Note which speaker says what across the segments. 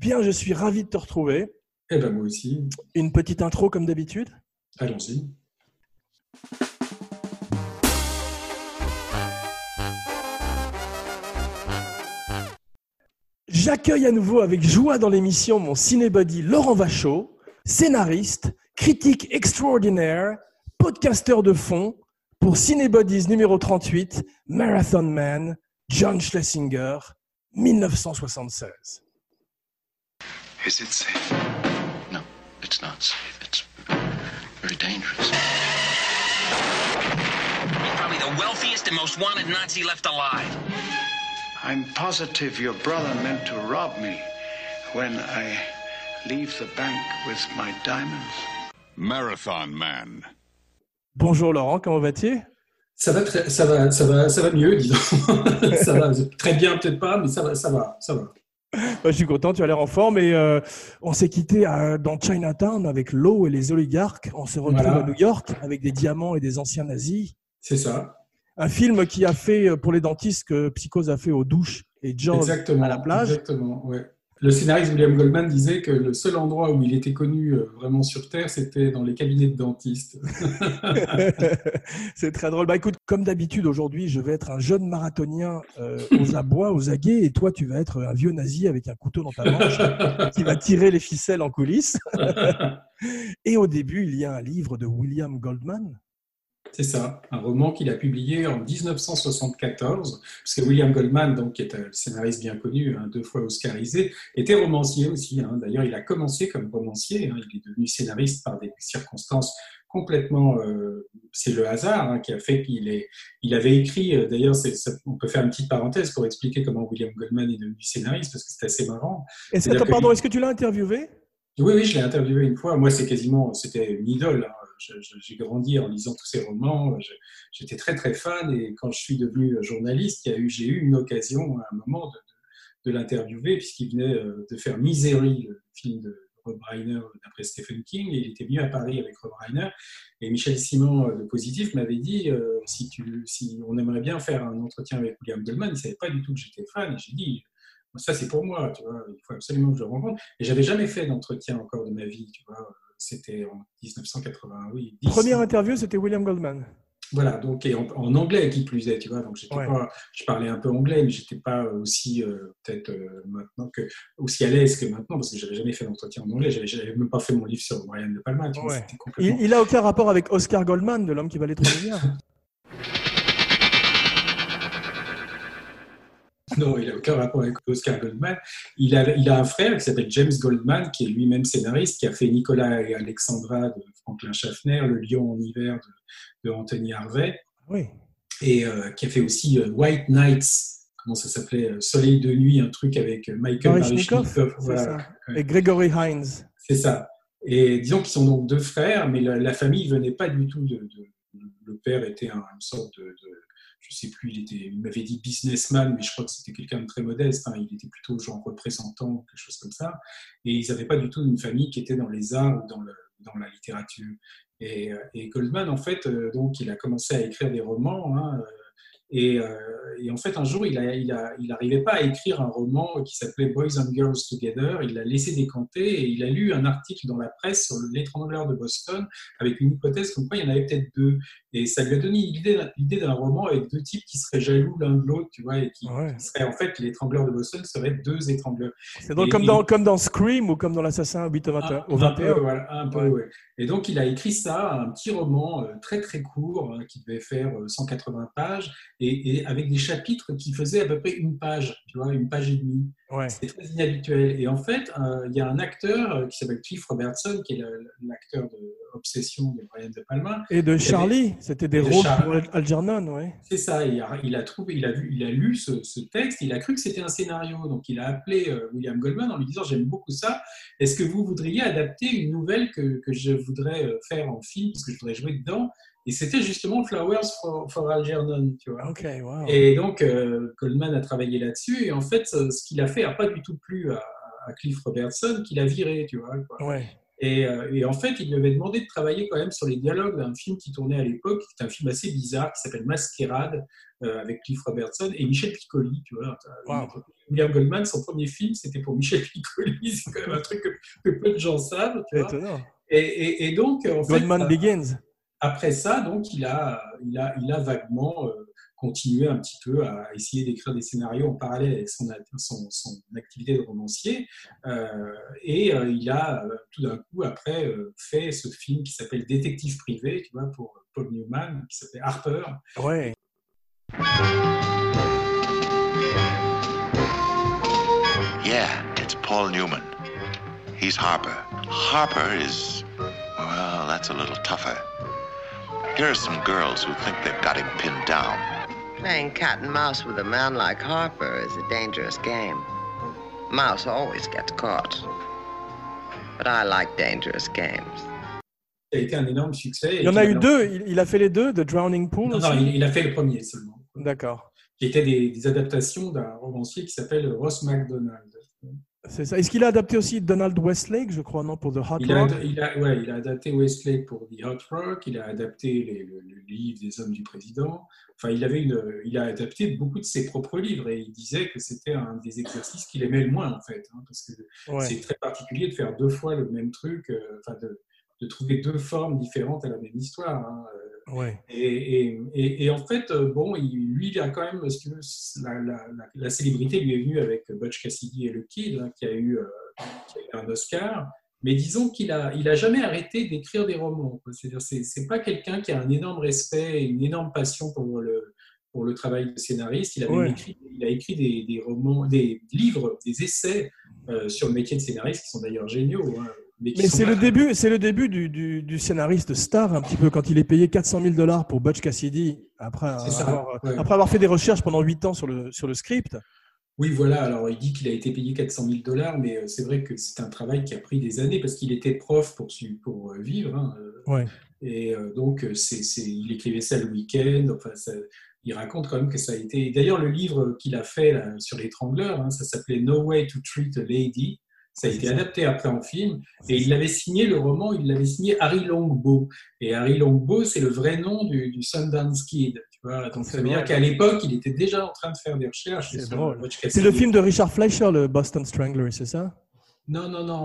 Speaker 1: bien, je suis ravi de te retrouver.
Speaker 2: Eh ben moi aussi.
Speaker 1: Une petite intro comme d'habitude.
Speaker 2: Allons-y.
Speaker 1: J'accueille à nouveau avec joie dans l'émission mon cinébuddy Laurent Vachaud, scénariste, critique extraordinaire, podcasteur de fond pour Cinébuddies numéro 38, Marathon Man, John Schlesinger, 1976.
Speaker 3: Is it safe? No, it's not safe. It's very dangerous.
Speaker 4: He's probably the wealthiest and most wanted Nazi left alive.
Speaker 3: I'm positive your brother meant to rob me when I leave the bank with my diamonds.
Speaker 5: Marathon Man.
Speaker 1: Bonjour Laurent, comment vas-tu ?
Speaker 2: Ça va mieux, disons. Ça va très bien, peut-être pas, mais ça va.
Speaker 1: Je suis content, tu as l'air en forme. Et on s'est quitté dans Chinatown avec l'eau et les oligarques. On se retrouve à New York avec des diamants et des anciens nazis.
Speaker 2: C'est ça.
Speaker 1: Un film qui a fait pour les dentistes que Psychose a fait aux douches et Jaws à la plage.
Speaker 2: Exactement, ouais. Le scénariste William Goldman disait que le seul endroit où il était connu vraiment sur Terre, c'était dans les cabinets de dentistes.
Speaker 1: C'est très drôle. Bah écoute, comme d'habitude aujourd'hui, je vais être un jeune marathonien aux abois, aux aguets, et toi, tu vas être un vieux nazi avec un couteau dans ta manche qui va tirer les ficelles en coulisses. Et au début, il y a un livre de William Goldman.
Speaker 2: C'est ça, un roman qu'il a publié en 1974, parce que William Goldman, donc, qui est un scénariste bien connu, 2 fois oscarisé, était romancier aussi. D'ailleurs, il a commencé comme romancier, il est devenu scénariste par des circonstances complètement... c'est le hasard qui a fait il avait écrit... D'ailleurs, on peut faire une petite parenthèse pour expliquer comment William Goldman est devenu scénariste, parce que c'est assez marrant.
Speaker 1: Est-ce que tu l'as interviewé ?
Speaker 2: Oui, je l'ai interviewé une fois. Moi, c'était une idole. J'ai grandi en lisant tous ces romans. J'étais très, très fan. Et quand je suis devenu journaliste, j'ai eu une occasion à un moment de l'interviewer, puisqu'il venait de faire Misery, le film de Rob Reiner d'après Stephen King. Et il était venu à Paris avec Rob Reiner. Et Michel Simon de Positif m'avait dit si on aimerait bien faire un entretien avec William Goldman. Il ne savait pas du tout que j'étais fan. Et j'ai dit... Ça, c'est pour moi, tu vois, il faut absolument que je le rencontre. Et j'avais jamais fait d'entretien encore de ma vie, tu vois. C'était en 1988.
Speaker 1: Première interview, c'était William Goldman.
Speaker 2: Voilà, donc et en anglais qui plus est, tu vois. Donc je parlais un peu anglais, mais j'étais pas aussi maintenant aussi à l'aise que maintenant, parce que j'avais jamais fait d'entretien en anglais. J'avais même pas fait mon livre sur Brian De Palma, tu vois. C'était complètement...
Speaker 1: Il a aucun rapport avec Oscar Goldman, de l'homme qui valait 3 milliards.
Speaker 2: Non, il n'a aucun rapport avec Oscar Goldman. Il a un frère qui s'appelle James Goldman, qui est lui-même scénariste, qui a fait Nicolas et Alexandra de Franklin Schaffner, Le Lion en hiver de Anthony Harvey, et qui a fait aussi White Nights, comment ça s'appelait, Soleil de nuit, un truc avec Michael Baryshnikov.
Speaker 1: Voilà. Et Gregory Hines.
Speaker 2: C'est ça. Et disons qu'ils sont donc 2 frères, mais la famille ne venait pas du tout le père était une sorte de je sais plus, il m'avait dit businessman, mais je crois que c'était quelqu'un de très modeste. Il était plutôt genre représentant, quelque chose comme ça. Et ils n'avaient pas du tout une famille qui était dans les arts ou dans la littérature. Et Goldman, en fait, donc, il a commencé à écrire des romans. Et en fait, un jour, il n'arrivait pas à écrire un roman qui s'appelait Boys and Girls Together. Il l'a laissé décanter et il a lu un article dans la presse sur l'étrangleur de Boston avec une hypothèse comme quoi il y en avait peut-être 2. Et ça lui a donné l'idée d'un roman avec 2 types qui seraient jaloux l'un de l'autre, tu vois, et qui seraient en fait l'étrangleur de Boston seraient 2 étrangleurs.
Speaker 1: C'est donc comme dans Scream ou comme dans l'Assassin au 21.
Speaker 2: Un peu, ouais. Et donc, il a écrit ça, un petit roman très très court qui devait faire 180 pages. Et avec des chapitres qui faisaient à peu près 1 page, tu vois, 1 page et demie. C'était très inhabituel. Et en fait, il y a un acteur qui s'appelle Cliff Robertson, qui est l'acteur de Obsession de Brian De Palma.
Speaker 1: Et de Charlie, c'était des rôles pour Algernon, ouais.
Speaker 2: C'est ça, il a lu ce texte, il a cru que c'était un scénario. Donc, il a appelé William Goldman en lui disant « J'aime beaucoup ça, est-ce que vous voudriez adapter une nouvelle que je voudrais faire en film, parce que je voudrais jouer dedans ?» Et c'était justement Flowers for Algernon, tu vois.
Speaker 1: Okay, wow.
Speaker 2: Et donc, Goldman a travaillé là-dessus. Et en fait, ce qu'il a fait n'a pas du tout plu à Cliff Robertson, qu'il a viré, tu vois.
Speaker 1: Ouais.
Speaker 2: Et en fait, il lui avait demandé de travailler quand même sur les dialogues d'un film qui tournait à l'époque, qui est un film assez bizarre, qui s'appelle Masquerade, avec Cliff Robertson et Michel Piccoli. Tu vois.
Speaker 1: Wow.
Speaker 2: William Goldman, son premier film, c'était pour Michel Piccoli. C'est quand même un truc que peu de gens savent. Tu vois.
Speaker 1: Étonnant.
Speaker 2: Et donc, en
Speaker 1: Goldman
Speaker 2: fait,
Speaker 1: Begins.
Speaker 2: après ça, donc, il a vaguement continué un petit peu à essayer d'écrire des scénarios en parallèle avec son activité de romancier. Il a tout d'un coup, après, fait ce film qui s'appelle Détective privé, tu vois, pour Paul Newman, qui s'appelait Harper.
Speaker 1: Ouais.
Speaker 6: Yeah, it's Paul Newman. He's Harper. Harper is, well, that's a little tougher. Here are some girls who think they've got him pinned down.
Speaker 7: Playing cat and mouse with a man like Harper is a dangerous game. Mouse always gets caught. But I like dangerous games.
Speaker 2: Ça a été un énorme succès.
Speaker 1: Il y en a eu deux. Il a fait les deux, The Drowning Pool.
Speaker 2: Non, il a fait le premier seulement.
Speaker 1: D'accord.
Speaker 2: Qui étaient des adaptations d'un romancier qui s'appelle Ross MacDonald.
Speaker 1: C'est ça. Est-ce qu'il a adapté aussi Donald Westlake, je crois, non, pour The Hot Rock?
Speaker 2: Il a adapté Westlake pour The Hot Rock, il a adapté le livre des Hommes du Président. Enfin, il a adapté beaucoup de ses propres livres et il disait que c'était un des exercices qu'il aimait le moins, en fait, hein, parce que c'est très particulier de faire deux fois le même truc, de trouver deux formes différentes à la même histoire. Hein.
Speaker 1: Ouais.
Speaker 2: Et en fait, bon, lui, il a quand même, parce que la célébrité lui est venue avec Butch Cassidy et le Kid, hein, qui a eu un Oscar. Mais disons qu'il a jamais arrêté d'écrire des romans. C'est-à-dire, c'est pas quelqu'un qui a un énorme respect et une énorme passion pour le travail de scénariste. Il a écrit des romans, des livres, des essais sur le métier de scénariste qui sont d'ailleurs géniaux. Hein.
Speaker 1: Mais c'est le début du scénariste star, un petit peu, quand il est payé $400,000 pour Butch Cassidy, après avoir fait des recherches pendant 8 ans sur le script.
Speaker 2: Oui, voilà. Alors, il dit qu'il a été payé $400,000, mais c'est vrai que c'est un travail qui a pris des années parce qu'il était prof pour vivre. Hein.
Speaker 1: Ouais.
Speaker 2: Et donc, il écrivait ça le week-end. Enfin, il raconte quand même que ça a été... D'ailleurs, le livre qu'il a fait là, sur l'étrangleur, hein, ça s'appelait No Way to Treat a Lady. Ça a été adapté après en film. Et il avait signé le roman, il l'avait signé Harry Longbow. Et Harry Longbow, c'est le vrai nom du Sundance Kid. Tu vois, donc ça veut dire qu'à l'époque, il était déjà en train de faire des recherches.
Speaker 1: C'est le film de Richard Fleischer, le Boston Strangler, c'est ça?
Speaker 2: Non.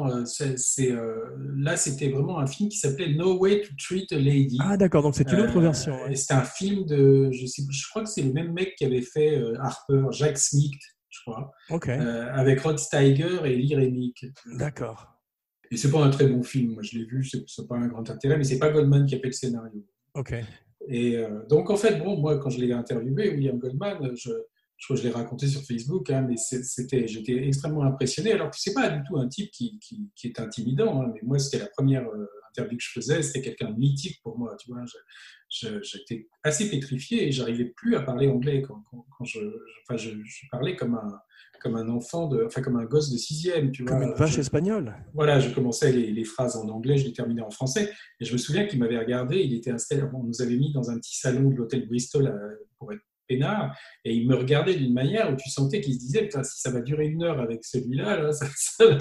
Speaker 2: Là, c'était vraiment un film qui s'appelait No Way to Treat a Lady.
Speaker 1: Ah, d'accord, donc c'est une autre version. Ouais.
Speaker 2: C'était un film de... Je crois que c'est le même mec qui avait fait Harper, Jack Smicht, je crois, avec Rod Steiger et Lee Remick.
Speaker 1: D'accord.
Speaker 2: Et c'est pas un très bon film, moi je l'ai vu, c'est pas un grand intérêt, mais c'est pas Goldman qui a fait le scénario.
Speaker 1: Ok.
Speaker 2: Et donc en fait, bon, moi quand je l'ai interviewé, William Goldman, je crois que je l'ai raconté sur Facebook, hein, mais j'étais extrêmement impressionné, alors que c'est pas du tout un type qui est intimidant, hein, mais moi c'était la première interview que je faisais, c'était quelqu'un de mythique pour moi, tu vois. J'étais assez pétrifié et j'arrivais plus à parler anglais quand je parlais comme un enfant, comme un gosse de 6e. Tu vois.
Speaker 1: Comme une vache espagnole.
Speaker 2: Voilà, je commençais les phrases en anglais, je les terminais en français. Et je me souviens qu'il m'avait regardé, il était installé, on nous avait mis dans un petit salon de l'hôtel Bristol pour être peinard, et il me regardait d'une manière où tu sentais qu'il se disait, si ça va durer 1 heure avec celui-là, là, ça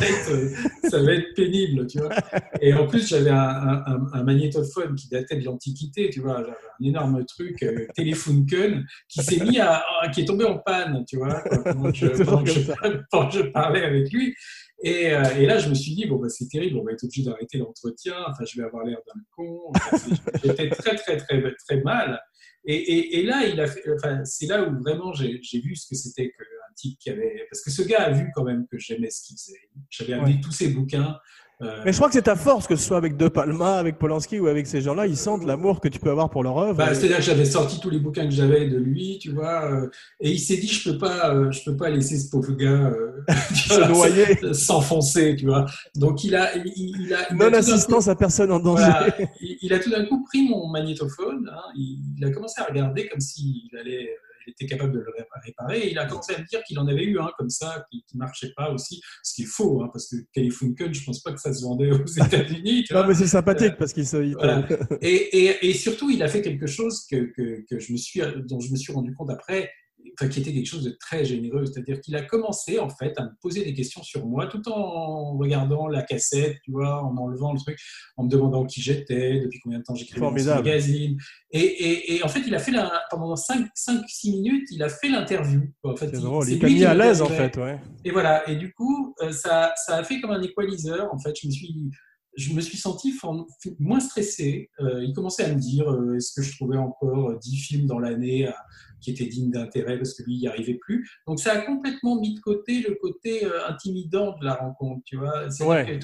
Speaker 2: va être pénible, tu vois. Et en plus, j'avais un magnétophone qui datait de l'Antiquité, tu vois, j'avais un énorme truc, Telefunken, qui est tombé en panne, tu vois, pendant que je parlais avec lui. Et là, je me suis dit, bon, bah, c'est terrible, on va être obligé d'arrêter l'entretien, enfin, je vais avoir l'air d'un con. J'étais très, très, très, très mal. Et là, c'est là où vraiment j'ai vu ce que c'était qu'un type qui avait... Parce que ce gars a vu quand même que j'aimais ce qu'il faisait. J'avais amené tous ses bouquins.
Speaker 1: Mais je crois que c'est ta force, que ce soit avec De Palma, avec Polanski ou avec ces gens-là, ils sentent l'amour que tu peux avoir pour leur œuvre.
Speaker 2: C'est-à-dire que j'avais sorti tous les bouquins que j'avais de lui, tu vois, et il s'est dit, je peux pas laisser ce pauvre gars
Speaker 1: se noyer,
Speaker 2: s'enfoncer, tu vois. Donc il a
Speaker 1: non-assistance à personne en danger.
Speaker 2: Voilà, il a tout d'un coup pris mon magnétophone, hein, il a commencé à regarder comme s'il était capable de le réparer, et il a commencé à me dire qu'il en avait eu un comme ça qui marchait pas aussi, ce qui est faux, hein, parce que Telefunken, je pense pas que ça se vendait aux États-Unis.
Speaker 1: Non, mais c'est sympathique parce qu'il
Speaker 2: voilà. Et surtout, il a fait quelque chose dont je me suis rendu compte après, qui était quelque chose de très généreux. C'est-à-dire qu'il a commencé, en fait, à me poser des questions sur moi, tout en regardant la cassette, tu vois, en enlevant le truc, en me demandant qui j'étais, depuis combien de temps j'écrivais dans ce magazine. Et en fait, il a fait pendant 5-6 minutes, il a fait l'interview. En fait,
Speaker 1: c'est drôle, il t'a mis à l'aise, en fait, ouais.
Speaker 2: Et voilà. Et du coup, ça a fait comme un equalizer. En fait, je me suis senti moins stressé. Il commençait à me dire est-ce que je trouvais encore 10 films dans l'année qui étaient dignes d'intérêt parce que lui, il n'y arrivait plus. Donc, ça a complètement mis de côté le côté intimidant de la rencontre, tu vois.
Speaker 1: Ouais.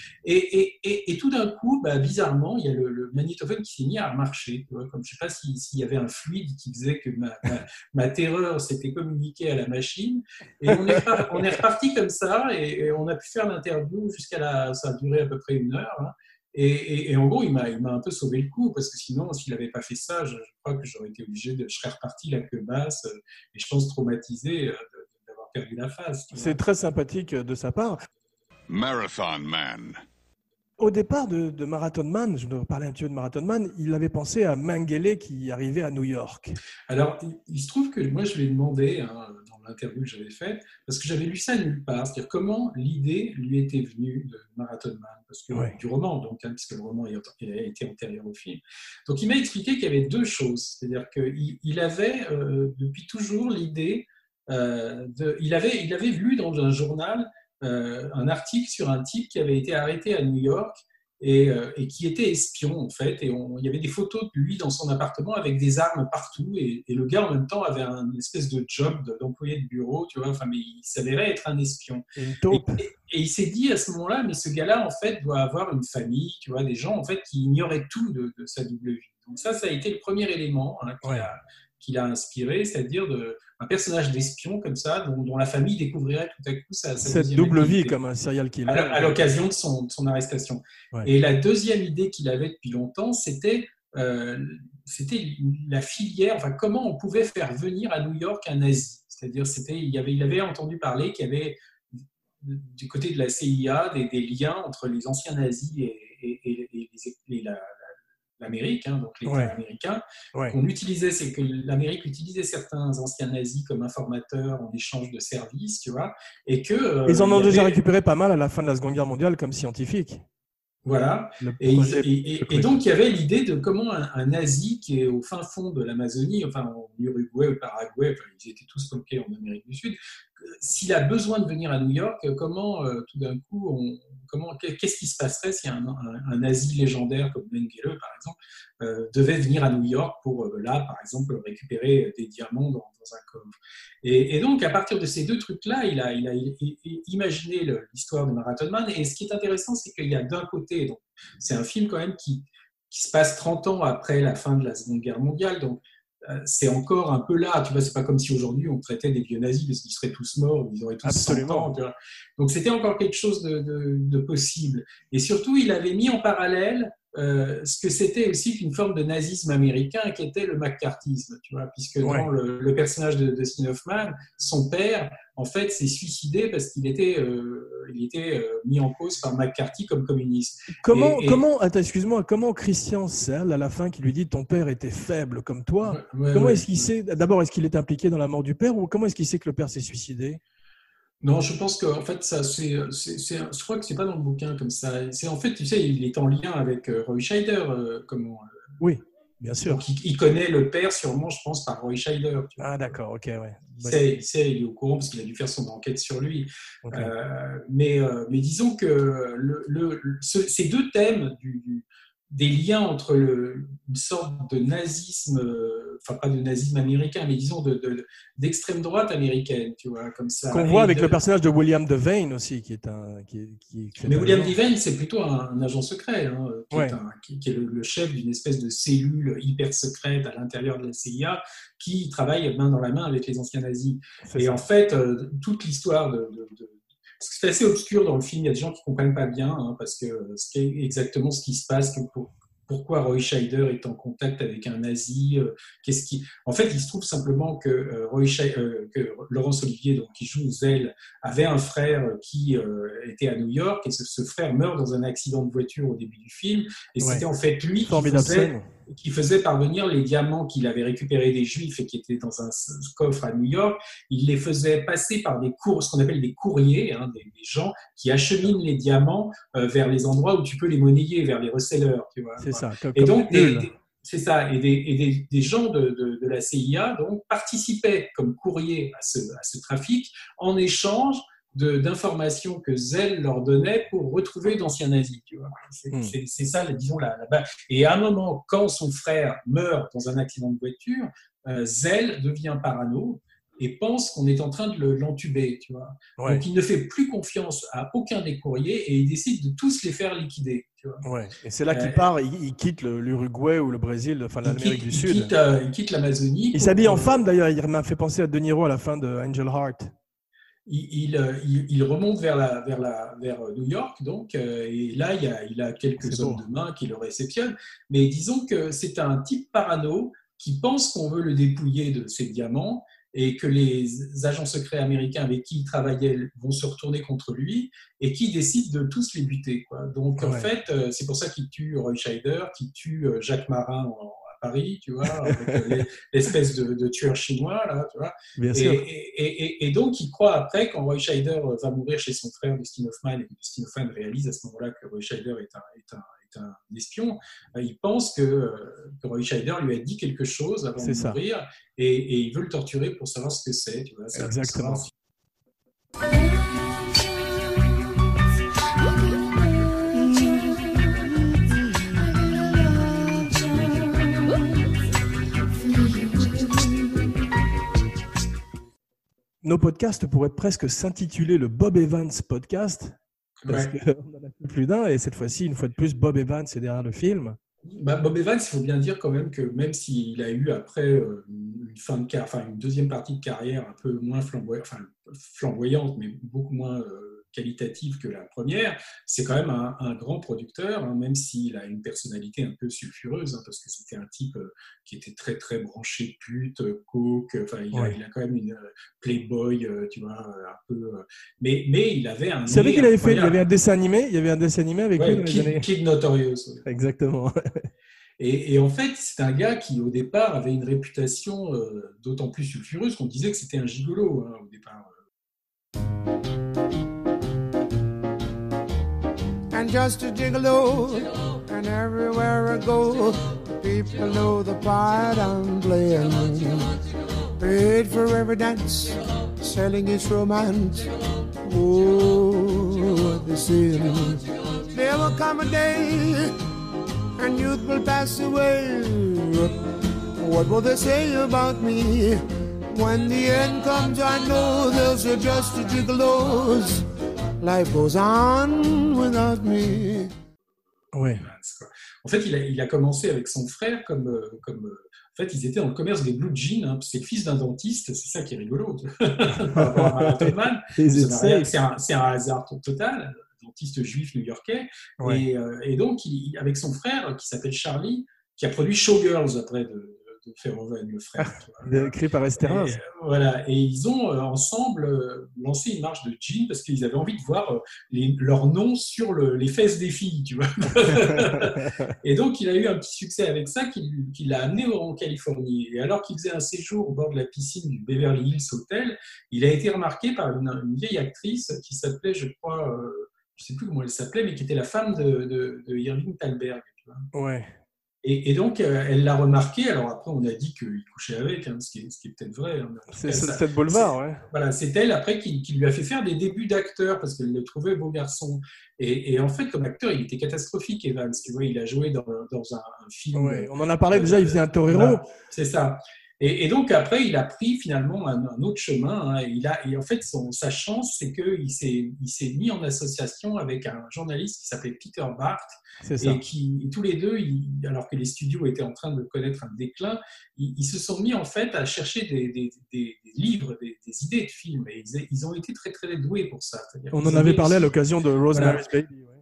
Speaker 2: Et tout d'un coup, bizarrement, il y a le magnétophone qui s'est mis à marcher. Tu vois, comme je ne sais pas s'il y avait un fluide qui faisait que ma terreur s'était communiquée à la machine. Et on est reparti comme ça et on a pu faire l'interview ça a duré à peu près 1 heure. Hein. Et en gros, il m'a un peu sauvé le coup, parce que sinon, s'il n'avait pas fait ça, je crois que j'aurais été obligé je serais reparti la queue basse, et je pense traumatisé d'avoir perdu la face.
Speaker 1: C'est très sympathique de sa part.
Speaker 5: Marathon Man.
Speaker 1: Au départ de Marathon Man, je dois parler un petit peu de Marathon Man, il avait pensé à Mengele qui arrivait à New York.
Speaker 2: Alors, il se trouve que moi, je lui ai demandé, dans l'interview que j'avais faite, parce que j'avais lu ça nulle part, c'est-à-dire comment l'idée lui était venue de Marathon Man, parce que du roman, donc, puisque le roman a été antérieur au film. Donc, il m'a expliqué qu'il y avait 2 choses, c'est-à-dire qu'il avait depuis toujours l'idée, il avait lu dans un journal un article sur un type qui avait été arrêté à New York et qui était espion, en fait. Et il y avait des photos de lui dans son appartement avec des armes partout. Et le gars, en même temps, avait une espèce de job d'employé de bureau, tu vois. Mais il s'avérait être un espion. Et il s'est dit à ce moment-là, mais ce gars-là, en fait, doit avoir une famille, tu vois, des gens, en fait, qui ignoraient tout de sa double vie. Donc ça a été le premier élément qui l'a inspiré, c'est-à-dire un personnage d'espion comme ça, dont la famille découvrirait tout à coup
Speaker 1: cette double vie comme un serial killer.
Speaker 2: À l'occasion de son arrestation. Ouais. Et la deuxième idée qu'il avait depuis longtemps, c'était la filière, comment on pouvait faire venir à New York un nazi. C'est-à-dire, il avait entendu parler qu'il y avait du côté de la CIA des liens entre les anciens nazis et l'Amérique, donc l'État américain. On utilisait, c'est que l'Amérique utilisait certains anciens nazis comme informateurs en échange de services, tu vois, et que
Speaker 1: ils en ont déjà récupéré pas mal à la fin de la Seconde Guerre mondiale comme scientifiques.
Speaker 2: Voilà. Et donc il y avait l'idée de comment un nazi qui est au fin fond de l'Amazonie, en Uruguay ou Paraguay, ils étaient tous bloqués en Amérique du Sud. S'il a besoin de venir à New York, comment tout d'un coup, qu'est-ce qui se passerait si un nazi légendaire comme Mengele, par exemple, devait venir à New York pour, par exemple, récupérer des diamants dans un coffre. Et donc, à partir de ces 2 trucs-là, il a imaginé l'histoire de Marathon Man. Et ce qui est intéressant, c'est qu'il y a d'un côté, donc, c'est un film quand même qui se passe 30 ans après la fin de la Seconde Guerre mondiale, donc c'est encore un peu là, tu vois, c'est pas comme si aujourd'hui on traitait des vieux nazis parce qu'ils seraient tous morts, ils auraient tous 100 ans, tu vois. Donc c'était encore quelque chose de possible. Et surtout, il avait mis en parallèle ce que c'était aussi une forme de nazisme américain qui était le McCarthyisme, tu vois, puisque dans le personnage de Dustin Hoffman, son père, en fait, s'est suicidé parce qu'il était mis en cause par McCarthy comme communiste.
Speaker 1: Comment Christian Serle, à la fin, qui lui dit « ton père était faible comme toi », comment est-ce qu'il sait, d'abord, est-ce qu'il est impliqué dans la mort du père ou comment est-ce qu'il sait que le père s'est suicidé ?
Speaker 2: Non, je pense qu'en fait, je crois que c'est pas dans le bouquin comme ça. C'est en fait, tu sais, il est en lien avec Roy Scheider.
Speaker 1: Oui, bien sûr.
Speaker 2: Donc, il connaît le père sûrement, je pense, par Roy Scheider.
Speaker 1: Ah, d'accord, ok, ouais.
Speaker 2: Il est au courant parce qu'il a dû faire son enquête sur lui. Okay. Mais disons que ces 2 thèmes des liens entre une sorte de nazisme, pas de nazisme américain, mais disons d'extrême droite américaine, tu vois, comme ça.
Speaker 1: Qu'on voit avec le personnage de William Devane aussi, qui est
Speaker 2: mais William Devane, c'est plutôt un agent secret, qui est le chef d'une espèce de cellule hyper secrète à l'intérieur de la CIA, qui travaille main dans la main avec les anciens nazis. En fait, toute l'histoire c'est assez obscur dans le film, il y a des gens qui ne comprennent pas bien, parce que c'est exactement ce qui se passe, pourquoi Roy Scheider est en contact avec un nazi, En fait, il se trouve simplement que Laurence Olivier, donc, qui joue Zell, avait un frère qui était à New York, et ce frère meurt dans un accident de voiture au début du film, et c'était en fait lui qui faisait parvenir les diamants qu'il avait récupérés des Juifs et qui étaient dans un coffre à New York. Il les faisait passer par ce qu'on appelle des courriers, des gens qui acheminent les diamants vers les endroits où tu peux les monnayer, vers les resellers. Tu vois.
Speaker 1: C'est ça.
Speaker 2: Et donc, c'est ça. Et des gens de la CIA donc, participaient comme courrier à ce trafic en échange d'informations que Zell leur donnait pour retrouver d'anciens nazis. Tu vois. C'est ça, disons, là-bas. Et à un moment, quand son frère meurt dans un accident de voiture, Zell devient parano et pense qu'on est en train de l'entuber. Tu vois. Ouais. Donc, il ne fait plus confiance à aucun des courriers et il décide de tous les faire liquider. Tu vois.
Speaker 1: Ouais. Et c'est là qu'il part, il quitte l'Uruguay ou le Brésil, enfin l'Amérique du Sud.
Speaker 2: Il quitte l'Amazonie.
Speaker 1: Il s'habille en femme, d'ailleurs. Il m'a fait penser à De Niro à la fin de Angel Heart.
Speaker 2: Il remonte vers New York, donc, et là, il a quelques hommes de main qui le réceptionnent. Mais disons que c'est un type parano qui pense qu'on veut le dépouiller de ses diamants et que les agents secrets américains avec qui il travaillait vont se retourner contre lui et qui décide de tous les buter. Quoi. Donc, en fait, c'est pour ça qu'il tue Roy Scheider, qu'il tue Jacques Marin à Paris, tu vois, avec l'espèce de tueur chinois, là, tu vois.
Speaker 1: Bien sûr.
Speaker 2: Et donc, il croit après, quand Roy Scheider va mourir chez son frère Dustin Hoffman, et que Dustin Hoffman réalise à ce moment-là que Roy Scheider est un espion, il pense que Roy Scheider lui a dit quelque chose avant de mourir et il veut le torturer pour savoir ce que c'est. Tu vois,
Speaker 1: exactement. Nos podcasts pourraient presque s'intituler le Bob Evans podcast. Parce qu'on en a plus d'un, et cette fois-ci, une fois de plus, Bob Evans est derrière le film.
Speaker 2: Bob Evans, il faut bien dire quand même que même s'il a eu après une deuxième partie de carrière un peu moins flamboyante, mais beaucoup moins qualitative que la première, c'est quand même un grand producteur, même s'il a une personnalité un peu sulfureuse, parce que c'était un type qui était très très branché pute, coke, il a quand même une playboy, tu vois, un peu. Mais il avait un.
Speaker 1: Vous savez qu'il avait fait, il y avait un dessin animé, avec lui dans les années.
Speaker 2: Kid Notorious. Ouais.
Speaker 1: Exactement.
Speaker 2: Et en fait, c'est un gars qui, au départ, avait une réputation d'autant plus sulfureuse qu'on disait que c'était un gigolo, au départ.
Speaker 8: And just a gigolo, and everywhere I go, people know the part I'm playing. Paid for every dance, selling its romance. Oh, what they say. There will come a day, and youth will pass away. What will they say about me? When the end comes, I know there's just a gigolos. Life goes on without me.
Speaker 1: Ouais.
Speaker 2: En fait, il a commencé avec son frère comme en fait, ils étaient dans le commerce des blue jeans. C'est le fils d'un dentiste, c'est ça qui est rigolo. Par rapport à Marathon Man, c'est un hasard total. Dentiste juif new-yorkais. Ouais. Et donc, avec son frère qui s'appelle Charlie, qui a produit Showgirls après de Verhoeven, le frère.
Speaker 1: Écrit par Esteras.
Speaker 2: Voilà. Et ils ont ensemble lancé une marche de jeans parce qu'ils avaient envie de voir leurs noms sur les fesses des filles, tu vois. Et donc, il a eu un petit succès avec ça qui l'a amené en Californie. Et alors qu'il faisait un séjour au bord de la piscine du Beverly Hills Hotel, il a été remarqué par une vieille actrice qui s'appelait, je crois, je ne sais plus comment elle s'appelait, mais qui était la femme de Irving Thalberg. Tu vois.
Speaker 1: Ouais.
Speaker 2: Et donc, elle l'a remarqué. Alors après, on a dit qu'il couchait avec, ce qui est peut-être vrai.
Speaker 1: C'est Sunset Boulevard, ouais.
Speaker 2: Voilà, c'est elle, après, qui lui a fait faire des débuts d'acteur, parce qu'elle le trouvait beau garçon. Et en fait, comme acteur, il était catastrophique, Evans. Tu vois, il a joué dans un film.
Speaker 1: Ouais, on en a parlé déjà, il faisait un torero.
Speaker 2: Voilà, c'est ça. Et donc, après, il a pris finalement un autre chemin. Et en fait, sa chance, c'est qu'il s'est mis en association avec un journaliste qui s'appelait Peter Bart. Et qui, tous les deux, alors que les studios étaient en train de connaître un déclin, ils se sont mis en fait à chercher des livres, des idées de films. Et ils ont été très, très doués pour ça.
Speaker 1: On en avait parlé à l'occasion de Rosemary's Baby. Ouais.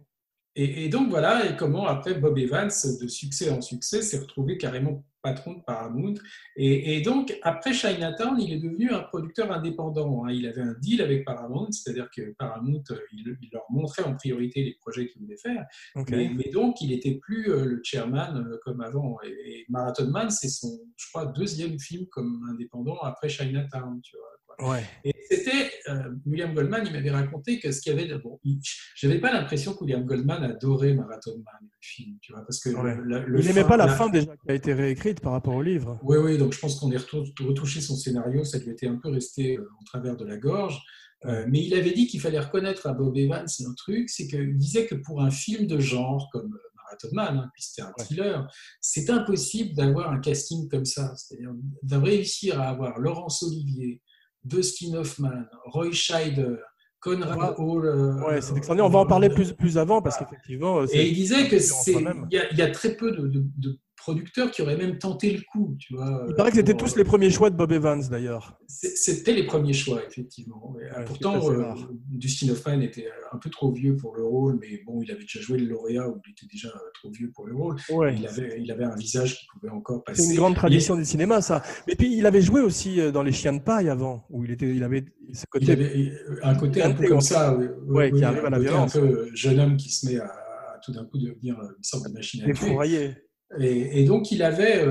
Speaker 2: Et donc voilà, et comment après Bob Evans, de succès en succès, s'est retrouvé carrément patron de Paramount. Et donc après Chinatown, il est devenu un producteur indépendant. Il avait un deal avec Paramount, c'est-à-dire que Paramount, il leur montrait en priorité les projets qu'il voulait faire.
Speaker 1: Okay.
Speaker 2: Mais donc, il n'était plus le chairman comme avant. Et Marathon Man, c'est son, je crois, deuxième film comme indépendant après Chinatown, tu vois.
Speaker 1: Ouais.
Speaker 2: Et c'était William Goldman, il m'avait raconté que ce qu'il y avait de bon, j'avais pas l'impression que William Goldman adorait Marathon Man, le film, tu vois, parce que
Speaker 1: il n'aimait pas la fin déjà qui a été réécrite par rapport au livre.
Speaker 2: Oui, donc je pense qu'on est retouché son scénario, ça lui était un peu resté au travers de la gorge. Mais il avait dit qu'il fallait reconnaître à Bob Evans un truc, c'est qu'il disait que pour un film de genre comme Marathon Man, puis c'était un thriller, c'est impossible d'avoir un casting comme ça, c'est-à-dire de réussir à avoir Laurence Olivier, Dustin Hoffman, Roy Scheider, Conrad Hall.
Speaker 1: C'est extraordinaire. On va en parler plus avant parce qu'effectivement.
Speaker 2: Et il disait que il y a très peu de producteurs qui auraient même tenté le coup, tu vois.
Speaker 1: Il paraît que c'était tous les premiers choix de Bob Evans d'ailleurs.
Speaker 2: C'était les premiers choix, effectivement. Pourtant, Dustin Hoffman était un peu trop vieux pour le rôle, mais bon, il avait déjà joué le lauréat où il était déjà trop vieux pour le rôle.
Speaker 1: Ouais.
Speaker 2: Il avait un visage qui pouvait encore passer.
Speaker 1: C'est une grande tradition du cinéma, ça. Mais puis il avait joué aussi dans Les Chiens de paille avant, où il avait ce côté.
Speaker 2: Il avait un côté un peu comme ça,
Speaker 1: qui arrive à la violence.
Speaker 2: Un peu jeune homme qui se met à tout d'un coup devenir une sorte de machine à
Speaker 1: tuer.
Speaker 2: Et donc, il avait...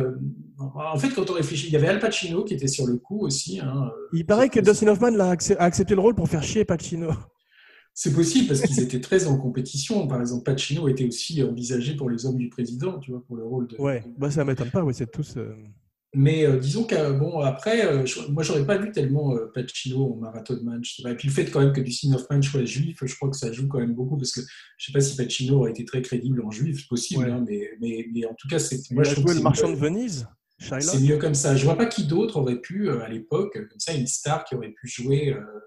Speaker 2: en fait, quand on réfléchit, il y avait Al Pacino qui était sur le coup aussi.
Speaker 1: Il paraît que Dustin Hoffman a accepté le rôle pour faire chier Pacino.
Speaker 2: C'est possible parce qu'ils étaient très en compétition. Par exemple, Pacino était aussi envisagé pour Les Hommes du Président, tu vois, pour le rôle de...
Speaker 1: Ouais, ça ne m'étonne pas, c'est tous...
Speaker 2: Mais disons qu'après, moi, j'aurais pas vu tellement Pacino en Marathon Man. Et puis le fait quand même que Dustin Hoffman soit juif, je crois que ça joue quand même beaucoup parce que je sais pas si Pacino aurait été très crédible en juif, c'est possible, mais en tout cas,
Speaker 1: moi je trouve le Marchand de Venise.
Speaker 2: C'est mieux comme ça. Je vois pas qui d'autre aurait pu à l'époque, comme ça, une star qui aurait pu jouer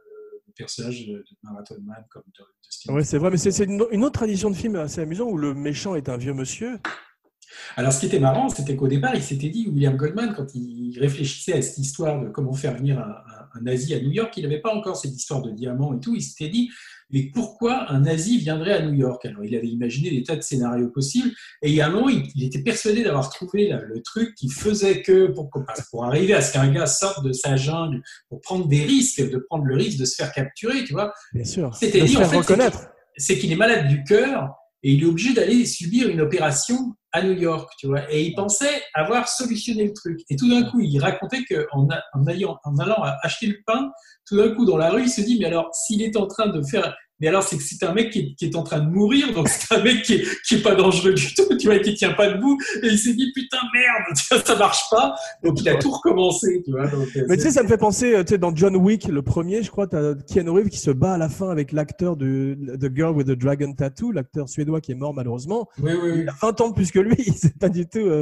Speaker 2: le personnage de Marathon Man comme Dustin.
Speaker 1: Ouais, c'est vrai, mais c'est une autre tradition de film assez amusant où le méchant est un vieux monsieur.
Speaker 2: Alors, ce qui était marrant, c'était qu'au départ, il s'était dit, William Goldman, quand il réfléchissait à cette histoire de comment faire venir un nazi à New York, il n'avait pas encore cette histoire de diamants et tout, il s'était dit, mais pourquoi un nazi viendrait à New York? Alors, il avait imaginé des tas de scénarios possibles, et à un moment, il était persuadé d'avoir trouvé le truc qui faisait que, pour arriver à ce qu'un gars sorte de sa jungle, pour prendre des risques, de prendre le risque de se faire capturer, tu vois.
Speaker 1: Bien sûr.
Speaker 2: C'était dit, en fait, c'est qu'il est malade du cœur, et il est obligé d'aller subir une opération à New York, tu vois. Et il pensait avoir solutionné le truc. Et tout d'un coup, il racontait qu'en allant acheter le pain, tout d'un coup, dans la rue, il se dit, mais alors, s'il est en train de faire... Mais alors, c'est que c'est un mec qui est en train de mourir, donc c'est un mec qui est pas dangereux du tout, tu vois, qui tient pas debout. Et il s'est dit, putain, merde, ça marche pas. Donc, il a tout recommencé, tu vois. Donc,
Speaker 1: mais tu sais, ça me fait penser, tu sais, dans John Wick, le premier, je crois, t'as Keanu Reeves qui se bat à la fin avec l'acteur de The Girl with the Dragon Tattoo, l'acteur suédois qui est mort malheureusement.
Speaker 2: Oui.
Speaker 1: Il a 20 ans de plus que lui, c'est pas du tout...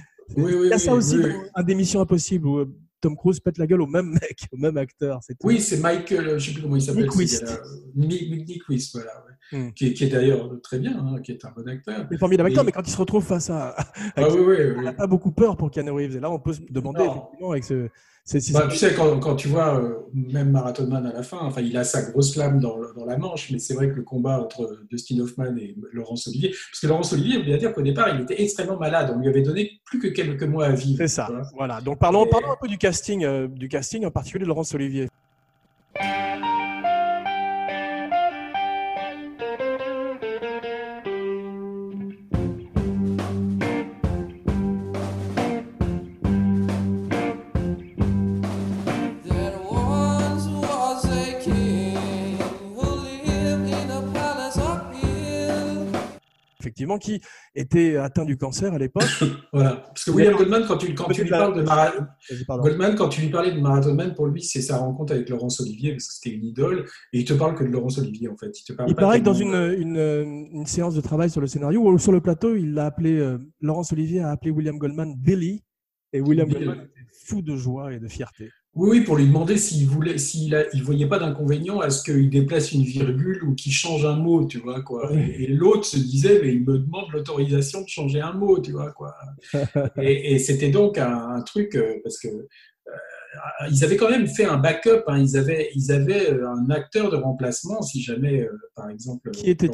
Speaker 1: il y a ça aussi dans un des Missions Impossibles où Tom Cruise pète la gueule au même mec, au même acteur. C'est tout.
Speaker 2: Oui, c'est Michael, je sais plus comment il s'appelle. Nick Wist, voilà. Ouais. Qui est d'ailleurs très bien, qui est un bon acteur.
Speaker 1: Il est formidable acteur, mais quand il se retrouve face à il n'a pas beaucoup peur pour Keanu Reeves. Et là, on peut se demander effectivement avec ce...
Speaker 2: tu sais, quand tu vois même Marathon Man à la fin, il a sa grosse lame dans la manche, mais c'est vrai que le combat entre Dustin Hoffman et Laurence Olivier, parce que Laurence Olivier, on peut bien dire qu'au départ, il était extrêmement malade. On lui avait donné plus que quelques mois à vivre.
Speaker 1: C'est ça. Voilà. Donc parlons un peu du casting en particulier de Laurence Olivier. Effectivement, qui était atteint du cancer à l'époque.
Speaker 2: Voilà, parce que William Goldman, quand tu lui parles de Goldman, quand tu lui parlais de Marathon Man, pour lui, c'est sa rencontre avec Laurence Olivier, parce que c'était une idole, et il te parle que de Laurence Olivier, en fait.
Speaker 1: Il paraît que dans une séance de travail sur le scénario, ou sur le plateau, Laurence Olivier a appelé William Goldman Billy, et William Goldman était fou de joie et de fierté.
Speaker 2: Oui, pour lui demander s'il voyait pas d'inconvénient à ce qu'il déplace une virgule ou qu'il change un mot, tu vois, quoi. Et l'autre se disait, mais il me demande l'autorisation de changer un mot, tu vois, quoi. et c'était donc un truc, parce que ils avaient quand même fait un backup, hein. Ils avaient un acteur de remplacement, si jamais, par exemple...
Speaker 1: Qui était-il ?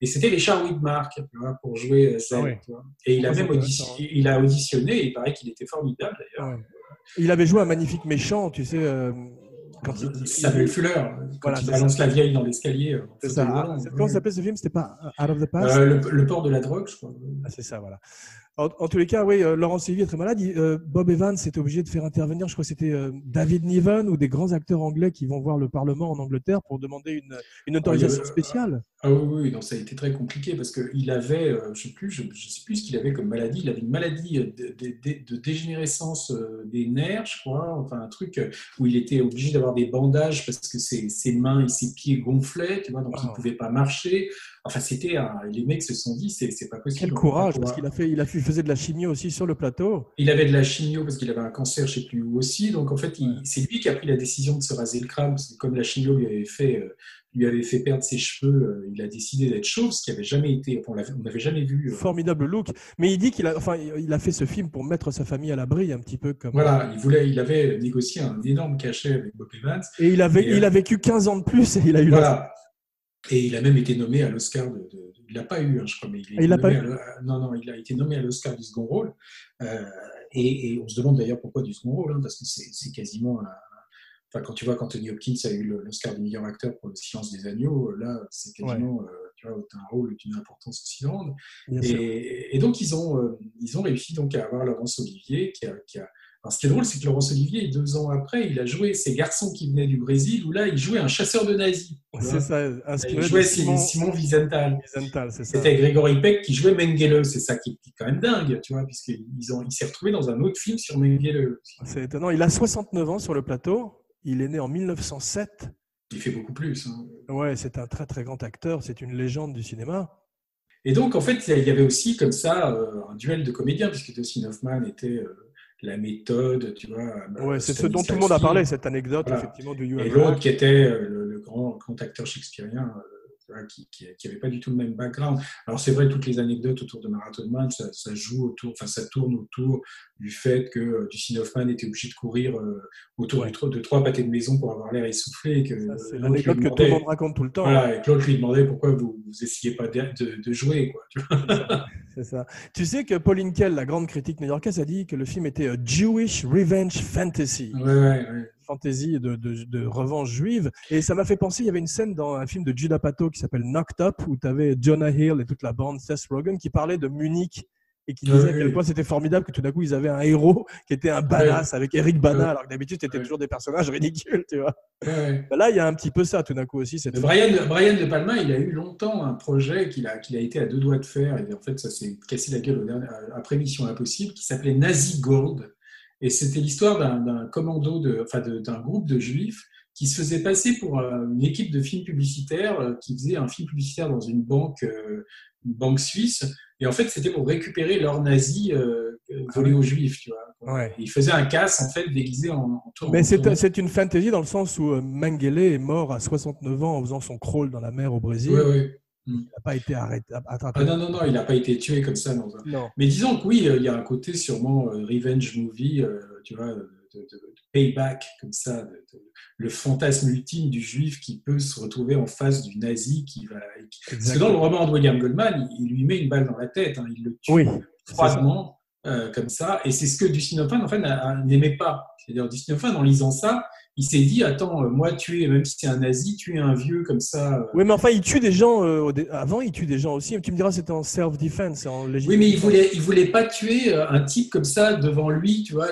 Speaker 2: Et c'était Richard Widmark, tu vois, pour jouer Z.
Speaker 1: Ah ouais.
Speaker 2: Tu vois. Et il a même il a auditionné, et il paraît qu'il était formidable d'ailleurs.
Speaker 1: Ouais. Il avait joué un magnifique méchant, tu sais. Quand
Speaker 2: Samuel Fuller, quand
Speaker 1: voilà,
Speaker 2: il balance la vieille dans l'escalier.
Speaker 1: C'est ça. Comment s'appelait ce film? C'était pas Out of the Past?
Speaker 2: Le port de la drogue, je crois.
Speaker 1: Ah, c'est ça, voilà. En tous les cas, oui, Laurence Olivier est très malade. Bob Evans était obligé de faire intervenir, je crois que c'était David Niven ou des grands acteurs anglais qui vont voir le Parlement en Angleterre pour demander une autorisation spéciale.
Speaker 2: Ah oui, non, ça a été très compliqué parce qu'il avait, je sais plus ce qu'il avait comme maladie. Il avait une maladie de dégénérescence des nerfs, je crois, enfin un truc où il était obligé d'avoir des bandages parce que ses mains et ses pieds gonflaient, tu vois, donc il ne pouvait pas marcher. Enfin, les mecs se sont dit, c'est pas possible.
Speaker 1: Quel courage, parce qu'il faisait de la chimio aussi sur le plateau.
Speaker 2: Il avait de la chimio parce qu'il avait un cancer, je sais plus où aussi. Donc en fait, c'est lui qui a pris la décision de se raser le crâne parce que comme la chimio lui avait fait perdre ses cheveux, il a décidé d'être chauve, ce qui n'avait jamais été, on n'avait jamais vu.
Speaker 1: Formidable look. Mais il dit qu'il a fait ce film pour mettre sa famille à l'abri, un petit peu comme.
Speaker 2: Voilà, il avait négocié un énorme cachet avec Bob Evans.
Speaker 1: Et il a vécu 15 ans de plus et il a eu.
Speaker 2: Voilà. Et il a même été nommé à l'Oscar il l'a pas eu, hein, je crois, mais il a été nommé à l'Oscar du second rôle. Et on se demande d'ailleurs pourquoi du second rôle, hein, parce que c'est quasiment enfin, quand tu vois qu'Anthony Hopkins a eu l'Oscar du meilleur acteur pour Le Silence des agneaux, là, c'est quasiment tu vois, un rôle d'une importance aussi grande. Et donc, ils ont réussi donc, à avoir Laurence Olivier, qui a alors, ce qui est drôle, c'est que Laurence Olivier, 2 ans après, il a joué Ces garçons qui venaient du Brésil, où là, il jouait un chasseur de nazis.
Speaker 1: C'est ça, inspiré
Speaker 2: il jouait
Speaker 1: de
Speaker 2: Simon Wiesenthal.
Speaker 1: C'est ça.
Speaker 2: C'était Grégory Peck qui jouait Mengele. C'est ça qui est quand même dingue, tu vois, puisqu'il s'est retrouvé dans un autre film sur Mengele.
Speaker 1: C'est étonnant. Il a 69 ans sur le plateau. Il est né en 1907.
Speaker 2: Il fait beaucoup plus. Hein.
Speaker 1: Ouais, c'est un très très grand acteur. C'est une légende du cinéma.
Speaker 2: Et donc, en fait, il y avait aussi comme ça un duel de comédiens, puisque Dustin Hoffman était... la méthode, tu vois.
Speaker 1: Ouais, c'est ce dont tout le monde a parlé, cette anecdote, effectivement, de Hugh
Speaker 2: Et l'autre qui était le grand acteur shakespearien, qui n'avait pas du tout le même background. Alors, c'est vrai, toutes les anecdotes autour de Marathon Man, ça tourne autour du fait que Dustin Hoffman était obligé de courir autour de 3 pâtés de maison pour avoir l'air essoufflé.
Speaker 1: C'est l'anecdote que tout le monde raconte tout le temps.
Speaker 2: Voilà, et que l'autre lui demandait pourquoi vous essayez pas de jouer, quoi. Tu vois.
Speaker 1: C'est ça. Tu sais que Pauline Kael, la grande critique new-yorkaise, a dit que le film était Jewish revenge fantasy.
Speaker 2: Ouais.
Speaker 1: Fantasy de revanche juive. Et ça m'a fait penser, il y avait une scène dans un film de Judd Apatow qui s'appelle Knocked Up, où tu avais Jonah Hill et toute la bande, Seth Rogen, qui parlait de Munich et qui disait à quel point c'était formidable que tout d'un coup, ils avaient un héros qui était un badass avec Eric Bana, alors que d'habitude, c'était toujours des personnages ridicules, tu vois. Là, il y a un petit peu ça, tout d'un coup aussi.
Speaker 2: Brian De Palma, il a eu longtemps un projet qu'il a été à 2 doigts de faire, et en fait, ça s'est cassé la gueule après Mission Impossible, qui s'appelait Nazi Gold. Et c'était l'histoire d'un commando, d'un groupe de juifs qui se faisait passer pour une équipe de films publicitaires qui faisait un film publicitaire dans une banque suisse. Et en fait, c'était pour récupérer leurs nazis volés aux juifs, tu vois.
Speaker 1: Ouais.
Speaker 2: Et ils faisaient un casse, en fait, déguisé en tour.
Speaker 1: Mais c'est une fantaisie dans le sens où Mengele est mort à 69 ans en faisant son crawl dans la mer au Brésil.
Speaker 2: Oui.
Speaker 1: Il n'a pas été attrapé.
Speaker 2: Ah non, il n'a pas été tué comme ça.
Speaker 1: Non.
Speaker 2: Mais disons que oui, il y a un côté sûrement revenge movie, tu vois, de payback, comme ça, le fantasme ultime du juif qui peut se retrouver en face du nazi qui va... Parce que dans le roman de William Goldman, il lui met une balle dans la tête, hein, il le tue froidement, comme ça, et c'est ce que Dustin Hoffman, en fait, n'aimait pas. C'est-à-dire, Dustin Hoffman, en lisant ça, il s'est dit, attends, moi, tuer, même si c'est un nazi, tuer un vieux comme ça...
Speaker 1: Oui, mais enfin, il tue des gens, avant, il tue des gens aussi. Tu me diras, c'était en self-defense, en légitime.
Speaker 2: Oui, mais il voulait pas tuer un type comme ça devant lui, tu vois,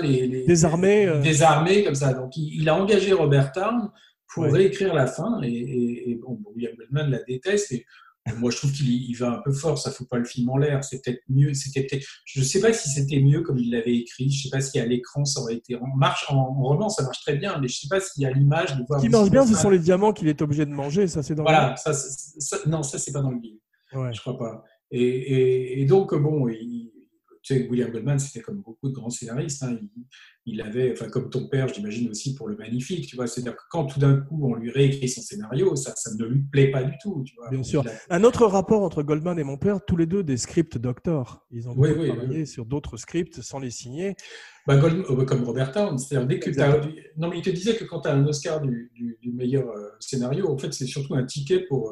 Speaker 1: désarmés
Speaker 2: comme ça. Donc, il a engagé Robert Town pour réécrire la fin, et William Goldman la déteste, et moi, je trouve qu'il va un peu fort, ça ne fout pas le film en l'air. C'est peut-être mieux. Je ne sais pas si c'était mieux comme il l'avait écrit. Je ne sais pas si à l'écran ça aurait été. En roman, ça marche très bien, mais je ne sais pas s'il y a l'image de voir.
Speaker 1: Ce qui marche bien, ce sont les diamants qu'il est obligé de manger. Ça, c'est dans
Speaker 2: le livre.
Speaker 1: Non,
Speaker 2: ça, c'est pas dans le livre.
Speaker 1: Ouais.
Speaker 2: Je ne crois pas. Et donc, bon, tu sais, William Goldman, c'était comme beaucoup de grands scénaristes. Hein, il avait, enfin, comme ton père, j'imagine aussi pour Le Magnifique, tu vois, c'est-à-dire que quand tout d'un coup on lui réécrit son scénario, ça ne lui plaît pas du tout, tu vois.
Speaker 1: Bien sûr. Un autre rapport entre Goldman et mon père, tous les deux des script doctors. Ils ont travaillé sur d'autres scripts sans les signer.
Speaker 2: Comme Robert Town, c'est-à-dire dès que il te disait que quand tu as un Oscar du meilleur scénario, en fait, c'est surtout un ticket pour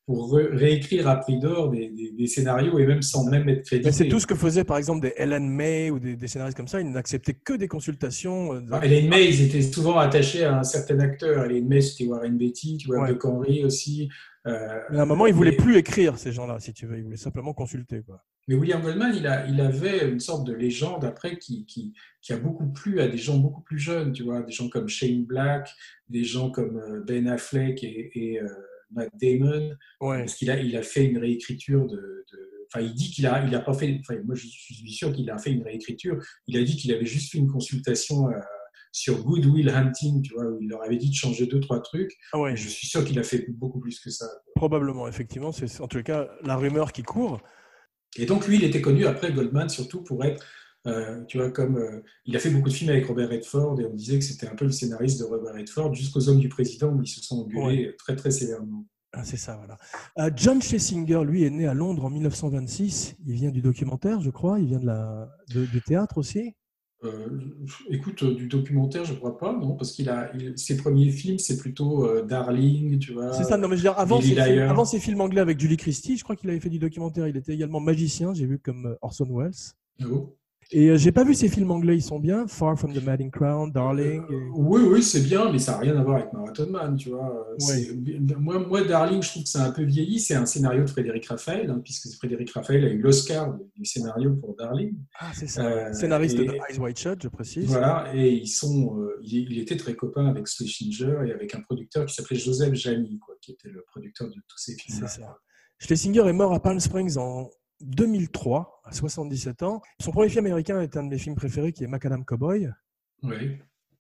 Speaker 2: pour réécrire à prix d'or des scénarios et même sans même être crédité.
Speaker 1: Mais c'est tout ce que faisaient par exemple des Ellen May ou des scénaristes comme ça. Ils n'acceptaient que des consultations.
Speaker 2: Ellen May, ils étaient souvent attachés à un certain acteur. Ellen May, c'était Warren Beatty, tu vois,
Speaker 1: Ouais.
Speaker 2: Buck Henry aussi.
Speaker 1: Mais à un moment, ils ne voulaient plus écrire, ces gens-là, si tu veux. Ils voulaient simplement consulter, quoi.
Speaker 2: Mais William Goldman, il avait une sorte de légende après qui a beaucoup plu à des gens beaucoup plus jeunes, tu vois, des gens comme Shane Black, des gens comme Ben Affleck et Matt Damon,
Speaker 1: Ouais.
Speaker 2: parce qu'il a fait une réécriture Enfin, il dit qu'il a pas fait. Enfin, moi, je suis sûr qu'il a fait une réécriture. Il a dit qu'il avait juste fait une consultation sur Good Will Hunting, tu vois, où il leur avait dit de changer 2-3 trucs.
Speaker 1: Ah ouais.
Speaker 2: Mais je suis sûr qu'il a fait beaucoup plus que ça.
Speaker 1: Probablement, effectivement. C'est en tout cas la rumeur qui court.
Speaker 2: Et donc, lui, il était connu après Goldman, surtout pour être, tu vois, il a fait beaucoup de films avec Robert Redford, et on disait que c'était un peu le scénariste de Robert Redford, jusqu'aux Hommes du Président, où ils se sont engueulés très, très sévèrement.
Speaker 1: Ah, c'est ça, voilà. John Schlesinger, lui, est né à Londres en 1926. Il vient du documentaire, je crois. Il vient du théâtre aussi.
Speaker 2: Écoute, du documentaire, je ne crois pas, non, parce ses premiers films, c'est plutôt Darling, tu vois.
Speaker 1: C'est ça, non, mais je veux dire, avant ses films anglais avec Julie Christie, je crois qu'il avait fait du documentaire. Il était également magicien, j'ai vu, comme Orson Welles.
Speaker 2: Oh.
Speaker 1: Et j'ai pas vu ces films anglais, ils sont bien. Far from the Madding Crown, Darling.
Speaker 2: Oui, c'est bien, mais ça n'a rien à voir avec Marathon Man, tu vois.
Speaker 1: Ouais.
Speaker 2: Moi, Darling, je trouve que c'est un peu vieilli. C'est un scénario de Frédéric Raphaël, puisque Frédéric Raphaël a eu l'Oscar du scénario pour Darling.
Speaker 1: Ah, c'est ça. Scénariste de Eyes Wide Shut, je précise.
Speaker 2: Voilà, et il était très copain avec Schlesinger et avec un producteur qui s'appelait Joseph Jamy, qui était le producteur de tous ces films.
Speaker 1: C'est ça. Schlesinger est mort à Palm Springs en 2003, à 77 ans. Son premier film américain est un de mes films préférés, qui est Macadam Cowboy.
Speaker 2: Oui.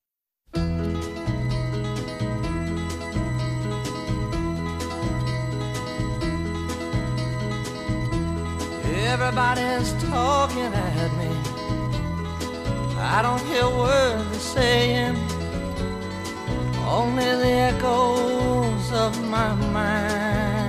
Speaker 9: Everybody's talking at me. I don't hear words they're saying, only the echoes of my mind.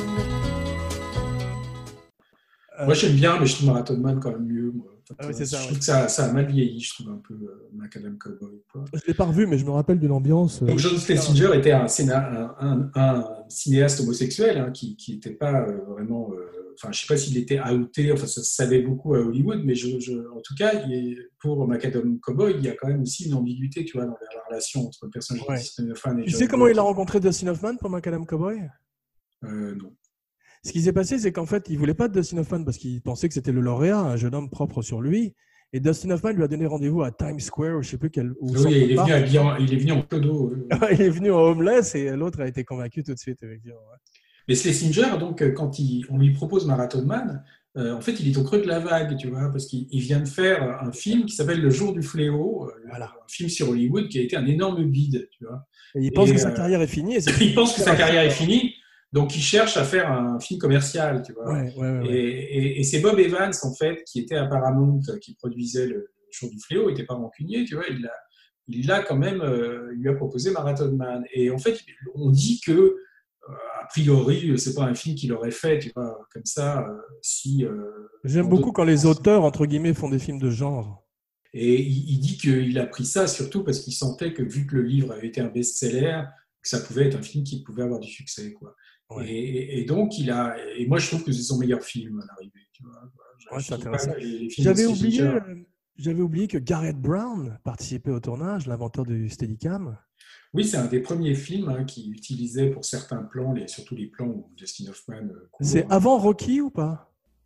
Speaker 2: Moi, j'aime bien, mais je trouve Marathon Man quand même mieux. Moi.
Speaker 1: Oui, c'est ça,
Speaker 2: je trouve que ça a mal vieilli, je trouve un peu Macadam Cowboy.
Speaker 1: Je ne l'ai pas revu, mais je me rappelle d'une ambiance.
Speaker 2: Donc, John Schlesinger était un cinéaste homosexuel qui n'était pas vraiment. Enfin, je ne sais pas s'il était outé, enfin, ça se savait beaucoup à Hollywood, mais en tout cas, pour Macadam Cowboy, il y a quand même aussi une ambiguïté, tu vois, dans la relation entre le personnage de Dustin Hoffman et
Speaker 1: Tu
Speaker 2: John
Speaker 1: sais comment
Speaker 2: Voight.
Speaker 1: il a rencontré Dustin Hoffman pour Macadam Cowboy ?
Speaker 2: Non.
Speaker 1: Ce qui s'est passé, c'est qu'en fait, il ne voulait pas de Dustin Hoffman parce qu'il pensait que c'était le lauréat, un jeune homme propre sur lui. Et Dustin Hoffman lui a donné rendez-vous à Times Square, ou je ne sais plus quel.
Speaker 2: Oui, il est venu en clodo.
Speaker 1: Il est venu en homeless et l'autre a été convaincu tout de suite. Effectivement.
Speaker 2: Mais Schlesinger, donc, quand on lui propose Marathon Man, en fait, il est au creux de la vague, tu vois, parce qu'il vient de faire un film qui s'appelle Le Jour du Fléau, un film sur Hollywood qui a été un énorme bide, tu vois.
Speaker 1: Et il pense que sa carrière est finie.
Speaker 2: Il pense que sa carrière est finie. Donc, il cherche à faire un film commercial, tu vois.
Speaker 1: Ouais.
Speaker 2: Et c'est Bob Evans, en fait, qui était à Paramount, qui produisait Le Jour du Fléau, il n'était pas rancunier, tu vois. Il l'a quand même, il lui a proposé Marathon Man. Et en fait, on dit que, a priori, c'est pas un film qu'il aurait fait, tu vois, comme ça, si.
Speaker 1: J'aime beaucoup quand les auteurs, entre guillemets, font des films de genre.
Speaker 2: Et il dit qu'il a pris ça surtout parce qu'il sentait que, vu que le livre avait été un best-seller, que ça pouvait être un film qui pouvait avoir du succès, quoi. Ouais. Et donc, et moi, je trouve que c'est son meilleur film à l'arrivée. Tu vois.
Speaker 1: C'est intéressant. J'avais oublié que Garrett Brown participait au tournage, l'inventeur du Steadicam.
Speaker 2: Oui, c'est un des premiers films qui utilisait pour certains plans, surtout les plans où Dustin Hoffman court.
Speaker 1: C'est avant Rocky ou pas ?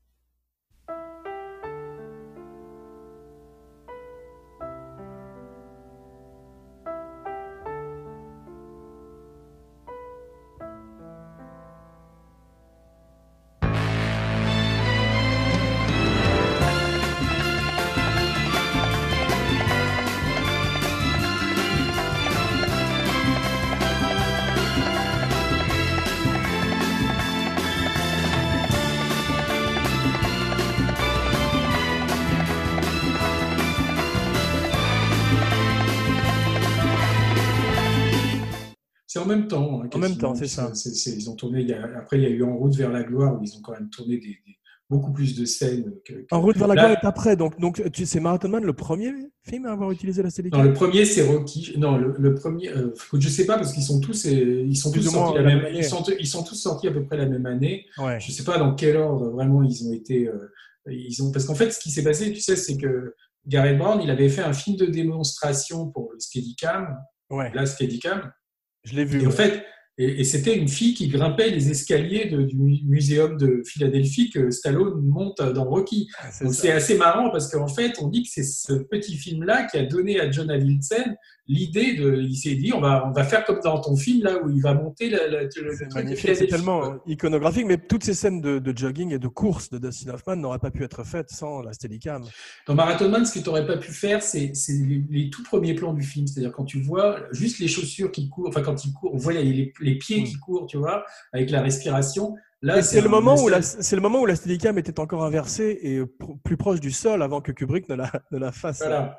Speaker 2: C'est en même temps.
Speaker 1: En même temps, c'est ça.
Speaker 2: Ils ont tourné. Après, il y a eu En route vers la gloire où ils ont quand même tourné beaucoup plus de scènes.
Speaker 1: En route vers la gloire est après, donc c'est Marathon Man le premier film à avoir utilisé la Steadicam?
Speaker 2: Non, le premier c'est Rocky. Non, le premier, je sais pas parce qu'ils sont tous sortis la même. Ils sont tous sortis à peu près la même année.
Speaker 1: Ouais.
Speaker 2: Je sais pas dans quel ordre vraiment ils ont été. Parce qu'en fait, ce qui s'est passé, tu sais, c'est que Gareth Brown, il avait fait un film de démonstration pour le Steadicam.
Speaker 1: Ouais.
Speaker 2: La Steadicam.
Speaker 1: Je l'ai vu.
Speaker 2: Et en fait. Et c'était une fille qui grimpait les escaliers du muséum de Philadelphie que Stallone monte dans Rocky. Donc c'est assez marrant parce qu'en fait, on dit que c'est ce petit film-là qui a donné à John Avildsen l'idée il s'est dit on va faire comme dans ton film là où il va monter le truc de Philadelphie.
Speaker 1: C'est tellement iconographique, mais toutes ces scènes de jogging et de course de Dustin Hoffman n'auraient pas pu être faites sans la Steadicam.
Speaker 2: Dans Marathon Man, ce que tu n'aurais pas pu faire, c'est les tout premiers plans du film. C'est-à-dire quand tu vois juste les chaussures qui courent, enfin quand il court, on voit les pieds qui courent, tu vois, avec la respiration. Là, c'est le moment où la Steadicam était encore inversée et plus proche du sol avant que Kubrick ne la fasse.
Speaker 1: Voilà.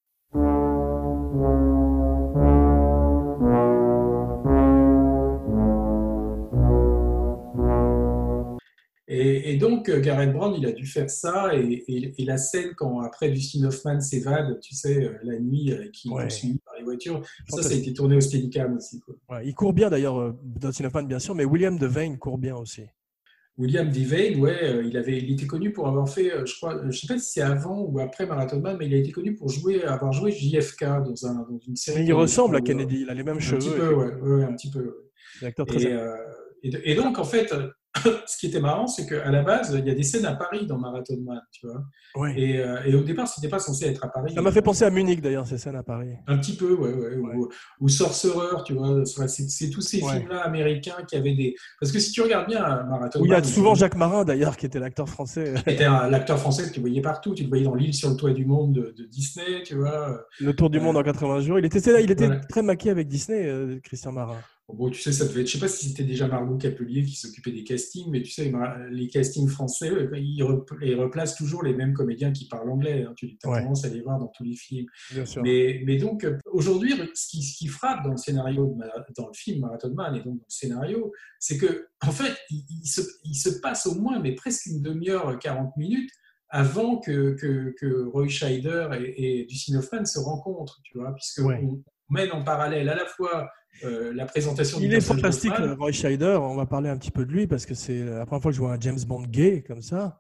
Speaker 2: Et donc, Gareth Brown, il a dû faire ça. Et la scène, quand après Dustin Hoffman s'évade, tu sais, la nuit, qui est poursuivi par les voitures, ça a été tourné au Steadicam aussi. Quoi.
Speaker 1: Ouais, il court bien d'ailleurs, Dustin Hoffman, bien sûr, mais William Devane court bien aussi.
Speaker 2: William Devane, il était connu pour avoir fait, je crois, je ne sais pas si c'est avant ou après Marathon Man, mais il a été connu pour avoir joué JFK dans une série.
Speaker 1: Mais il ressemble à Kennedy, il a les mêmes cheveux.
Speaker 2: Un petit peu.
Speaker 1: L'acteur très
Speaker 2: et donc, en fait, ce qui était marrant, c'est qu'à la base, il y a des scènes à Paris dans Marathon Man, tu vois.
Speaker 1: Ouais.
Speaker 2: Et au départ, c'était pas censé être à Paris.
Speaker 1: Ça m'a fait penser à Munich, d'ailleurs, ces scènes à Paris.
Speaker 2: Un petit peu, ouais. Ou Sorcerer, tu vois. C'est tous ces films-là américains qui avaient des... Parce que si tu regardes bien Marathon Man...
Speaker 1: Où il y a souvent Jacques Marin, d'ailleurs, qui était l'acteur français.
Speaker 2: Qui était l'acteur français que tu voyais partout. Tu le voyais dans L'île sur le toit du monde de Disney, tu vois.
Speaker 1: Le tour du monde en 80 jours. Il était très maquillé avec Disney, Christian Marin.
Speaker 2: Bon, tu sais, ça devait être, je sais pas si c'était déjà Margot Capelier qui s'occupait des castings, mais tu sais, les castings français, ils replacent toujours les mêmes comédiens qui parlent anglais. Hein, tu as tendance à les voir dans tous les films.
Speaker 1: Bien sûr.
Speaker 2: Mais donc, aujourd'hui, ce qui frappe dans le scénario, dans le film Marathon Man et donc dans le scénario, c'est que, en fait, il se passe au moins, mais presque une demi-heure, 40 minutes, avant que Roy Scheider et Dustin Hoffman se rencontrent, tu vois, puisqu'on mène en parallèle à la fois la présentation du personnage.
Speaker 1: Il est fantastique, Roy Scheider. On va parler un petit peu de lui parce que c'est la première fois que je vois un James Bond gay comme ça.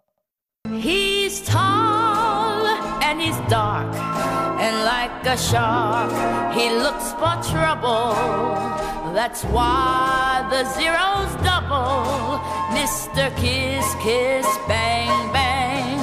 Speaker 9: He's tall and he's dark and like a shark he looks for trouble. That's why the zero's double. Mr. Kiss Kiss Bang Bang.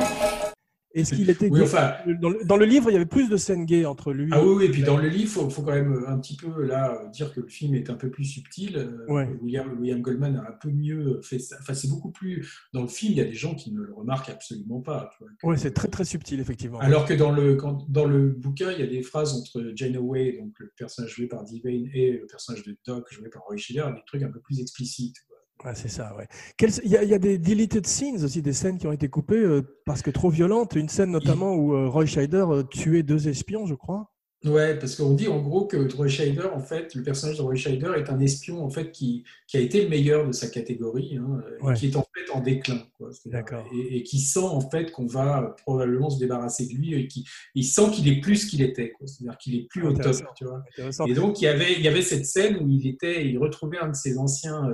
Speaker 1: Est-ce qu'il était gay? Dans le livre, il y avait plus de scènes gays entre lui.
Speaker 2: Ah oui, et puis dans le livre, il faut quand même un petit peu là dire que le film est un peu plus subtil. William Goldman a un peu mieux fait ça. Enfin, c'est beaucoup plus. Dans le film, il y a des gens qui ne le remarquent absolument pas.
Speaker 1: Oui, c'est très très subtil, effectivement.
Speaker 2: Alors que dans le bouquin, il y a des phrases entre Janeway, donc le personnage joué par Devane, et le personnage de Doc joué par Roy Scheider, des trucs un peu plus explicites.
Speaker 1: Ouais, c'est ça, ouais. Il y a des deleted scenes aussi, des scènes qui ont été coupées parce que trop violentes. Une scène notamment où Roy Scheider tuait 2 espions, je crois.
Speaker 2: Ouais, parce qu'on dit en gros que Roy Scheider, en fait, le personnage de Roy Scheider est un espion en fait qui a été le meilleur de sa catégorie, et qui est en fait en déclin, quoi.
Speaker 1: D'accord.
Speaker 2: Et qui sent en fait qu'on va probablement se débarrasser de lui, et il sent qu'il est plus ce qu'il était, quoi. C'est-à-dire qu'il est plus au top, tu vois. Et donc il y avait cette scène où il retrouvait un de ses anciens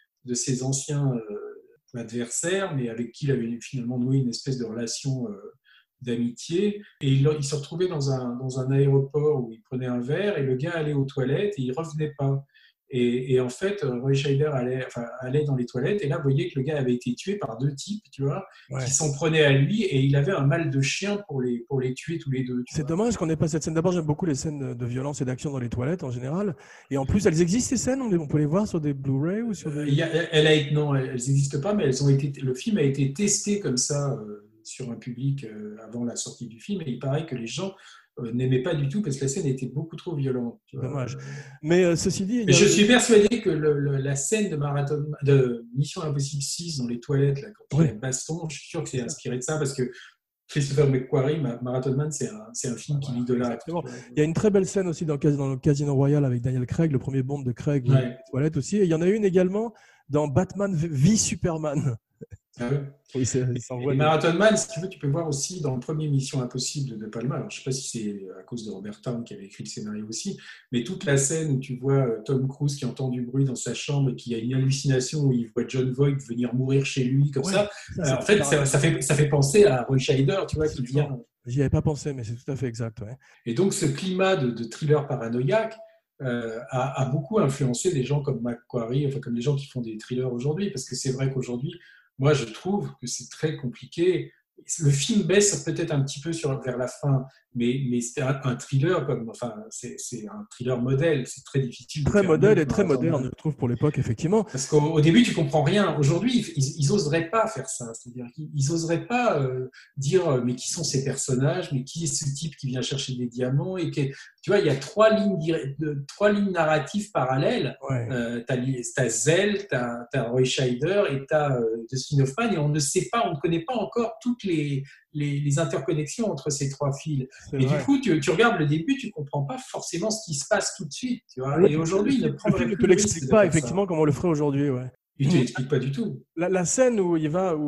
Speaker 2: adversaires, mais avec qui il avait finalement noué une espèce de relation d'amitié. Et il se retrouvait dans un aéroport où il prenait un verre et le gars allait aux toilettes et il ne revenait pas. Et en fait, Roy Scheider allait dans les toilettes et là, vous voyez que le gars avait été tué par 2 types, tu vois, qui s'en prenaient à lui et il avait un mal de chien pour les tuer tous les 2.
Speaker 1: C'est dommage qu'on n'ait pas cette scène. D'abord, j'aime beaucoup les scènes de violence et d'action dans les toilettes en général. Et en plus, elles existent ces scènes, on peut les voir sur des Blu-ray ou sur des...
Speaker 2: Non, elles n'existent pas, mais le film a été testé comme ça sur un public avant la sortie du film et il paraît que les gens n'aimait pas du tout parce que la scène était beaucoup trop violente.
Speaker 1: Dommage. Mais ceci dit...
Speaker 2: Je suis persuadé que la scène de Mission Impossible 6 dans les toilettes, là, quand il y a le baston, je suis sûr que c'est inspiré de ça parce que Christopher McQuarrie, Marathon Man, c'est un film qui l'idolâtre.
Speaker 1: Il y a une très belle scène aussi dans le Casino Royale avec Daniel Craig, le premier Bond de Craig, les toilettes aussi. Et il y en a une également dans Batman v Superman.
Speaker 2: Ah ouais.
Speaker 1: Oui, il s'envoie.
Speaker 2: Et Marathon Man, si tu veux, tu peux voir aussi dans le premier Mission Impossible de De Palma. Alors, je ne sais pas si c'est à cause de Robert Town qui avait écrit le scénario aussi, mais toute la scène où tu vois Tom Cruise qui entend du bruit dans sa chambre et qui a une hallucination où il voit John Voight venir mourir chez lui comme ça. En fait, ça fait penser à Roy Scheider, tu vois, qui vient.
Speaker 1: J'y avais pas pensé, mais c'est tout à fait exact. Ouais.
Speaker 2: Et donc, ce climat de thriller paranoïaque a beaucoup influencé des gens comme Macquarie, enfin comme les gens qui font des thrillers aujourd'hui, parce que c'est vrai qu'aujourd'hui, moi, je trouve que c'est très compliqué. Le film baisse peut-être un petit peu vers la fin, mais c'est un thriller c'est un thriller modèle. C'est très difficile.
Speaker 1: Très modèle et très moderne, je trouve, pour l'époque, effectivement.
Speaker 2: Parce qu'au début, tu comprends rien. Aujourd'hui, ils oseraient pas faire ça. C'est-à-dire qu'ils oseraient pas dire mais qui sont ces personnages, mais qui est ce type qui vient chercher des diamants et tu vois, il y a trois lignes narratives parallèles.
Speaker 1: Ouais.
Speaker 2: T'as Zell, t'as Roy Scheider et t'as Dustin Hoffman, et on ne sait pas, on ne connaît pas encore toutes les interconnexions entre ces trois fils.
Speaker 1: C'est
Speaker 2: et
Speaker 1: vrai.
Speaker 2: Du coup, tu regardes le début, tu comprends pas forcément ce qui se passe tout de suite. Tu vois. Et aujourd'hui,
Speaker 1: le film ne te l'explique pas effectivement comme on le ferait aujourd'hui. Ouais.
Speaker 2: Il ne te l'explique pas du tout.
Speaker 1: La scène où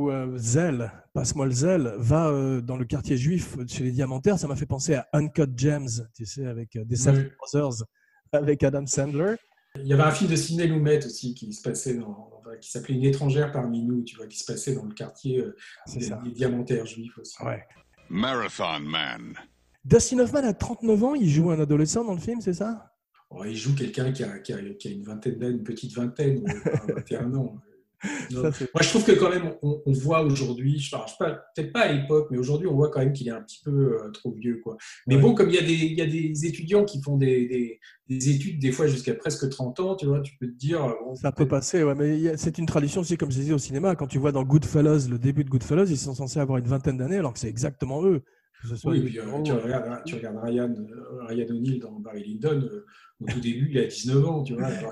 Speaker 1: Zell, passe-moi le Zell, va dans le quartier juif chez les diamantaires, ça m'a fait penser à Uncut Gems, tu sais, avec des Safdie Brothers, avec Adam Sandler.
Speaker 2: Il y avait un film de Sidney Lumet aussi qui se passait qui s'appelait Une étrangère parmi nous, tu vois, qui se passait dans le quartier des diamantaires juifs aussi.
Speaker 1: Ouais.
Speaker 5: Marathon Man.
Speaker 1: Dustin Hoffman a 39 ans, il joue un adolescent dans le film, c'est ça?
Speaker 2: Il joue quelqu'un qui a une vingtaine d'années, une petite vingtaine, 21 ans. Moi, je trouve que quand même, on voit aujourd'hui, peut-être pas à l'époque, mais aujourd'hui, on voit quand même qu'il est un petit peu trop vieux, quoi. Mais bon, comme il y a des étudiants qui font des études, des fois jusqu'à presque 30 ans, tu vois, tu peux te dire...
Speaker 1: ça peut passer, ouais, mais c'est une tradition aussi, comme je disais, au cinéma. Quand tu vois dans Goodfellas, le début de Goodfellas, ils sont censés avoir une vingtaine d'années, alors que c'est exactement eux.
Speaker 2: Oui, et puis tu regardes Ryan O'Neal dans Barry Lyndon, au tout début, il a 19 ans, tu vois, alors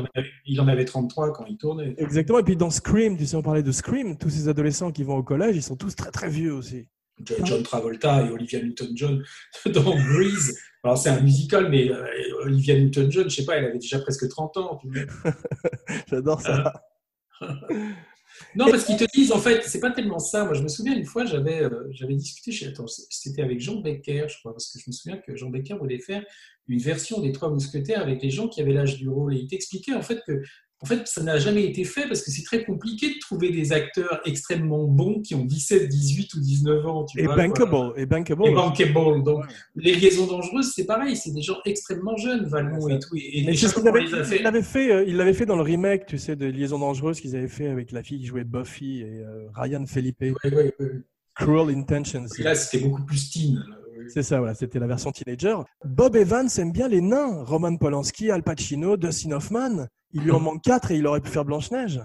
Speaker 2: il en avait 33 quand il tournait.
Speaker 1: Exactement, et puis dans Scream, tu sais, on parlait de Scream, tous ces adolescents qui vont au collège, ils sont tous très très vieux aussi.
Speaker 2: John Travolta et Olivia Newton-John dans Grease. Alors c'est un musical, mais Olivia Newton-John, je sais pas, elle avait déjà presque 30 ans. Tu vois.
Speaker 1: J'adore ça.
Speaker 2: Non, parce qu'ils te disent, en fait, c'est pas tellement ça. Moi, je me souviens, une fois, j'avais discuté c'était avec Jean Becker, je crois, parce que je me souviens que Jean Becker voulait faire une version des Trois Mousquetaires avec les gens qui avaient l'âge du rôle. Et il t'expliquait, en fait, que ça n'a jamais été fait parce que c'est très compliqué de trouver des acteurs extrêmement bons qui ont 17, 18 ou 19 ans. Tu vois, bankable. Donc, les Liaisons dangereuses, c'est pareil. C'est des gens extrêmement jeunes, Valmont et tout.
Speaker 1: Mais c'est ce qu'il avait fait dans le remake, tu sais, de Liaisons dangereuses qu'ils avaient fait avec la fille qui jouait Buffy et Ryan Felipe.
Speaker 2: Ouais.
Speaker 1: Cruel Intentions.
Speaker 2: Et là, c'était beaucoup plus teen.
Speaker 1: C'est ça, voilà, c'était la version teenager. Bob Evans aime bien les nains. Roman Polanski, Al Pacino, Dustin Hoffman. Il lui en manque 4 et il aurait pu faire Blanche-Neige.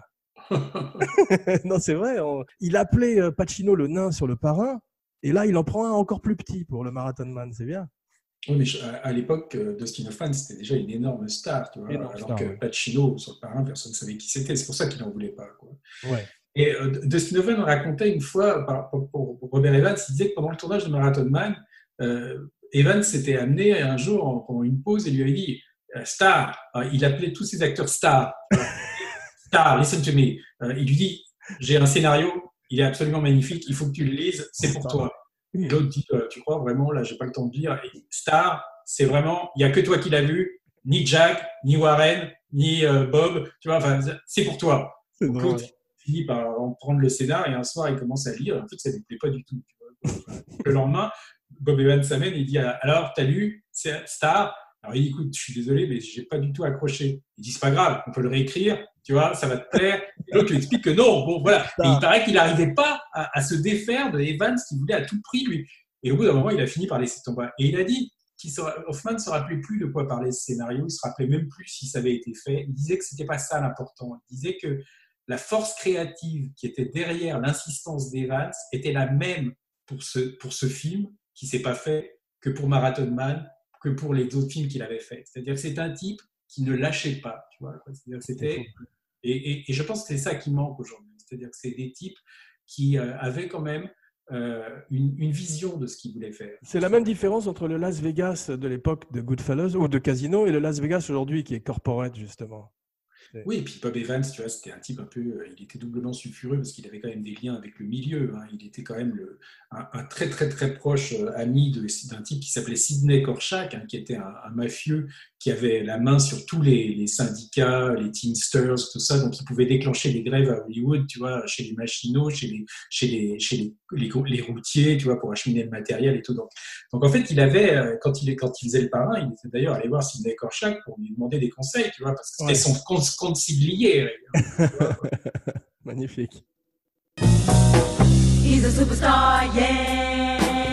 Speaker 1: Non, c'est vrai. Il appelait Pacino le nain sur Le Parrain. Et là, il en prend un encore plus petit pour le Marathon Man. C'est bien.
Speaker 2: Oui, mais à l'époque, Dustin Hoffman, c'était déjà une énorme star. Tu vois, Pacino, sur Le Parrain, personne ne savait qui c'était. C'est pour ça qu'il n'en voulait pas. Quoi.
Speaker 1: Ouais.
Speaker 2: Et Dustin Hoffman racontait une fois, pour Robert Evans, il disait que pendant le tournage de Marathon Man, Evans s'était amené un jour pendant une pause et lui avait dit Star. Il appelait tous ses acteurs Star. Star, listen to me. Il lui dit j'ai un scénario, il est absolument magnifique, il faut que tu le lises, c'est pour toi. Et l'autre dit tu crois vraiment, là j'ai pas le temps de lire. Et Star, c'est vraiment, il n'y a que toi qui l'as vu, ni Jack, ni Warren, ni Bob, tu vois, enfin, c'est pour toi. Donc l'autre finit par en prendre le scénar et un soir il commence à lire. En fait, ça ne lui plaît pas du tout. Tu vois. Le lendemain, Bob Evans s'amène et il dit alors, t'as lu Star? Alors il dit écoute, je suis désolé, mais j'ai pas du tout accroché. Il dit c'est pas grave, on peut le réécrire, tu vois, ça va te plaire. Et l'autre lui explique que non, bon voilà. Et il paraît qu'il n'arrivait pas à se défaire de Evans qui voulait à tout prix lui. Et au bout d'un moment, il a fini par laisser tomber. Et il a dit Hoffman ne se rappelait plus de quoi parlait ce scénario, il se rappelait même plus si ça avait été fait. Il disait que c'était pas ça l'important. Il disait que la force créative qui était derrière l'insistance d'Evans était la même pour ce film qui ne s'est pas fait que pour Marathon Man, que pour les autres films qu'il avait fait. C'est-à-dire que c'est un type qui ne lâchait pas. Tu vois, c'est-à-dire que c'était... Et je pense que c'est ça qui manque aujourd'hui. C'est-à-dire que c'est des types qui avaient quand même une vision de ce qu'ils voulaient faire.
Speaker 1: C'est la même différence entre le Las Vegas de l'époque de Goodfellas ou de Casino et le Las Vegas aujourd'hui qui est corporate, justement.
Speaker 2: Oui, et puis Bob Evans, tu vois, c'était un type un peu, il était doublement sulfureux parce qu'il avait quand même des liens avec le milieu. Hein. Il était quand même un très très très proche ami d'un type qui s'appelait Sidney Korshak, hein, qui était un mafieux qui avait la main sur tous les syndicats, les Teamsters, tout ça, donc il pouvait déclencher des grèves à Hollywood, tu vois, chez les machinaux, chez les routiers, tu vois, pour acheminer le matériel et tout. Donc en fait, il avait, quand il faisait le parrain, il était d'ailleurs allé voir Sidney Korshak pour lui demander des conseils, tu vois, parce que c'était son consigliere.
Speaker 1: Magnifique.
Speaker 10: He's a superstar, yeah.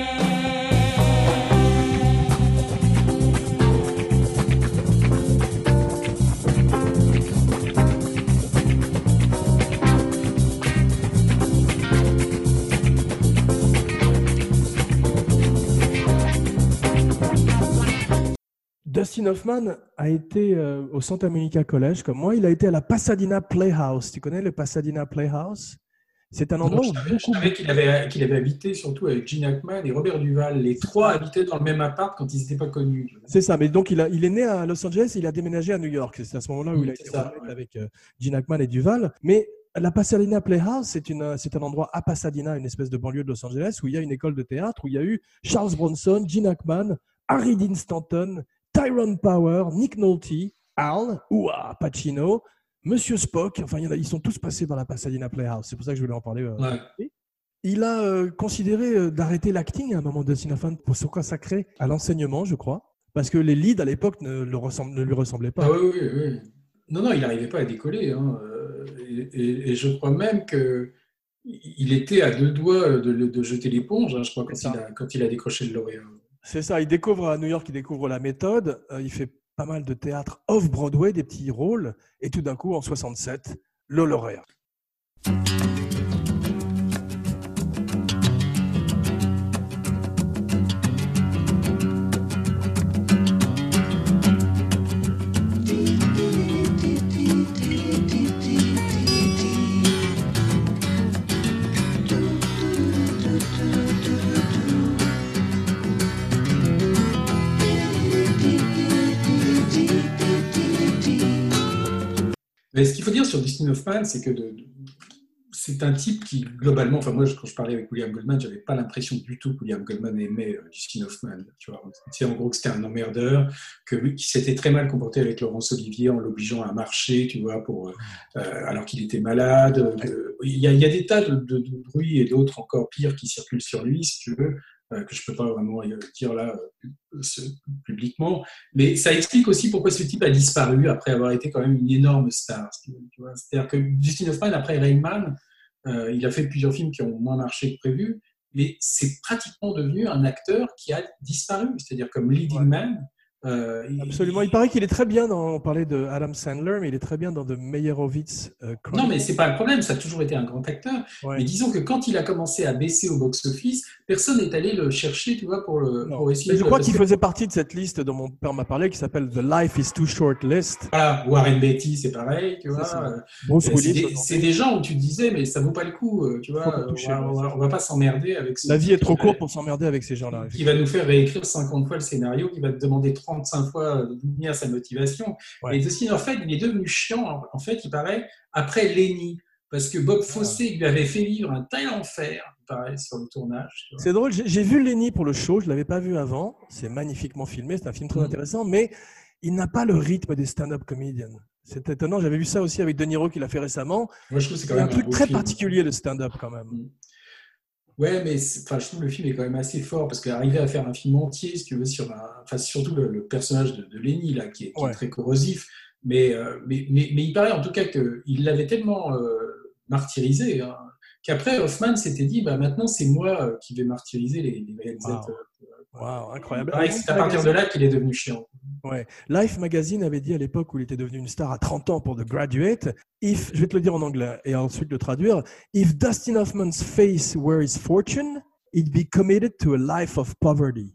Speaker 1: Dustin Hoffman a été au Santa Monica College, comme moi. Il a été à la Pasadena Playhouse. Tu connais le Pasadena Playhouse? C'est un endroit où
Speaker 2: je savais qu'il avait habité surtout avec Gene Hackman et Robert Duvall. Les trois habitaient dans le même appart quand ils n'étaient pas connus.
Speaker 1: C'est ça, mais donc il est né à Los Angeles et il a déménagé à New York. C'est à ce moment-là où il a été avec Gene Hackman et Duvall. Mais la Pasadena Playhouse, c'est un endroit à Pasadena, une espèce de banlieue de Los Angeles, où il y a une école de théâtre, où il y a eu Charles Bronson, Gene Hackman, Harry Dean Stanton, Tyrone Power, Nick Nolte, Al Pacino, Monsieur Spock, enfin ils sont tous passés par la Pasadena Playhouse. C'est pour ça que je voulais en parler.
Speaker 2: Ouais.
Speaker 1: Il a considéré d'arrêter l'acting à un moment de Dustin Hoffman pour se consacrer à l'enseignement, je crois, parce que les leads à l'époque ne lui ressemblaient pas.
Speaker 2: Ah oui. Non, il n'arrivait pas à décoller. Hein. Et je crois même qu'il était à deux doigts de jeter l'éponge, hein, je crois, quand il a décroché le lauréat.
Speaker 1: C'est ça, il découvre à New York, il découvre la méthode, il fait pas mal de théâtre off-Broadway, des petits rôles, et tout d'un coup, en 67, le lauréat.
Speaker 2: Mais ce qu'il faut dire sur Dustin Hoffman, c'est que c'est un type qui, globalement, enfin moi, quand je parlais avec William Goldman, j'avais pas l'impression du tout que William Goldman aimait Dustin Hoffman. Tu vois, en gros que c'était un emmerdeur, qu'il s'était très mal comporté avec Laurence Olivier en l'obligeant à marcher, tu vois, alors qu'il était malade. Il y a des tas de bruits et d'autres encore pires qui circulent sur lui, si tu veux. Que je ne peux pas vraiment dire là publiquement, mais ça explique aussi pourquoi ce type a disparu après avoir été quand même une énorme star. Tu vois. C'est-à-dire que Dustin Hoffman, après Rain Man, il a fait plusieurs films qui ont moins marché que prévu, mais c'est pratiquement devenu un acteur qui a disparu, c'est-à-dire comme leading man.
Speaker 1: Absolument, il paraît qu'il est très bien on parlait de Adam Sandler, mais il est très bien dans The Meyerowitz Chronicles.
Speaker 2: Non, mais c'est pas le problème, ça a toujours été un grand acteur. Ouais. Mais disons que quand il a commencé à baisser au box-office, personne n'est allé le chercher, tu vois, pour essayer.
Speaker 1: Mais je crois qu'il faisait partie de cette liste dont mon père m'a parlé, qui s'appelle The Life is Too Short List.
Speaker 2: Voilà, Warren Beatty, c'est pareil, tu vois. C'est des gens où tu te disais, mais ça vaut pas le coup, tu vois. On va pas s'emmerder avec
Speaker 1: ça. La vie est trop courte pour s'emmerder avec ces gens-là.
Speaker 2: Qui va nous faire réécrire 50 fois le scénario, qui va te demander 35 fois d'où vient sa motivation. Ouais. Et Dustin Hoffman, il est devenu chiant, en fait, il paraît, après Lenny. Parce que Bob Fosse lui avait fait vivre un tel enfer, il paraît, sur le tournage.
Speaker 1: C'est drôle, j'ai vu Lenny pour le show, je ne l'avais pas vu avant. C'est magnifiquement filmé, c'est un film très intéressant, mais il n'a pas le rythme des stand-up comedians. C'est étonnant, j'avais vu ça aussi avec De Niro qui l'a fait récemment.
Speaker 2: Moi, je trouve que c'est quand
Speaker 1: même
Speaker 2: un
Speaker 1: truc très particulier, le stand-up, quand même.
Speaker 2: Ouais, mais je trouve le film est quand même assez fort parce qu'arriver à faire un film entier, si tu veux, surtout le personnage de Lenny, là, qui est très corrosif, mais il paraît en tout cas qu'il l'avait tellement martyrisé qu'après Hoffman s'était dit maintenant c'est moi qui vais martyriser les réalisateurs.
Speaker 1: Wow, incroyable.
Speaker 2: C'est à partir de là qu'il est devenu chiant.
Speaker 1: Ouais. Life Magazine avait dit à l'époque où il était devenu une star à 30 ans pour The Graduate, je vais te le dire en anglais et ensuite le traduire, if Dustin Hoffman's face were his fortune, he'd be committed to a life of poverty.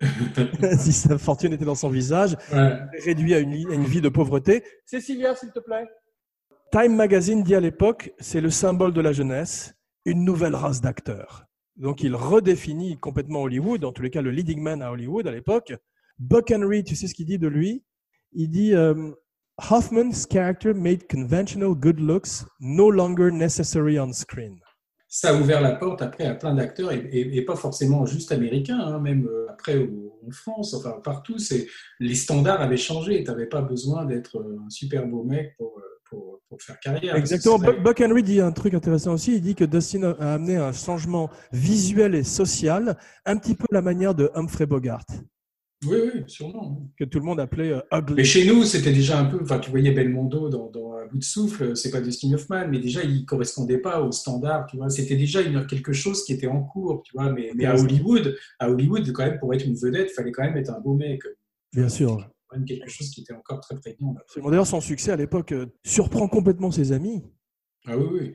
Speaker 1: Si sa fortune était dans son visage, réduit à une vie de pauvreté. Cécilia, s'il te plaît. Time Magazine dit à l'époque, c'est le symbole de la jeunesse, une nouvelle race d'acteurs. Donc il redéfinit complètement Hollywood, en tous les cas le leading man à Hollywood à l'époque. Buck Henry, tu sais ce qu'il dit de lui ? Il dit Hoffman's character made conventional good looks no longer necessary on screen.
Speaker 2: Ça a ouvert la porte après à plein d'acteurs, et pas forcément juste américains, hein, même après en France, enfin partout, les standards avaient changé. Tu n'avais pas besoin d'être un super beau mec pour faire carrière.
Speaker 1: Exactement. Buck Henry dit un truc intéressant aussi. Il dit que Dustin a amené un changement visuel et social, un petit peu la manière de Humphrey Bogart.
Speaker 2: Oui, sûrement.
Speaker 1: Que tout le monde appelait ugly.
Speaker 2: Mais chez nous, c'était déjà un peu. Enfin, tu voyais Belmondo dans À bout de souffle, c'est pas Dustin Hoffman, mais déjà, il correspondait pas aux standards, tu vois. C'était déjà quelque chose qui était en cours, tu vois. Mais à Hollywood, quand même, pour être une vedette, il fallait quand même être un beau mec.
Speaker 1: Bien sûr.
Speaker 2: Quand même quelque chose qui était encore très prégnant.
Speaker 1: D'ailleurs, son succès à l'époque surprend complètement ses amis.
Speaker 2: Ah oui.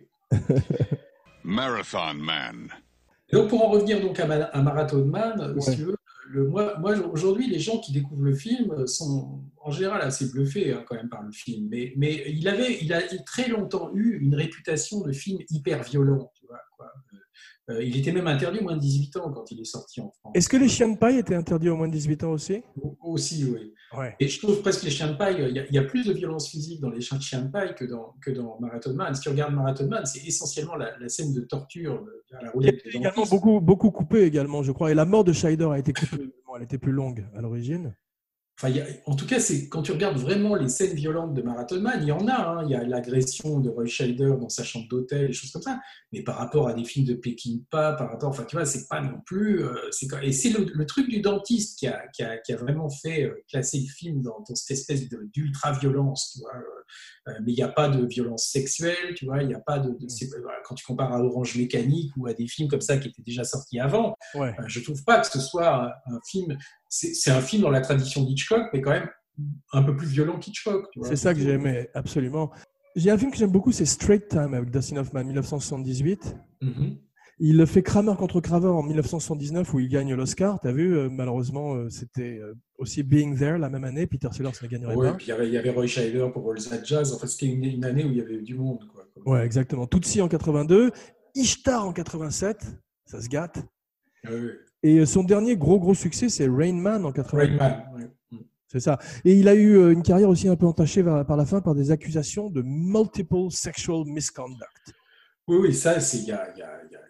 Speaker 5: Marathon Man.
Speaker 2: Donc, pour en revenir donc à Marathon Man, si tu veux, moi, aujourd'hui, les gens qui découvrent le film sont en général assez bluffés quand même par le film. Mais il a très longtemps eu une réputation de film hyper violent. Tu vois, quoi. Il était même interdit aux moins de 18 ans quand il est sorti en France.
Speaker 1: Est-ce que les chiens de paille étaient interdits aux moins de 18 ans aussi ?
Speaker 2: Aussi, oui.
Speaker 1: Ouais.
Speaker 2: Et je trouve presque les chiens de paille, il y a plus de violence physique dans les chiens de paille que dans Marathon Man. Si tu regardes Marathon Man, c'est essentiellement la scène de torture à la roulette.
Speaker 1: Il y a également beaucoup coupé également, je crois. Et la mort de Scheider a été coupée. Elle était plus longue à l'origine.
Speaker 2: Enfin, en tout cas, quand tu regardes vraiment les scènes violentes de Marathon Man, il y en a. Hein. Il y a l'agression de Roy Scheider dans sa chambre d'hôtel, des choses comme ça. Mais par rapport à des films de Peckinpah, tu vois, c'est pas non plus. Et c'est le truc du dentiste qui a vraiment fait classer le film dans cette espèce d'ultra-violence, tu vois. Mais il n'y a pas de violence sexuelle, tu vois. Il n'y a pas quand tu compares à Orange Mécanique ou à des films comme ça qui étaient déjà sortis avant, je trouve pas que ce soit un film. C'est un film dans la tradition d'Hitchcock, mais quand même un peu plus violent qu'Hitchcock.
Speaker 1: C'est ça que j'aimais, absolument. J'ai un film que j'aime beaucoup, c'est Straight Time avec Dustin Hoffman, 1978. Mm-hmm. Il fait Kramer contre Kramer en 1979 où il gagne l'Oscar. Tu as vu, malheureusement, c'était aussi Being There la même année. Peter Sellers ne gagnerait pas.
Speaker 2: Oui, puis il y avait Roy Scheider pour All That Jazz. Enfin, c'était une année où il y avait du monde.
Speaker 1: Oui, exactement. Tootsie en 82, Ishtar en 87, ça se gâte.
Speaker 2: Oui.
Speaker 1: Et son dernier gros succès, c'est Rain Man en 82.
Speaker 2: Rain Man, oui.
Speaker 1: C'est ça. Et il a eu une carrière aussi un peu entachée par la fin par des accusations de multiple sexual misconduct.
Speaker 2: Oui, ça, c'est il y a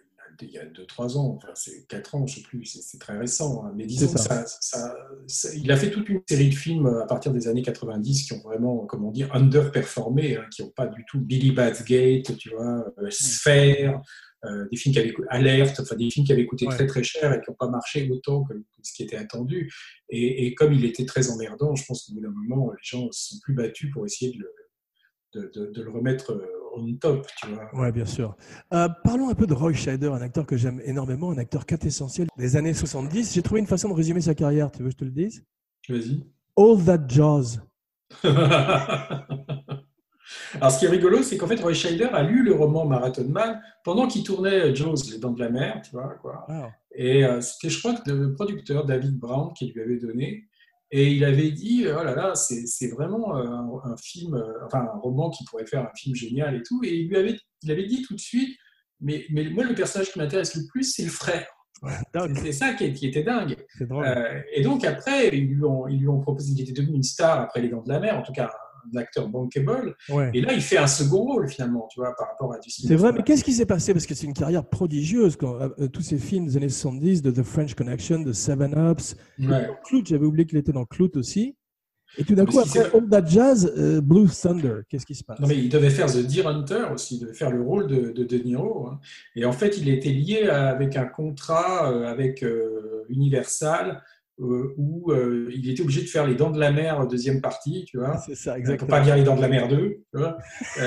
Speaker 2: 2-3 ans, enfin, c'est 4 ans, je ne sais plus, c'est très récent. Hein. Mais disons que il a fait toute une série de films à partir des années 90 qui ont vraiment, comment dire, underperformé, hein, qui n'ont pas du tout Billy Batsgate, tu vois, Sphere, des films qui avaient Alerte, enfin des films qui avaient coûté très très cher et qui n'ont pas marché autant que ce qui était attendu. Et comme il était très emmerdant, je pense qu'au bout d'un moment, les gens se sont plus battus pour essayer de le remettre on top, tu vois.
Speaker 1: Ouais, bien sûr. Parlons un peu de Roy Scheider, un acteur que j'aime énormément, un acteur quintessentiel des années 70. J'ai trouvé une façon de résumer sa carrière. Tu veux que je te le dise ?
Speaker 2: Vas-y.
Speaker 1: All That Jazz.
Speaker 2: Alors, ce qui est rigolo, c'est qu'en fait, Roy Scheider a lu le roman Marathon Man pendant qu'il tournait Jaws, Les Dents de la Mer, tu vois, quoi. Wow. Et c'était, je crois, que le producteur David Brown qui lui avait donné. Et il avait dit, oh là là, c'est vraiment un film, enfin un roman qui pourrait faire un film génial et tout. Et il avait dit tout de suite, mais moi, le personnage qui m'intéresse le plus, c'est le frère. C'est ça qui était dingue. Et donc après, ils lui ont proposé, il était devenu une star après Les Dents de la Mer, en tout cas un acteur bankable. Ouais. Et là, il fait un second rôle finalement, tu vois, par rapport à du cinéma.
Speaker 1: C'est vrai, mais qu'est-ce qui s'est passé ? Parce que c'est une carrière prodigieuse. Tous ces films des années 70, de The French Connection, de Seven Ups, Clout, j'avais oublié qu'il était dans Clout aussi. Et tout d'un coup, après All That Jazz, Blue Thunder, qu'est-ce qui se passe ?
Speaker 2: Non, mais il devait faire The Deer Hunter aussi, il devait faire le rôle de Niro. Hein. Et en fait, il était lié avec un contrat avec Universal où il était obligé de faire Les Dents de la Mer deuxième partie, tu vois.
Speaker 1: C'est ça, exactement.
Speaker 2: Pour pas dire Les Dents de la Mer 2, tu vois.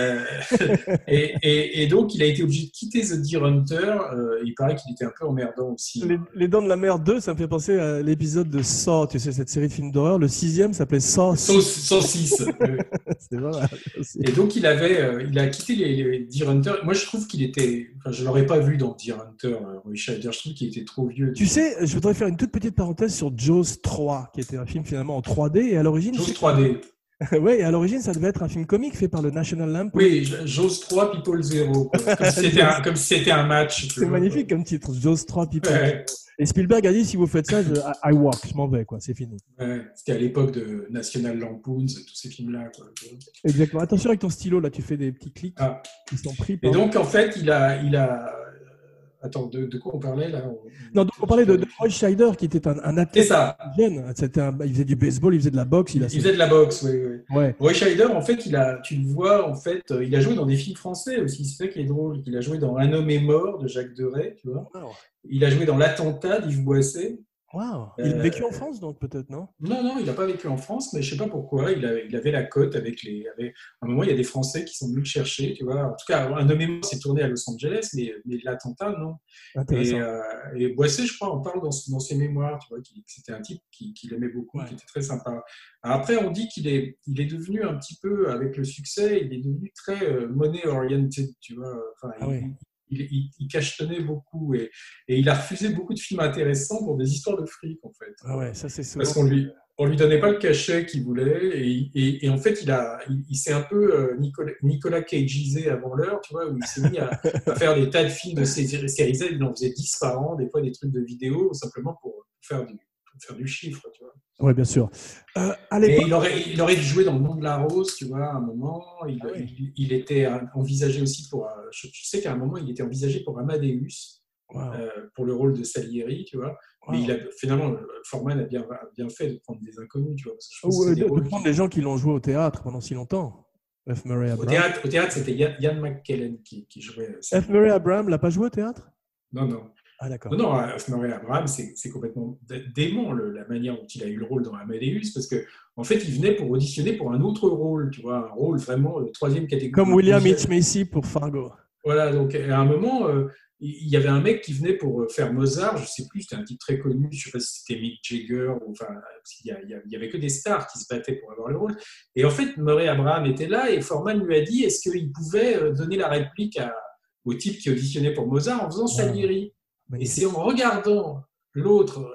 Speaker 2: Et donc, il a été obligé de quitter The Deer Hunter. Il paraît qu'il était un peu emmerdant aussi.
Speaker 1: Les Dents de la Mer 2, ça me fait penser à l'épisode de Saw, tu sais, cette série de films d'horreur. Le 6e s'appelait Saw
Speaker 2: 6.
Speaker 1: C'est vrai.
Speaker 2: Et donc, il a quitté les Deer Hunter. Moi, je trouve qu'il était... Enfin, je ne l'aurais pas vu dans Deer Hunter, Roy Scheider. Je trouve qu'il était trop vieux.
Speaker 1: Tu sais, je voudrais faire une toute petite parenthèse sur Jaws 3, qui était un film finalement en 3D. Et à l'origine,
Speaker 2: Jaws 3D.
Speaker 1: Ouais, et à l'origine, ça devait être un film comique fait par le National Lampoon.
Speaker 2: Oui, Jaws 3, People 0. Quoi. Comme si c'était un match.
Speaker 1: C'est magnifique comme titre, Jaws 3, People 0.
Speaker 2: Ouais.
Speaker 1: Et Spielberg a dit, si vous faites ça, I walk, je m'en vais, quoi, c'est fini.
Speaker 2: Ouais, c'était à l'époque de National Lampoons, tous ces films-là. Quoi.
Speaker 1: Exactement. Attention avec ton stylo, là, tu fais des petits clics.
Speaker 2: Ah.
Speaker 1: Ils sont pris
Speaker 2: Et donc, en fait, il a... Attends, de quoi on parlait là?
Speaker 1: Non, donc on parlait de Roy Scheider, qui était un athlète jeune. Il faisait du baseball, il faisait de la boxe. Il
Speaker 2: faisait de la boxe, oui.
Speaker 1: Ouais.
Speaker 2: Roy Scheider, en fait, tu le vois, en fait, il a joué dans des films français aussi. C'est ça qui est drôle. Il a joué dans Un homme est mort de Jacques Deray, tu vois. Wow. Il a joué dans L'attentat d'Yves Boisset.
Speaker 1: Wow. Il a vécu en France, donc peut-être, non?
Speaker 2: Non, il n'a pas vécu en France, mais je ne sais pas pourquoi. Il avait la cote avec les. À un moment, il y a des Français qui sont venus le chercher, tu vois. En tout cas, Un homme est mort s'est tourné à Los Angeles, mais L'attentat, non. Et Boisset, je crois, en parle dans ses mémoires, tu vois, que c'était un type qu'il aimait beaucoup, qui était très sympa. Alors après, on dit qu'il est devenu un petit peu, avec le succès, il est devenu très money-oriented, tu vois. Enfin, il cachetonnait beaucoup et il a refusé beaucoup de films intéressants pour des histoires de fric, en fait.
Speaker 1: Ah ouais, ça c'est souvent...
Speaker 2: Parce qu'on lui donnait pas le cachet qu'il voulait et en fait, il s'est un peu Nicolas Cageisé avant l'heure, tu vois, où il s'est mis à faire des tas de films de séries Z, il en faisait 10 par an, des fois des trucs de vidéo, simplement pour faire du chiffre, tu vois.
Speaker 1: Oui, bien sûr.
Speaker 2: Et il aurait dû jouer dans Le Nom de la Rose, tu vois, à un moment. Il était envisagé aussi pour... Je sais qu'à un moment, il était envisagé pour Amadeus, pour le rôle de Salieri, tu vois. Wow. Mais finalement, Forman a bien fait de prendre des inconnus, tu vois. Parce que
Speaker 1: de prendre des gens qui l'ont joué au théâtre pendant si longtemps. F. Murray Abraham.
Speaker 2: Au théâtre, c'était Ian McKellen qui jouait.
Speaker 1: F. Murray Abraham l'a pas joué au théâtre?
Speaker 2: Non.
Speaker 1: Ah, d'accord.
Speaker 2: Non, F. Murray Abraham, c'est complètement dément la manière dont il a eu le rôle dans Amadeus, parce que en fait, il venait pour auditionner pour un autre rôle, tu vois, un rôle vraiment troisième catégorie.
Speaker 1: Comme William H. Macy pour Fargo.
Speaker 2: Voilà, donc à un moment, il y avait un mec qui venait pour faire Mozart, je ne sais plus, c'était un type très connu, je ne sais pas si c'était Mick Jagger, enfin, il n'y avait que des stars qui se battaient pour avoir le rôle. Et en fait, Murray Abraham était là et Forman lui a dit est-ce qu'il pouvait donner la réplique au type qui auditionnait pour Mozart en faisant Salieri. Et c'est en regardant l'autre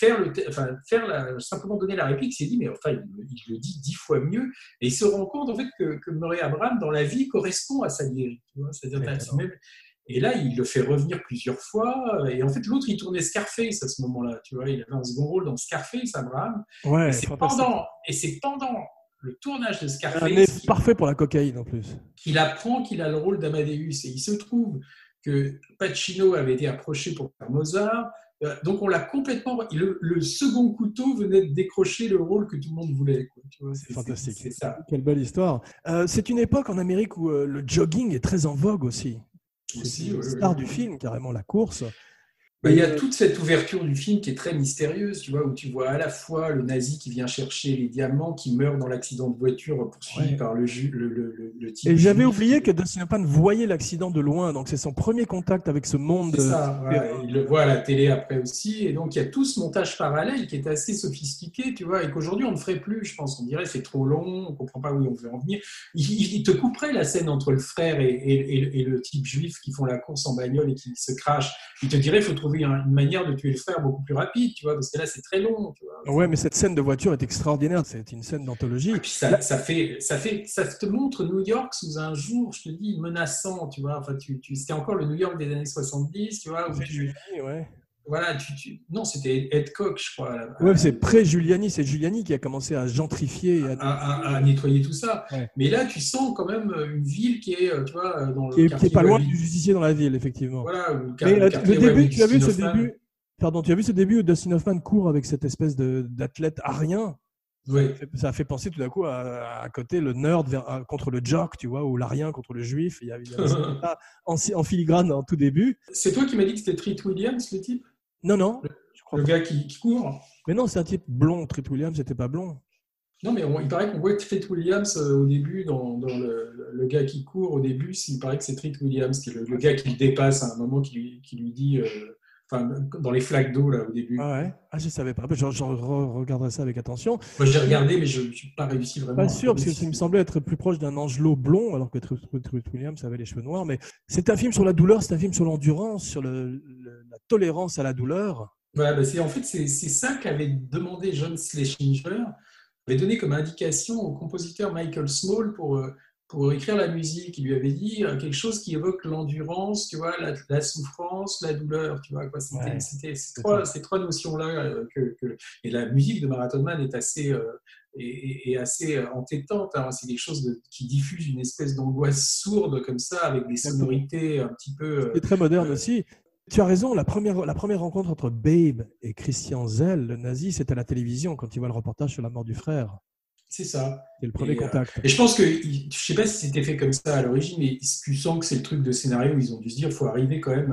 Speaker 2: simplement donner la réplique, il s'est dit mais enfin il le dit 10 fois mieux et il se rend compte en fait que Murray Abraham dans la vie correspond à Salieri, tu vois, c'est-à-dire même. Et là il le fait revenir plusieurs fois et en fait l'autre il tournait Scarface à ce moment-là, tu vois, il avait un second rôle dans Scarface, Abraham.
Speaker 1: Ouais,
Speaker 2: et c'est pendant le tournage de Scarface
Speaker 1: est parfait pour la cocaïne en plus.
Speaker 2: Qu'il apprend qu'il a le rôle d'Amadeus et il se trouve que Pacino avait été approché pour faire Mozart. Donc on l'a complètement... Le second couteau venait de décrocher le rôle que tout le monde voulait. Quoi. Tu vois,
Speaker 1: c'est fantastique.
Speaker 2: C'est ça.
Speaker 1: Quelle belle histoire. C'est une époque en Amérique où le jogging est très en vogue aussi. C'est une star du film, carrément, la course.
Speaker 2: Il y a toute cette ouverture du film qui est très mystérieuse, tu vois, où tu vois à la fois le nazi qui vient chercher les diamants, qui meurt dans l'accident de voiture poursuivi par le type.
Speaker 1: Et j'avais oublié que Dustin Hoffman voyait l'accident de loin, donc c'est son premier contact avec ce monde.
Speaker 2: C'est ça, il le voit à la télé après aussi, et donc il y a tout ce montage parallèle qui est assez sophistiqué, tu vois, et qu'aujourd'hui on ne ferait plus, je pense, on dirait c'est trop long, on ne comprend pas où on veut en venir. Il te couperait la scène entre le frère et le type juif qui font la course en bagnole et qui se crachent. Il te dirait il faut trouver une manière de tuer le frère beaucoup plus rapide, tu vois, parce que là c'est très long, tu vois.
Speaker 1: Ouais, mais cette scène de voiture est extraordinaire, c'est une scène d'anthologie.
Speaker 2: Et puis ça te montre New York sous un jour, je te dis, menaçant, tu vois. Enfin, c'était encore le New York des années 70, tu vois. Voilà, non, c'était Ed Koch, je crois.
Speaker 1: Ouais, c'est pré-Giuliani, c'est Giuliani qui a commencé à gentrifier,
Speaker 2: à nettoyer tout ça. Ouais. Mais là, tu sens quand même une ville qui est, tu vois, dans le quartier.
Speaker 1: Qui est pas loin du justicier dans la ville, effectivement.
Speaker 2: Voilà.
Speaker 1: Le début, tu as vu ce début. Pardon, tu as vu ce début où Dustin Hoffman court avec cette espèce d'athlète arien.
Speaker 2: Oui.
Speaker 1: Ça a fait penser tout d'un coup à côté le nerd contre le jock, tu vois, ou l'arien contre le juif. Il y avait ça en filigrane en tout début.
Speaker 2: C'est toi qui m'as dit que c'était Treat Williams, le type ?
Speaker 1: Non.
Speaker 2: Le gars qui court.
Speaker 1: Mais non, c'est un type blond. Treat Williams, c'était pas blond.
Speaker 2: Non, mais il paraît qu'on voit Treat Williams au début, dans le gars qui court au début, il paraît que c'est Treat Williams, qui est le gars qui le dépasse à un moment, qui lui dit... dans les flaques d'eau, là, au début.
Speaker 1: Ah, je ne savais pas. Je regarderai ça avec attention.
Speaker 2: Moi, j'ai regardé, mais je n'ai pas réussi vraiment.
Speaker 1: Pas sûr, parce que ça me semblait être plus proche d'un Angelo blond, alors que Treat Williams avait les cheveux noirs. Mais c'est un film sur la douleur, c'est un film sur l'endurance, sur la tolérance à la douleur.
Speaker 2: Voilà, en fait, c'est ça qu'avait demandé John Schlesinger. avait donné comme indication au compositeur Michael Small pour écrire la musique. Il lui avait dit quelque chose qui évoque l'endurance, tu vois, la souffrance, la douleur, tu vois. Quoi. C'était ces trois notions-là et la musique de Marathon Man est assez entêtante. Hein. C'est quelque chose qui diffuse une espèce d'angoisse sourde comme ça, avec des sonorités un petit peu.
Speaker 1: C'est très moderne aussi. Tu as raison, la première rencontre entre Babe et Christian Zell, le nazi, c'était à la télévision quand il voit le reportage sur la mort du frère.
Speaker 2: C'est ça.
Speaker 1: C'est le premier contact.
Speaker 2: Et je pense que, je ne sais pas si c'était fait comme ça à l'origine, mais tu sens que c'est le truc de scénario où ils ont dû se dire qu'il faut arriver quand même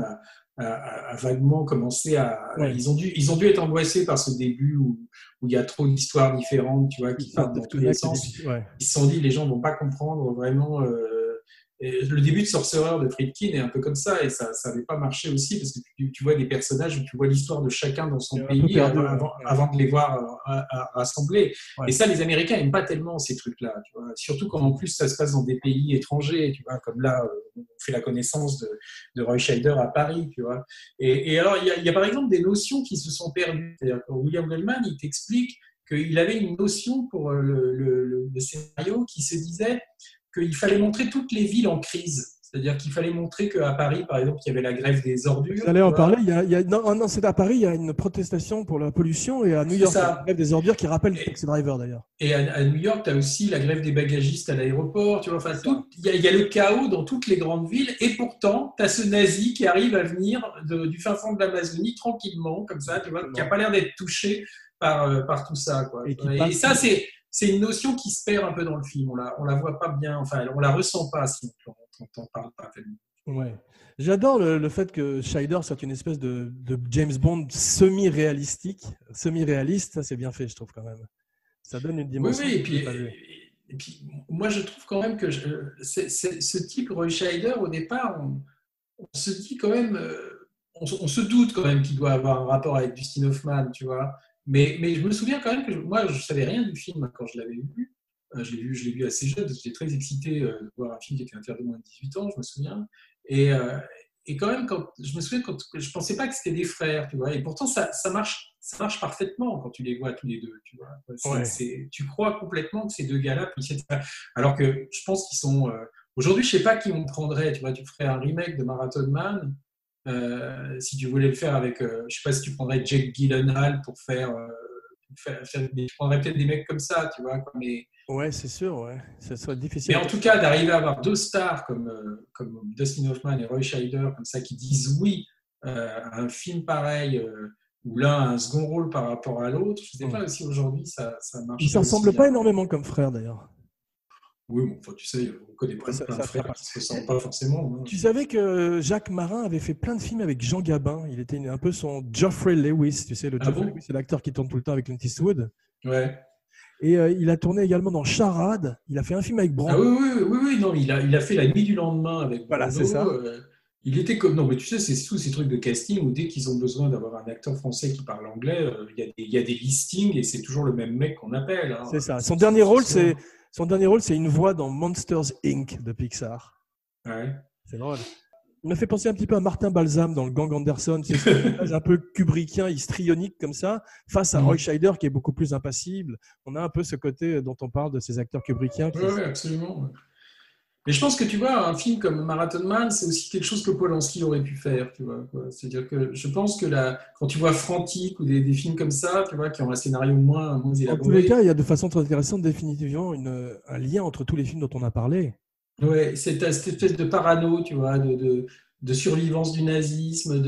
Speaker 2: à vaguement commencer à. Ouais. Ils ont dû être angoissés par ce début où il y a trop d'histoires différentes, tu vois, qui partent dans tous les sens. Ouais. Ils se sont dit les gens ne vont pas comprendre vraiment. Le début de Sorcerer de Friedkin est un peu comme ça, et ça n'avait pas marché aussi parce que tu vois des personnages où tu vois l'histoire de chacun dans son pays avant de les voir rassembler. Ouais. Et ça, les Américains n'aiment pas tellement ces trucs-là, tu vois. Surtout quand en plus ça se passe dans des pays étrangers, tu vois, comme là, on fait la connaissance de Roy Scheider à Paris, tu vois. Et alors, il y a par exemple des notions qui se sont perdues. C'est-à-dire que William Goldman, il t'explique qu'il avait une notion pour le scénario qui se disait qu'il fallait montrer toutes les villes en crise. C'est-à-dire qu'il fallait montrer qu'à Paris, par exemple, il y avait la grève des ordures.
Speaker 1: Vous allez en parler. Non, c'est à Paris, il y a une protestation pour la pollution, et à New York, il y a la grève des ordures qui rappelle le Taxi Driver, d'ailleurs.
Speaker 2: Et à New York, tu as aussi la grève des bagagistes à l'aéroport. Tu vois, enfin, il y a le chaos dans toutes les grandes villes, et pourtant, tu as ce nazi qui arrive à venir du fin fond de l'Amazonie tranquillement, comme ça, tu vois, qui n'a pas l'air d'être touché par tout ça. Quoi. Et ça, c'est une notion qui se perd un peu dans le film. On la voit pas bien, enfin, on la ressent pas si on t'en parle pas tellement.
Speaker 1: Ouais. J'adore le fait que Scheider soit une espèce de James Bond semi-réaliste. Ça, c'est bien fait, je trouve, quand même. Ça donne une dimension.
Speaker 2: Oui, et puis, moi, je trouve quand même que ce type, Roy Scheider, au départ, on se dit quand même, on se doute quand même qu'il doit avoir un rapport avec Dustin Hoffman, tu vois. Mais je me souviens quand même que moi, je ne savais rien du film quand je l'avais vu. Je l'ai vu assez jeune, j'étais très excité de voir un film qui était interdit moins de 18 ans, je me souviens. Et quand même, je me souviens quand je ne pensais pas que c'était des frères, tu vois. Et pourtant, ça marche parfaitement quand tu les vois tous les deux, tu vois. Tu crois complètement que ces deux gars-là puissent être frères. Alors que je pense qu'ils sont... aujourd'hui, je ne sais pas qui on prendrait, tu vois. Tu ferais un remake de Marathon Man. Si tu voulais le faire avec, je ne sais pas si tu prendrais Jake Gyllenhaal pour faire tu prendrais peut-être des mecs comme ça, tu vois.
Speaker 1: Ouais, c'est sûr, ouais. Ça serait difficile.
Speaker 2: Mais en tout cas, d'arriver à avoir deux stars comme Dustin Hoffman et Roy Scheider, comme ça, qui disent oui à un film pareil, où l'un a un second rôle par rapport à l'autre, je ne sais pas si aujourd'hui ça marche.
Speaker 1: Ils ne se ressemblent pas énormément comme frères, d'ailleurs.
Speaker 2: Oui, bon, enfin, tu sais, on connaît plein de frères qui ne se ressemblent pas forcément. Hein.
Speaker 1: Tu savais que Jacques Marin avait fait plein de films avec Jean Gabin. Il était un peu son Geoffrey Lewis. Tu sais, Geoffrey Lewis, c'est l'acteur qui tourne tout le temps avec Clint Eastwood.
Speaker 2: Ouais.
Speaker 1: Et il a tourné également dans Charade. Il a fait un film avec Brando.
Speaker 2: Oui, non, il a fait La Nuit du lendemain avec Brando.
Speaker 1: Voilà, c'est ça.
Speaker 2: Il était comme... Non, mais tu sais, c'est tous ces trucs de casting où dès qu'ils ont besoin d'avoir un acteur français qui parle anglais, il y a des listings et c'est toujours le même mec qu'on appelle. Hein.
Speaker 1: C'est ça. Son dernier rôle, c'est une voix dans Monsters, Inc. de Pixar.
Speaker 2: Ouais.
Speaker 1: C'est drôle. Il m'a fait penser un petit peu à Martin Balsam dans le Gang Anderson. C'est ce personnage un peu kubrickien, histrionique comme ça, face à Roy Scheider qui est beaucoup plus impassible. On a un peu ce côté dont on parle de ces acteurs kubrickiens.
Speaker 2: Oui, absolument. Mais je pense que tu vois, un film comme Marathon Man, c'est aussi quelque chose que Polanski aurait pu faire. Tu vois, quoi. C'est-à-dire que je pense que quand tu vois Frantic ou des films comme ça, tu vois, qui ont un scénario moins élaboré.
Speaker 1: En tous les cas, il y a de façon très intéressante définitivement un lien entre tous les films dont on a parlé.
Speaker 2: Ouais, cette espèce de parano, tu vois, de survivance du nazisme,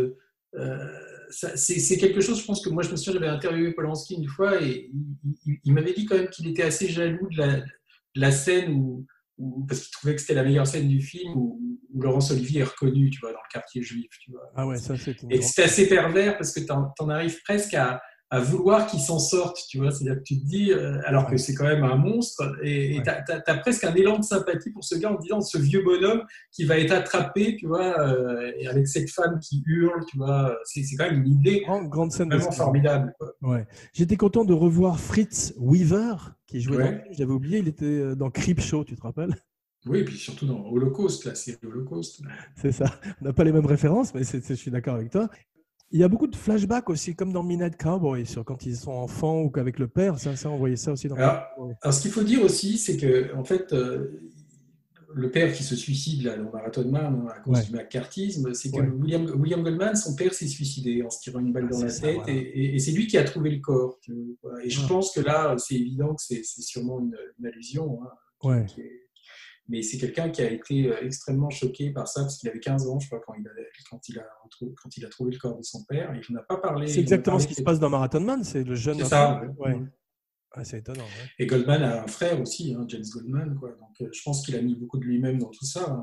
Speaker 2: c'est quelque chose, je pense que moi, je me souviens, j'avais interviewé Polanski une fois et il m'avait dit quand même qu'il était assez jaloux de la scène parce qu'il trouvait que c'était la meilleure scène du film où Laurence Olivier est reconnue, tu vois, dans le quartier juif, tu vois.
Speaker 1: Ah ouais, ça c'est.
Speaker 2: Et c'était assez pervers parce que t'en arrives presque à vouloir qu'il s'en sorte, tu vois. C'est-à-dire que tu te dis, alors que c'est quand même un monstre, et t'as presque un élan de sympathie pour ce gars en te disant, ce vieux bonhomme qui va être attrapé, tu vois, et avec cette femme qui hurle, tu vois. C'est quand même une idée
Speaker 1: grande scène
Speaker 2: vraiment formidable, quoi.
Speaker 1: Ouais. J'étais content de revoir Fritz Weaver, qui jouait dans le film, j'avais oublié, il était dans Creepshow, tu te rappelles?
Speaker 2: Oui, et puis surtout dans Holocaust, la série Holocaust.
Speaker 1: C'est ça. On n'a pas les mêmes références, mais je suis d'accord avec toi. Il y a beaucoup de flashbacks aussi, comme dans Midnight Cowboy, sur quand ils sont enfants ou qu'avec le père. Ça, on voyait ça aussi dans
Speaker 2: Alors, ce qu'il faut dire aussi, c'est que en fait, le père qui se suicide là, dans Marathon Man à cause du macartisme, c'est que William Goldman, son père s'est suicidé en se tirant une balle dans la tête, voilà. et c'est lui qui a trouvé le corps. Et je pense que là, c'est évident que c'est sûrement une allusion. Hein, mais c'est quelqu'un qui a été extrêmement choqué par ça, parce qu'il avait 15 ans, je crois, quand il a trouvé le corps de son père. Et il n'a pas parlé.
Speaker 1: C'est exactement ce qui se passe dans Marathon Man, c'est le jeune.
Speaker 2: C'est ça.
Speaker 1: C'est étonnant. Ouais.
Speaker 2: Et Goldman a un frère aussi, James Goldman. Quoi. Donc, je pense qu'il a mis beaucoup de lui-même dans tout ça.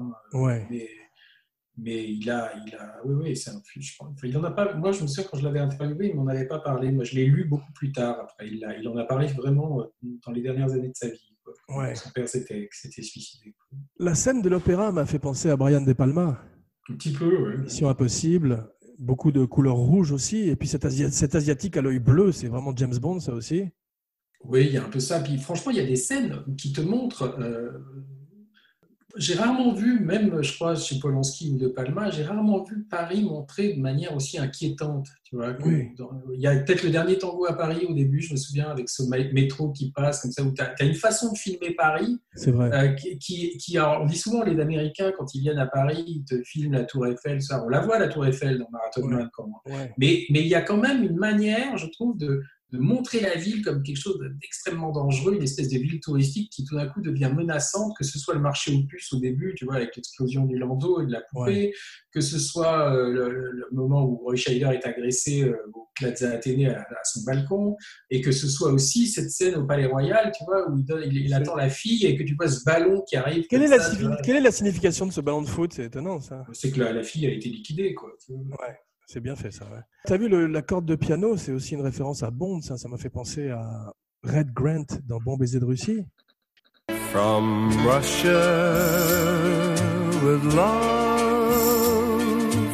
Speaker 2: Mais il a c'est un film. Il en a pas. Moi, je me souviens quand je l'avais interviewé, il m'en avait pas parlé. Moi, je l'ai lu beaucoup plus tard. Après, il en a parlé vraiment dans les dernières années de sa vie. Quoi. Son père s'était suicidé. Quoi.
Speaker 1: La scène de l'opéra m'a fait penser à Brian De Palma.
Speaker 2: Un petit peu, oui.
Speaker 1: Mission Impossible. Beaucoup de couleurs rouges aussi. Et puis cet asiatique à l'œil bleu, c'est vraiment James Bond, ça aussi.
Speaker 2: Oui, il y a un peu ça. Puis franchement, il y a des scènes qui te montrent. J'ai rarement vu, même je crois chez Polanski ou De Palma, j'ai rarement vu Paris montré de manière aussi inquiétante. Tu vois, il y a peut-être le dernier tango à Paris au début, je me souviens, avec ce métro qui passe comme ça, où tu as une façon de filmer Paris.
Speaker 1: C'est vrai.
Speaker 2: On dit souvent, les Américains, quand ils viennent à Paris, ils te filment la Tour Eiffel. Ça, on la voit, la Tour Eiffel, dans Marathon Man. Mais il y a quand même une manière, je trouve, de montrer la ville comme quelque chose d'extrêmement dangereux, une espèce de ville touristique qui tout d'un coup devient menaçante, que ce soit le marché aux puces au début, tu vois, avec l'explosion du landau et de la poupée, que ce soit le moment où Roy Scheider est agressé au Plaza Athénée à son balcon, et que ce soit aussi cette scène au Palais Royal, tu vois, où il attend la fille et que tu vois ce ballon qui arrive.
Speaker 1: Quelle est la signification de ce ballon de foot? C'est étonnant, ça.
Speaker 2: C'est que la fille a été liquidée, quoi.
Speaker 1: Ouais. C'est bien fait, ça. Ouais. Tu as vu la corde de piano, c'est aussi une référence à Bond. Ça m'a fait penser à Red Grant dans Bon baiser de Russie.
Speaker 11: From Russia with love,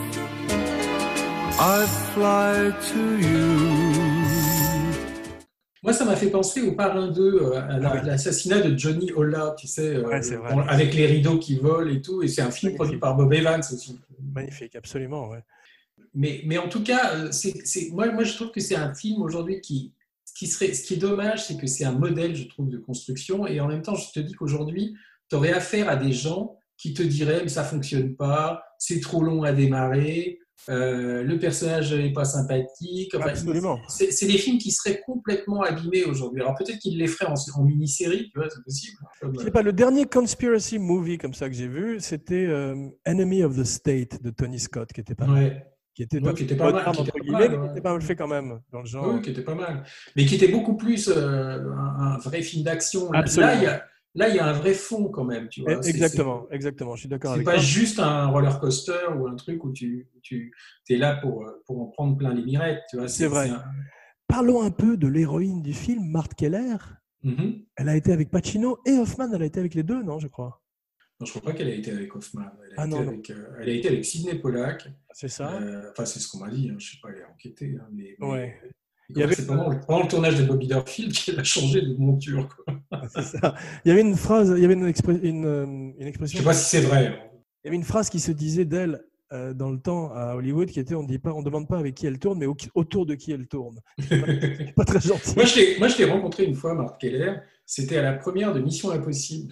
Speaker 11: I fly to you.
Speaker 2: Moi, ça m'a fait penser au Parrain 2, à l'assassinat de Johnny Ola, tu sais, avec les rideaux qui volent et tout. Et c'est un film produit par Bob Evans aussi.
Speaker 1: Magnifique, absolument, ouais.
Speaker 2: Mais en tout cas, moi, je trouve que c'est un film aujourd'hui ce qui est dommage, c'est que c'est un modèle, je trouve, de construction. Et en même temps, je te dis qu'aujourd'hui, tu aurais affaire à des gens qui te diraient mais ça ne fonctionne pas, c'est trop long à démarrer, le personnage n'est pas sympathique. Enfin,
Speaker 1: absolument.
Speaker 2: C'est des films qui seraient complètement abîmés aujourd'hui. Alors peut-être qu'ils les feraient en mini-série, tu vois, c'est possible.
Speaker 1: Je sais pas, le dernier conspiracy movie comme ça que j'ai vu, c'était Enemy of the State de Tony Scott, qui était pas mal. Qui était pas mal fait quand même dans le genre.
Speaker 2: Oui, qui était pas mal, mais qui était beaucoup plus un vrai film d'action. Là, il y a un vrai fond quand même, tu vois.
Speaker 1: Exactement, je suis d'accord avec toi.
Speaker 2: C'est pas juste un roller coaster ou un truc où tu es là pour en prendre plein les mirettes, tu vois.
Speaker 1: C'est vrai. Parlons un peu de l'héroïne du film, Marthe Keller.
Speaker 2: Mm-hmm.
Speaker 1: Elle a été avec Pacino et Hoffman, elle a été avec les deux, non, je crois.
Speaker 2: Non, je ne crois pas qu'elle a été avec Hoffman. Elle a été avec Sidney Pollack.
Speaker 1: C'est ça.
Speaker 2: C'est ce qu'on m'a dit. Je ne sais pas, elle a enquêté.
Speaker 1: C'est
Speaker 2: pendant le tournage de Bobby Darfield qu'elle a changé de monture. Quoi.
Speaker 1: C'est ça. Il y avait une phrase, il y avait une expression.
Speaker 2: Je ne sais pas si c'est vrai.
Speaker 1: Il y avait une phrase qui se disait d'elle dans le temps à Hollywood qui était on ne demande pas avec qui elle tourne, mais autour de qui elle tourne. C'est pas très gentil.
Speaker 2: Moi, je l'ai rencontrée une fois, Marthe Keller. C'était à la première de Mission Impossible.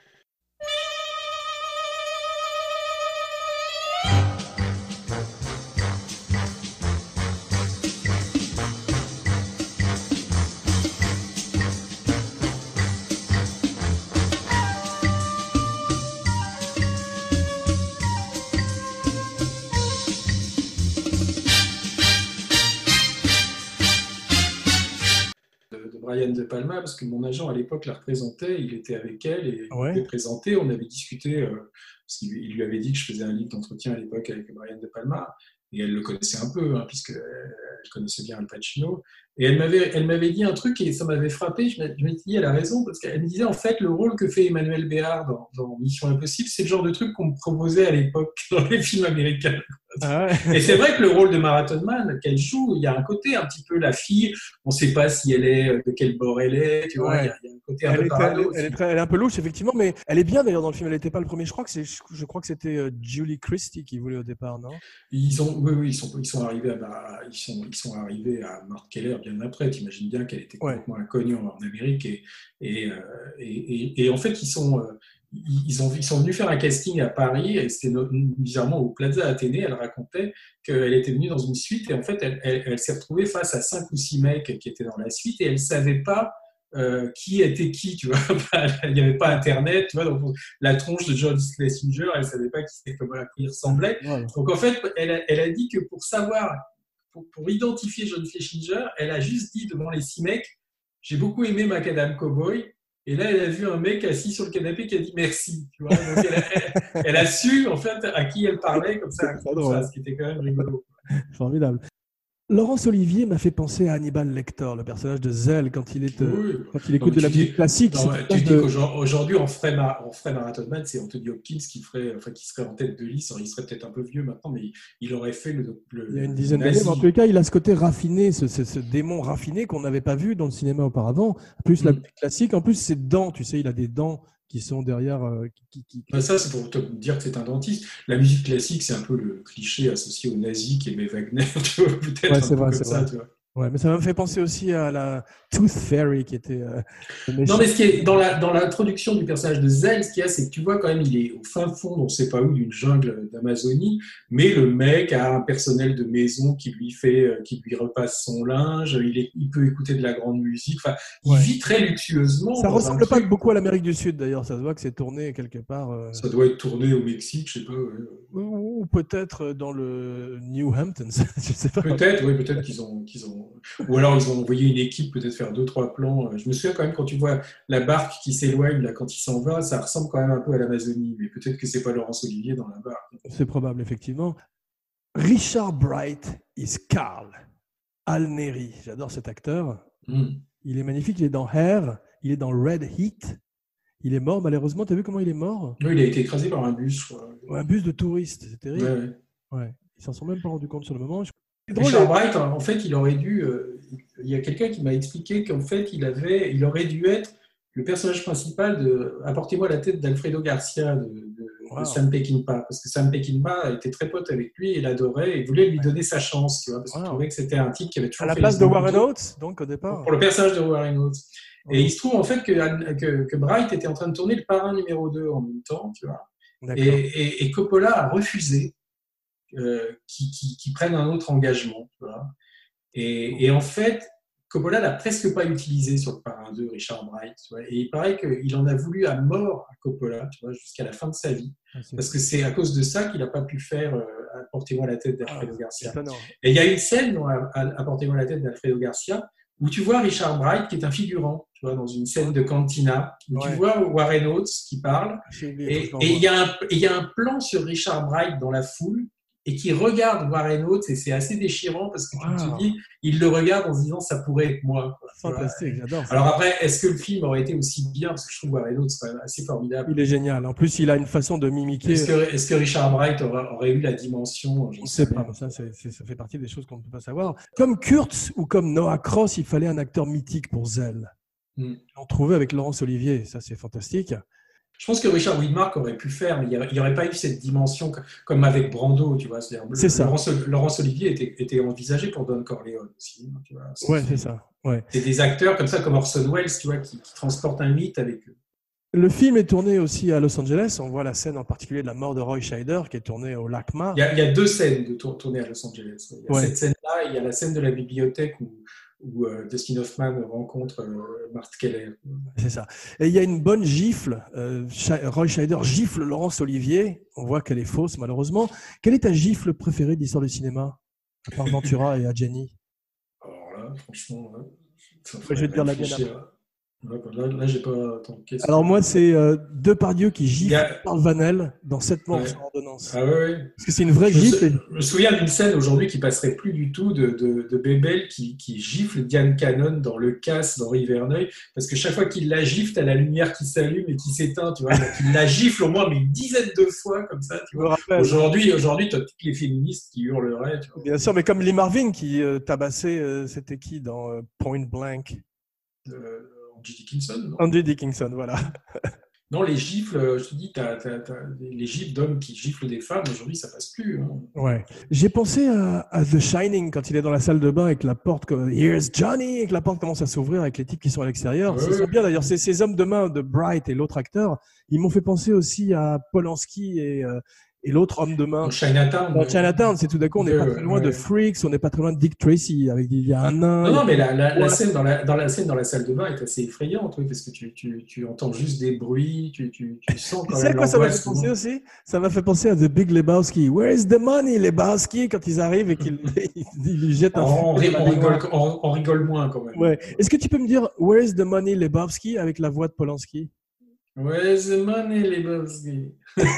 Speaker 2: Brian De Palma, parce que mon agent à l'époque la représentait, il était avec elle et il était présenté, on avait discuté, parce qu'il lui avait dit que je faisais un livre d'entretien à l'époque avec Brian De Palma, et elle le connaissait un peu, puisqu'elle connaissait bien Al Pacino, Et elle m'avait dit un truc et ça m'avait frappé. Je m'étais dit, elle a raison, parce qu'elle me disait, en fait, le rôle que fait Emmanuel Béard dans Mission Impossible, c'est le genre de truc qu'on me proposait à l'époque dans les films américains.
Speaker 1: Ah ouais.
Speaker 2: Et c'est vrai que le rôle de Marathon Man qu'elle joue, il y a un côté un petit peu la fille, on ne sait pas si elle est, de quel bord elle est, tu vois, il y a un côté un peu parano.
Speaker 1: Elle est un peu louche, effectivement, mais elle est bien d'ailleurs dans le film. Elle n'était pas le premier. Je crois que c'était Julie Christie qui voulait au départ, non?
Speaker 2: Ils sont arrivés à Marthe Keller bien après. T'imagines bien qu'elle était complètement inconnue en Amérique et en fait ils sont venus faire un casting à Paris et c'était bizarrement au Plaza Athénée. Elle racontait qu'elle était venue dans une suite et en fait elle s'est retrouvée face à 5 ou 6 mecs qui étaient dans la suite et elle savait pas qui était qui, tu vois. Il n'y avait pas Internet, tu vois, donc la tronche de John Schlesinger, elle ne savait pas comment il ressemblait. Ouais. Donc en fait, elle a dit que pour savoir, pour identifier John Schlesinger, elle a juste dit devant les 6 mecs, j'ai beaucoup aimé Macadam Cowboy. Et là, elle a vu un mec assis sur le canapé qui a dit merci, tu vois. Donc elle a su en fait à qui elle parlait comme ça, ce qui était quand même rigolo.
Speaker 1: Formidable. Laurence Olivier m'a fait penser à Hannibal Lecter, le personnage de Zell, quand il écoute de la musique classique.
Speaker 2: Tu dis qu'aujourd'hui, on ferait Marathon Man, c'est Anthony Hopkins qui serait en tête de liste. Il serait peut-être un peu vieux maintenant, mais il aurait fait le
Speaker 1: il y a une dizaine d'années, mais en tous les cas, il a ce côté raffiné, ce démon raffiné qu'on n'avait pas vu dans le cinéma auparavant. En plus, la musique classique, en plus, ses dents, tu sais, il a des dents qui sont derrière.
Speaker 2: Ça, c'est pour te dire que c'est un dentiste. La musique classique, c'est un peu le cliché associé aux nazis qui aimait Wagner, tu vois, peut-être
Speaker 1: c'est vrai,
Speaker 2: comme ça, tu vois.
Speaker 1: Ouais, mais ça me fait penser aussi à la Tooth Fairy qui était.
Speaker 2: Non, mais ce qui est dans l'introduction du personnage de Zell, ce qu'il y a, c'est que tu vois quand même, il est au fin fond, on ne sait pas où, d'une jungle d'Amazonie, mais le mec a un personnel de maison qui lui repasse son linge, il peut écouter de la grande musique. Enfin, il vit très luxueusement.
Speaker 1: Ça ressemble pas beaucoup à l'Amérique du Sud d'ailleurs. Ça se voit que c'est tourné quelque part.
Speaker 2: Ça doit être tourné au Mexique, je sais pas. Ouais.
Speaker 1: Ou peut-être dans le New Hamptons, je sais pas.
Speaker 2: Peut-être qu'ils ont. Ou alors ils ont envoyé une équipe peut-être faire 2-3 plans. Je me souviens quand même quand tu vois la barque qui s'éloigne là quand il s'en va, ça ressemble quand même un peu à l'Amazonie, mais peut-être que c'est pas Laurence Olivier dans la barque.
Speaker 1: C'est probable effectivement. Richard Bright is Carl. Al Neri, j'adore cet acteur. Il est magnifique, il est dans Hair, il est dans Red Heat. Il est mort malheureusement. T'as vu comment il est mort?
Speaker 2: Oui, il a été écrasé par un bus, je crois.
Speaker 1: Un bus de touristes, c'est terrible. Ouais. Ils s'en sont même pas rendus compte sur le moment.
Speaker 2: Richard Bright, en fait, il aurait dû. Il y a quelqu'un qui m'a expliqué qu'en fait, il aurait dû être le personnage principal de Apportez-moi la tête d'Alfredo Garcia de Sam Peckinpah, parce que Sam Peckinpah était très pote avec lui, et l'adorait et voulait lui donner sa chance, tu vois, parce qu'il trouvait que c'était un type qui avait toujours.
Speaker 1: À la place de Warren Oates, donc au départ.
Speaker 2: Pour le personnage de Warren Oates. Et il se trouve en fait que Bright était en train de tourner Le Parrain numéro 2 en même temps, tu vois. Et Coppola a refusé qui prennent un autre engagement. Tu vois. Et en fait, Coppola l'a presque pas utilisé sur Le Parrain 2, Richard Bright. Tu vois. Et il paraît qu'il en a voulu à mort à Coppola, tu vois, jusqu'à la fin de sa vie. Parce que c'est à cause de ça qu'il n'a pas pu faire Apportez-moi la tête d'Alfredo Garcia. Et il y a une scène dans Apportez-moi la tête d'Alfredo Garcia où tu vois Richard Bright qui est un figurant, tu vois, dans une scène de cantina, où tu vois Warren Oates qui parle, et il y a un plan sur Richard Bright dans la foule, et qui regarde Warren Oates, et c'est assez déchirant, parce que tu te dis, il le regarde en se disant, ça pourrait être moi.
Speaker 1: Fantastique, j'adore ça.
Speaker 2: Alors après, est-ce que le film aurait été aussi bien, parce que je trouve Warren Oates quand même assez formidable.
Speaker 1: Il est génial, en plus il a une façon de mimiquer.
Speaker 2: Est-ce que Richard Bright aurait eu la dimension?
Speaker 1: Je ne sais pas, ça fait partie des choses qu'on ne peut pas savoir. Comme Kurtz ou comme Noah Cross, il fallait un acteur mythique pour Zell. On trouvait avec Laurence Olivier, ça c'est fantastique.
Speaker 2: Je pense que Richard Widmark aurait pu faire, mais il n'y aurait pas eu cette dimension comme avec Brando, tu vois.
Speaker 1: C'est ça.
Speaker 2: Laurence Olivier était envisagé pour Don Corleone aussi. Tu vois.
Speaker 1: C'est ça. Ouais.
Speaker 2: C'est des acteurs comme ça, comme Orson Welles, tu vois, qui transportent un mythe avec eux.
Speaker 1: Le film est tourné aussi à Los Angeles. On voit la scène en particulier de la mort de Roy Scheider qui est tournée au LACMA.
Speaker 2: Il y a 2 scènes tournées à Los Angeles. Il y a cette scène-là, il y a la scène de la bibliothèque où Dustin Hoffman rencontre Marthe Keller.
Speaker 1: C'est ça. Et il y a une bonne gifle. Roy Scheider gifle Laurence Olivier. On voit qu'elle est fausse, malheureusement. Quelle est ta gifle préférée de l'histoire du cinéma, à part Ventura et à Jenny?
Speaker 2: Alors là, franchement,
Speaker 1: je vais te dire la mienne
Speaker 2: Là, j'ai pas tant de questions.
Speaker 1: Alors moi, c'est Depardieu qui gifle Charles Vanel dans 7 morts sans ordonnance.
Speaker 2: Ah ouais.
Speaker 1: Parce que c'est une vraie gifle.
Speaker 2: Je me souviens d'une scène aujourd'hui qui passerait plus du tout de Bébel qui gifle Diane Cannon dans Le Casse d'Henri Verneuil, parce que chaque fois qu'il la gifle, t'as la lumière qui s'allume et qui s'éteint, tu vois. Donc il la gifle au moins une dizaine de fois comme ça, tu vois. Aujourd'hui, t'as toutes les féministes qui hurleraient, tu vois.
Speaker 1: Bien sûr, mais comme Lee Marvin qui tabassait, c'était qui dans Point Blank?
Speaker 2: Angie Dickinson, non?
Speaker 1: Angie Dickinson, voilà.
Speaker 2: Non, les gifles, je te dis, les gifles d'hommes qui giflent des femmes, aujourd'hui, ça passe plus. Hein.
Speaker 1: Ouais. J'ai pensé à The Shining quand il est dans la salle de bain avec la porte, Here's Johnny, et que la porte commence à s'ouvrir avec les types qui sont à l'extérieur. C'est bien d'ailleurs, ces hommes de main de Bright et l'autre acteur, ils m'ont fait penser aussi à Polanski et l'autre homme de main.
Speaker 2: Chinatown.
Speaker 1: Chinatown, c'est tout d'un coup, on n'est pas très loin de Freaks, on n'est pas très loin de Dick Tracy, avec il y a un nain.
Speaker 2: Non, mais la scène dans la scène dans la salle de bain est assez effrayante, oui, parce que tu entends juste des bruits, tu sens quand même.
Speaker 1: C'est à quoi ça m'a fait penser aussi? Ça m'a fait penser à The Big Lebowski. Where is the money, Lebowski, quand ils arrivent et qu'ils lui jettent un
Speaker 2: on rigole moins quand même.
Speaker 1: Ouais. Est-ce que tu peux me dire Where is the money, Lebowski, avec la voix de Polanski?
Speaker 2: Where is the money, Lebowski?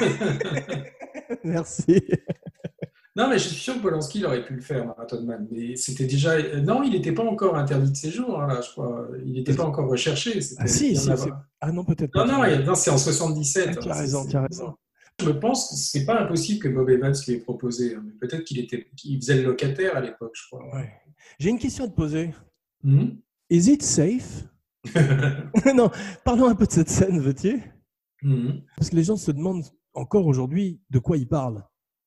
Speaker 1: Merci.
Speaker 2: Non, mais je suis sûr que Polanski aurait pu le faire, Marathon Man. Mais c'était déjà. Non, il n'était pas encore interdit de séjour, hein, là, je crois. Il n'était pas encore recherché.
Speaker 1: Ah non, peut-être pas.
Speaker 2: Non, c'est en 77.
Speaker 1: Tu as raison.
Speaker 2: Je pense que c'est pas impossible que Bob Evans lui ait proposé. Hein, mais peut-être qu'il faisait le locataire à l'époque, je crois.
Speaker 1: Ouais. J'ai une question à te poser. Is it safe? Non, parlons un peu de cette scène, veux-tu? Parce que les gens se demandent encore aujourd'hui de quoi ils parlent.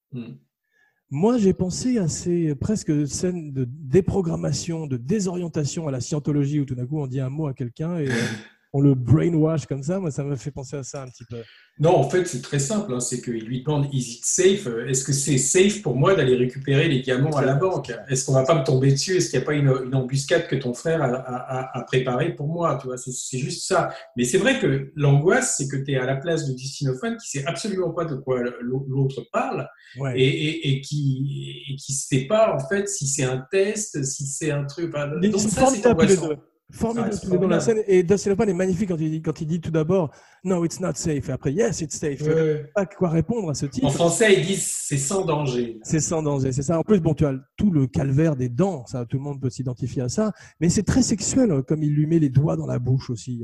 Speaker 1: Moi, j'ai pensé à ces presque scènes de déprogrammation, de désorientation à la scientologie où tout d'un coup on dit un mot à quelqu'un et on le brainwash comme ça. Moi, ça m'a fait penser à ça un petit peu.
Speaker 2: Non, en fait, c'est très simple. Hein, c'est qu'il lui demande « Is it safe ?» Est-ce que c'est safe pour moi d'aller récupérer les diamants à la banque? Est-ce qu'on ne va pas me tomber dessus? Est-ce qu'il n'y a pas une embuscade que ton frère a préparée pour moi? Tu vois, c'est juste ça. Mais c'est vrai que l'angoisse, c'est que tu es à la place de Dustin Hoffman qui ne sait absolument pas de quoi l'autre parle et qui ne sait pas, en fait, si c'est un test, si c'est un truc. Donc ça, c'est angoissant.
Speaker 1: Formidable tous les deux dans la scène. Et Dustin Hoffman est magnifique quand il dit tout d'abord « No, it's not safe ». Et après « Yes, it's safe ». Il ne sait pas quoi répondre à ce type.
Speaker 2: En français, ils disent « C'est sans danger ».
Speaker 1: C'est sans danger, c'est ça. En plus, bon, tu as tout le calvaire des dents. Ça, tout le monde peut s'identifier à ça. Mais c'est très sexuel, comme il lui met les doigts dans la bouche aussi.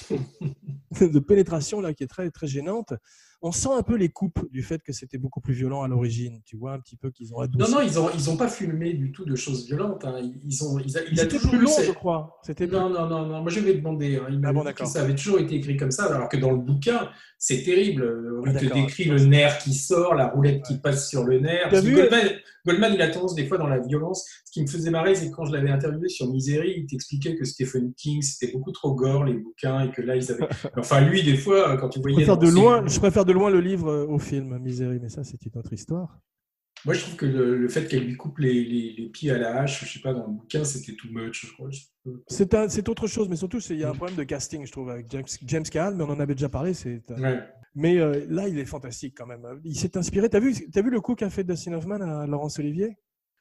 Speaker 1: De pénétration là, qui est très, très gênante. On sent un peu les coupes du fait que c'était beaucoup plus violent à l'origine. Tu vois un petit peu qu'ils ont adouci.
Speaker 2: Non, ils ont pas filmé du tout de choses violentes. Hein. Il a toujours
Speaker 1: plus long, je crois.
Speaker 2: Non. Moi, je vais demander. Hein. Il m'a dit que ça avait toujours été écrit comme ça, alors que dans le bouquin, c'est terrible. Il te décrit le nerf qui sort, la roulette qui passe sur le nerf. Goldman, il a tendance des fois dans la violence. Ce qui me faisait marrer, c'est que quand je l'avais interviewé sur Misery, il t'expliquait que Stephen King, c'était beaucoup trop gore les bouquins et que là ils avaient. Enfin, lui, des fois, quand tu voyais.
Speaker 1: Je préfère de loin le livre au film Misery, mais ça, c'est une autre histoire.
Speaker 2: Moi, je trouve que le fait qu'elle lui coupe les pieds à la hache, je sais pas, dans le bouquin, c'était too much, je crois.
Speaker 1: C'est autre chose, mais surtout, il y a un problème de casting, je trouve, avec James Caan, mais on en avait déjà parlé. Mais là, il est fantastique quand même. Il s'est inspiré. T'as vu le coup qu'a fait Dustin Hoffman à Laurence Olivier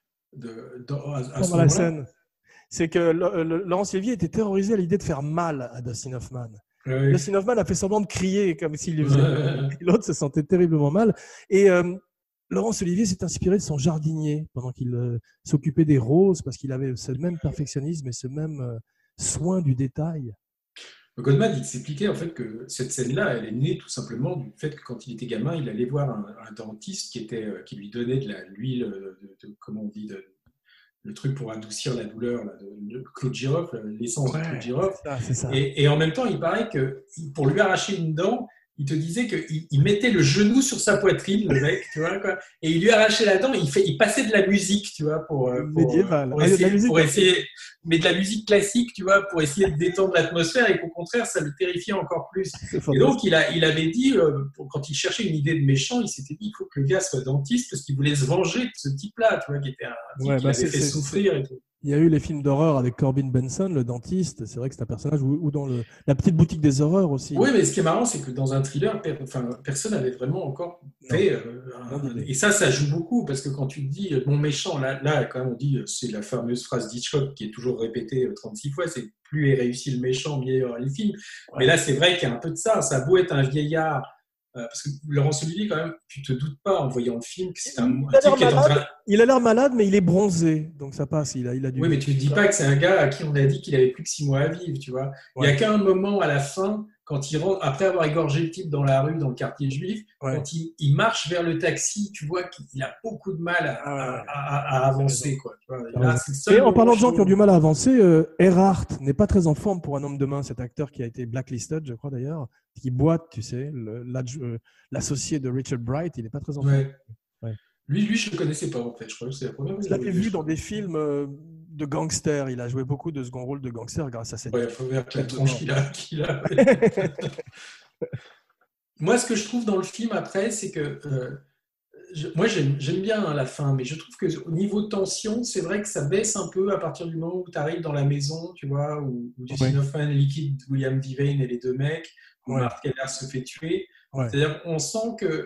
Speaker 1: pendant la scène? C'est que Laurence Olivier était terrorisé à l'idée de faire mal à Dustin Hoffman.
Speaker 2: Oui.
Speaker 1: Dustin Hoffman a fait semblant de crier comme s'il lui faisait. L'autre se sentait terriblement mal. Et Laurence Olivier s'est inspiré de son jardinier pendant qu'il s'occupait des roses parce qu'il avait ce même perfectionnisme et ce même soin du détail.
Speaker 2: Goldman, il s'expliquait en fait que cette scène-là, elle est née tout simplement du fait que quand il était gamin, il allait voir un dentiste qui lui donnait de l'huile, comment on dit, le truc pour adoucir la douleur, le clou de girofle, l'essence de clou de girofle.
Speaker 1: C'est ça.
Speaker 2: Et en même temps, il paraît que pour lui arracher une dent, il te disait qu'il mettait le genou sur sa poitrine, le mec, tu vois, quoi, et il lui arrachait la dent, il passait de la musique, tu vois, pour essayer, mais de la musique classique, tu vois, pour essayer de détendre l'atmosphère, et qu'au contraire, ça le terrifiait encore plus. Et donc, il avait dit, quand il cherchait une idée de méchant, il s'était dit, il faut que le gars soit dentiste, parce qu'il voulait se venger de ce type-là, tu vois, qui était un type qui l'avait fait souffrir et tout.
Speaker 1: Il y a eu les films d'horreur avec Corbin Benson, le dentiste. C'est vrai que c'est un personnage, ou dans la petite boutique des horreurs aussi.
Speaker 2: Oui, mais ce qui est marrant, c'est que dans un thriller, personne n'avait vraiment encore fait. Et ça joue beaucoup, parce que quand tu te dis mon méchant, là, quand même, on dit, c'est la fameuse phrase d'Hitchcock qui est toujours répétée 36 fois, c'est plus est réussi le méchant, mieux est le film. Ouais. Mais là, c'est vrai qu'il y a un peu de ça. Ça a beau être un vieillard. Parce que Laurence Olivier, quand même, tu te doutes pas en voyant le film que c'est un type qui est en train...
Speaker 1: Il a l'air malade, mais il est bronzé, donc ça passe. Il a du...
Speaker 2: Oui, mais tu ne dis pas que c'est un gars à qui on a dit qu'il avait plus que 6 mois à vivre, tu vois. Ouais. Il n'y a qu'un moment à la fin, quand il rentre, après avoir égorgé le type dans la rue, dans le quartier juif, quand il marche vers le taxi, tu vois qu'il a beaucoup de mal à avancer, quoi. Tu vois. Là,
Speaker 1: et en parlant de gens qui ont du mal à avancer, Earhart n'est pas très en forme pour un homme de main, cet acteur qui a été blacklisted, je crois d'ailleurs, qui boite, tu sais, l'associé de Richard Bright, il n'est pas très en forme.
Speaker 2: Ouais. Lui, je ne le connaissais pas, en fait. Je crois que c'est la première fois.
Speaker 1: Je l'avais vu dans des films de gangsters. Il a joué beaucoup de second rôle de gangsters grâce à cette...
Speaker 2: Ouais, il faut voir la tronche qu'il a. Moi, ce que je trouve dans le film, après, c'est que... moi, j'aime bien la fin, mais je trouve qu'au niveau de tension, c'est vrai que ça baisse un peu à partir du moment où tu arrives dans la maison, tu vois, où Dustin Hoffman liquide William Devane et les deux mecs, où Mark Keller se fait tuer. Ouais. C'est-à-dire qu'on sent que...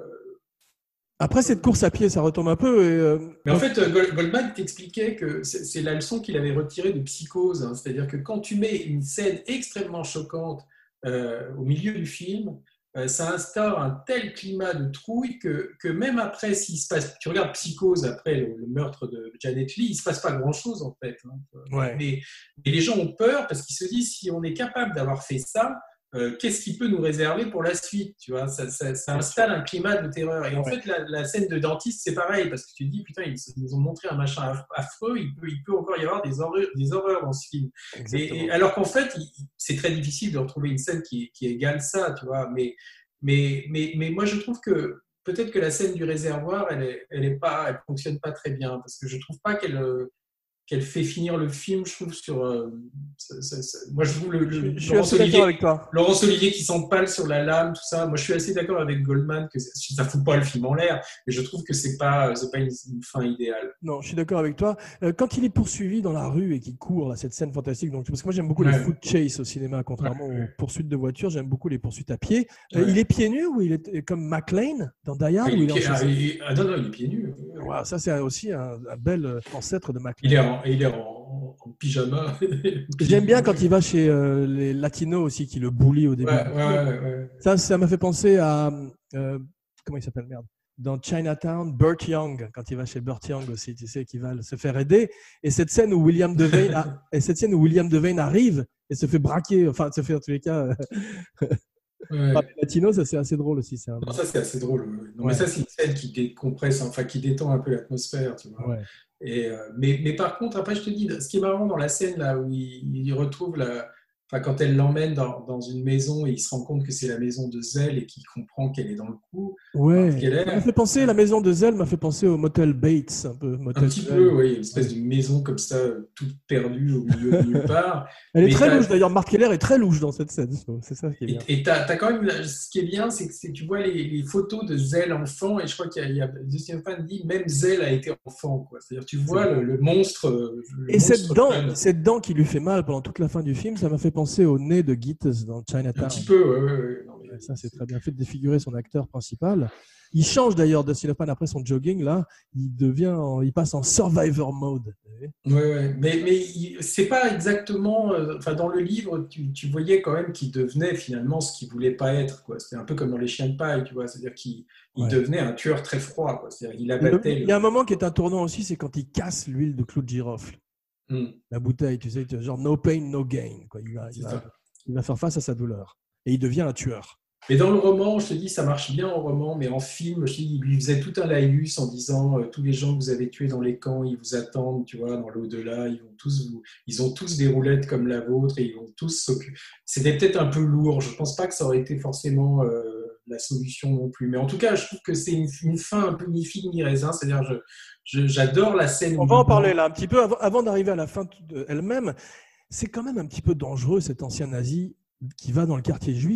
Speaker 1: Après cette course à pied, ça retombe un peu.
Speaker 2: Mais en fait, Goldman t'expliquait que c'est la leçon qu'il avait retirée de Psychose. Hein. C'est-à-dire que quand tu mets une scène extrêmement choquante au milieu du film, ça instaure un tel climat de trouille que même après, s'il se passe... Tu regardes Psychose, après le meurtre de Janet Leigh, il ne se passe pas grand-chose, en fait. Hein.
Speaker 1: Ouais.
Speaker 2: Mais les gens ont peur parce qu'ils se disent, si on est capable d'avoir fait ça, qu'est-ce qui peut nous réserver pour la suite, tu vois, ça installe un climat de terreur. Et en fait, la scène de dentiste, c'est pareil, parce que tu te dis, putain, ils nous ont montré un machin affreux, il peut encore y avoir des horreurs dans ce film. Et alors qu'en fait, c'est très difficile de retrouver une scène qui égale ça, tu vois. Mais moi, je trouve que peut-être que la scène du réservoir, elle fonctionne pas très bien, parce que je trouve pas qu'elle fait finir le film, je trouve, sur... moi, je trouve
Speaker 1: je suis assez d'accord avec toi.
Speaker 2: Laurence Olivier qui s'empale sur la lame, tout ça. Moi, je suis assez d'accord avec Goldman que ça ne fout pas le film en l'air, mais je trouve que ce n'est pas une fin idéale.
Speaker 1: Non, je suis d'accord avec toi. Quand il est poursuivi dans la rue et qu'il court, là, cette scène fantastique, donc, parce que moi, j'aime beaucoup les foot chase au cinéma, contrairement aux poursuites de voitures, j'aime beaucoup les poursuites à pied. Il est pieds nus ou il est comme McClane dans Die Hard?
Speaker 2: Non, il est pieds nus.
Speaker 1: Wow, ça, c'est aussi un bel ancêtre de McClane.
Speaker 2: Il est en pyjama.
Speaker 1: J'aime bien quand il va chez les latinos aussi qui le bully au début.
Speaker 2: Ouais.
Speaker 1: Ça m'a fait penser à comment il s'appelle, merde, dans Chinatown, Burt Young, quand il va chez Burt Young aussi, tu sais, qui va se faire aider. Et cette scène où William Devane arrive et se fait braquer, enfin se fait en tous les cas par les latinos, ça c'est assez drôle aussi.
Speaker 2: Ça c'est assez drôle. Non, mais ça c'est une scène qui décompresse, enfin qui détend un peu l'atmosphère, tu vois.
Speaker 1: Ouais.
Speaker 2: Mais par contre, après, je te dis, ce qui est marrant dans la scène là où il retrouve quand elle l'emmène dans une maison et il se rend compte que c'est la maison de Zell et qu'il comprend qu'elle est dans le coup.
Speaker 1: Ouais. La maison de Zell m'a fait penser au Motel Bates, un peu.
Speaker 2: Un petit peu, oui, une espèce de maison comme ça, toute perdue au milieu de nulle part.
Speaker 1: Elle est très louche d'ailleurs. Mark Keller est très louche dans cette scène. C'est ça qui est bien.
Speaker 2: Et t'as quand même, ce qui est bien, c'est que tu vois les photos de Zell enfant, et je crois qu'il y a Dustin Hoffman dit même Zell a été enfant, quoi. C'est-à-dire tu vois le monstre.
Speaker 1: Cette dent qui lui fait mal pendant toute la fin du film, ça m'a fait penser au nez de Gittes dans Chinatown.
Speaker 2: Un petit peu, ouais. Non, mais...
Speaker 1: Ça, c'est très bien fait de défigurer son acteur principal. Il change d'ailleurs de Dustin Hoffman après son jogging, là. Il passe en survivor mode.
Speaker 2: Ouais. Mais c'est pas exactement... dans le livre, tu voyais quand même qu'il devenait finalement ce qu'il voulait pas être, quoi. C'était un peu comme dans Les Chiens de paille, tu vois. C'est-à-dire qu'il devenait un tueur très froid, quoi. C'est-à-dire il abattait...
Speaker 1: Il y a un moment qui est un tournant aussi, c'est quand il casse l'huile de clou de girofle. La bouteille, tu sais, genre no pain, no gain, quoi. Il va faire face à sa douleur. Et il devient un tueur.
Speaker 2: Mais dans le roman, je te dis, ça marche bien en roman, mais en film, je te dis, il lui faisait tout un laïus en disant tous les gens que vous avez tués dans les camps, ils vous attendent, tu vois, dans l'au-delà, ils ont tous des roulettes comme la vôtre et ils vont tous s'occuper. C'était peut-être un peu lourd, je pense pas que ça aurait été forcément la solution non plus. Mais en tout cas, je trouve que c'est une fin un peu ni figue ni raisin, c'est-à-dire j'adore la scène.
Speaker 1: On va en parler là un petit peu avant d'arriver à la fin elle-même. C'est quand même un petit peu dangereux cet ancien nazi qui va dans le quartier juif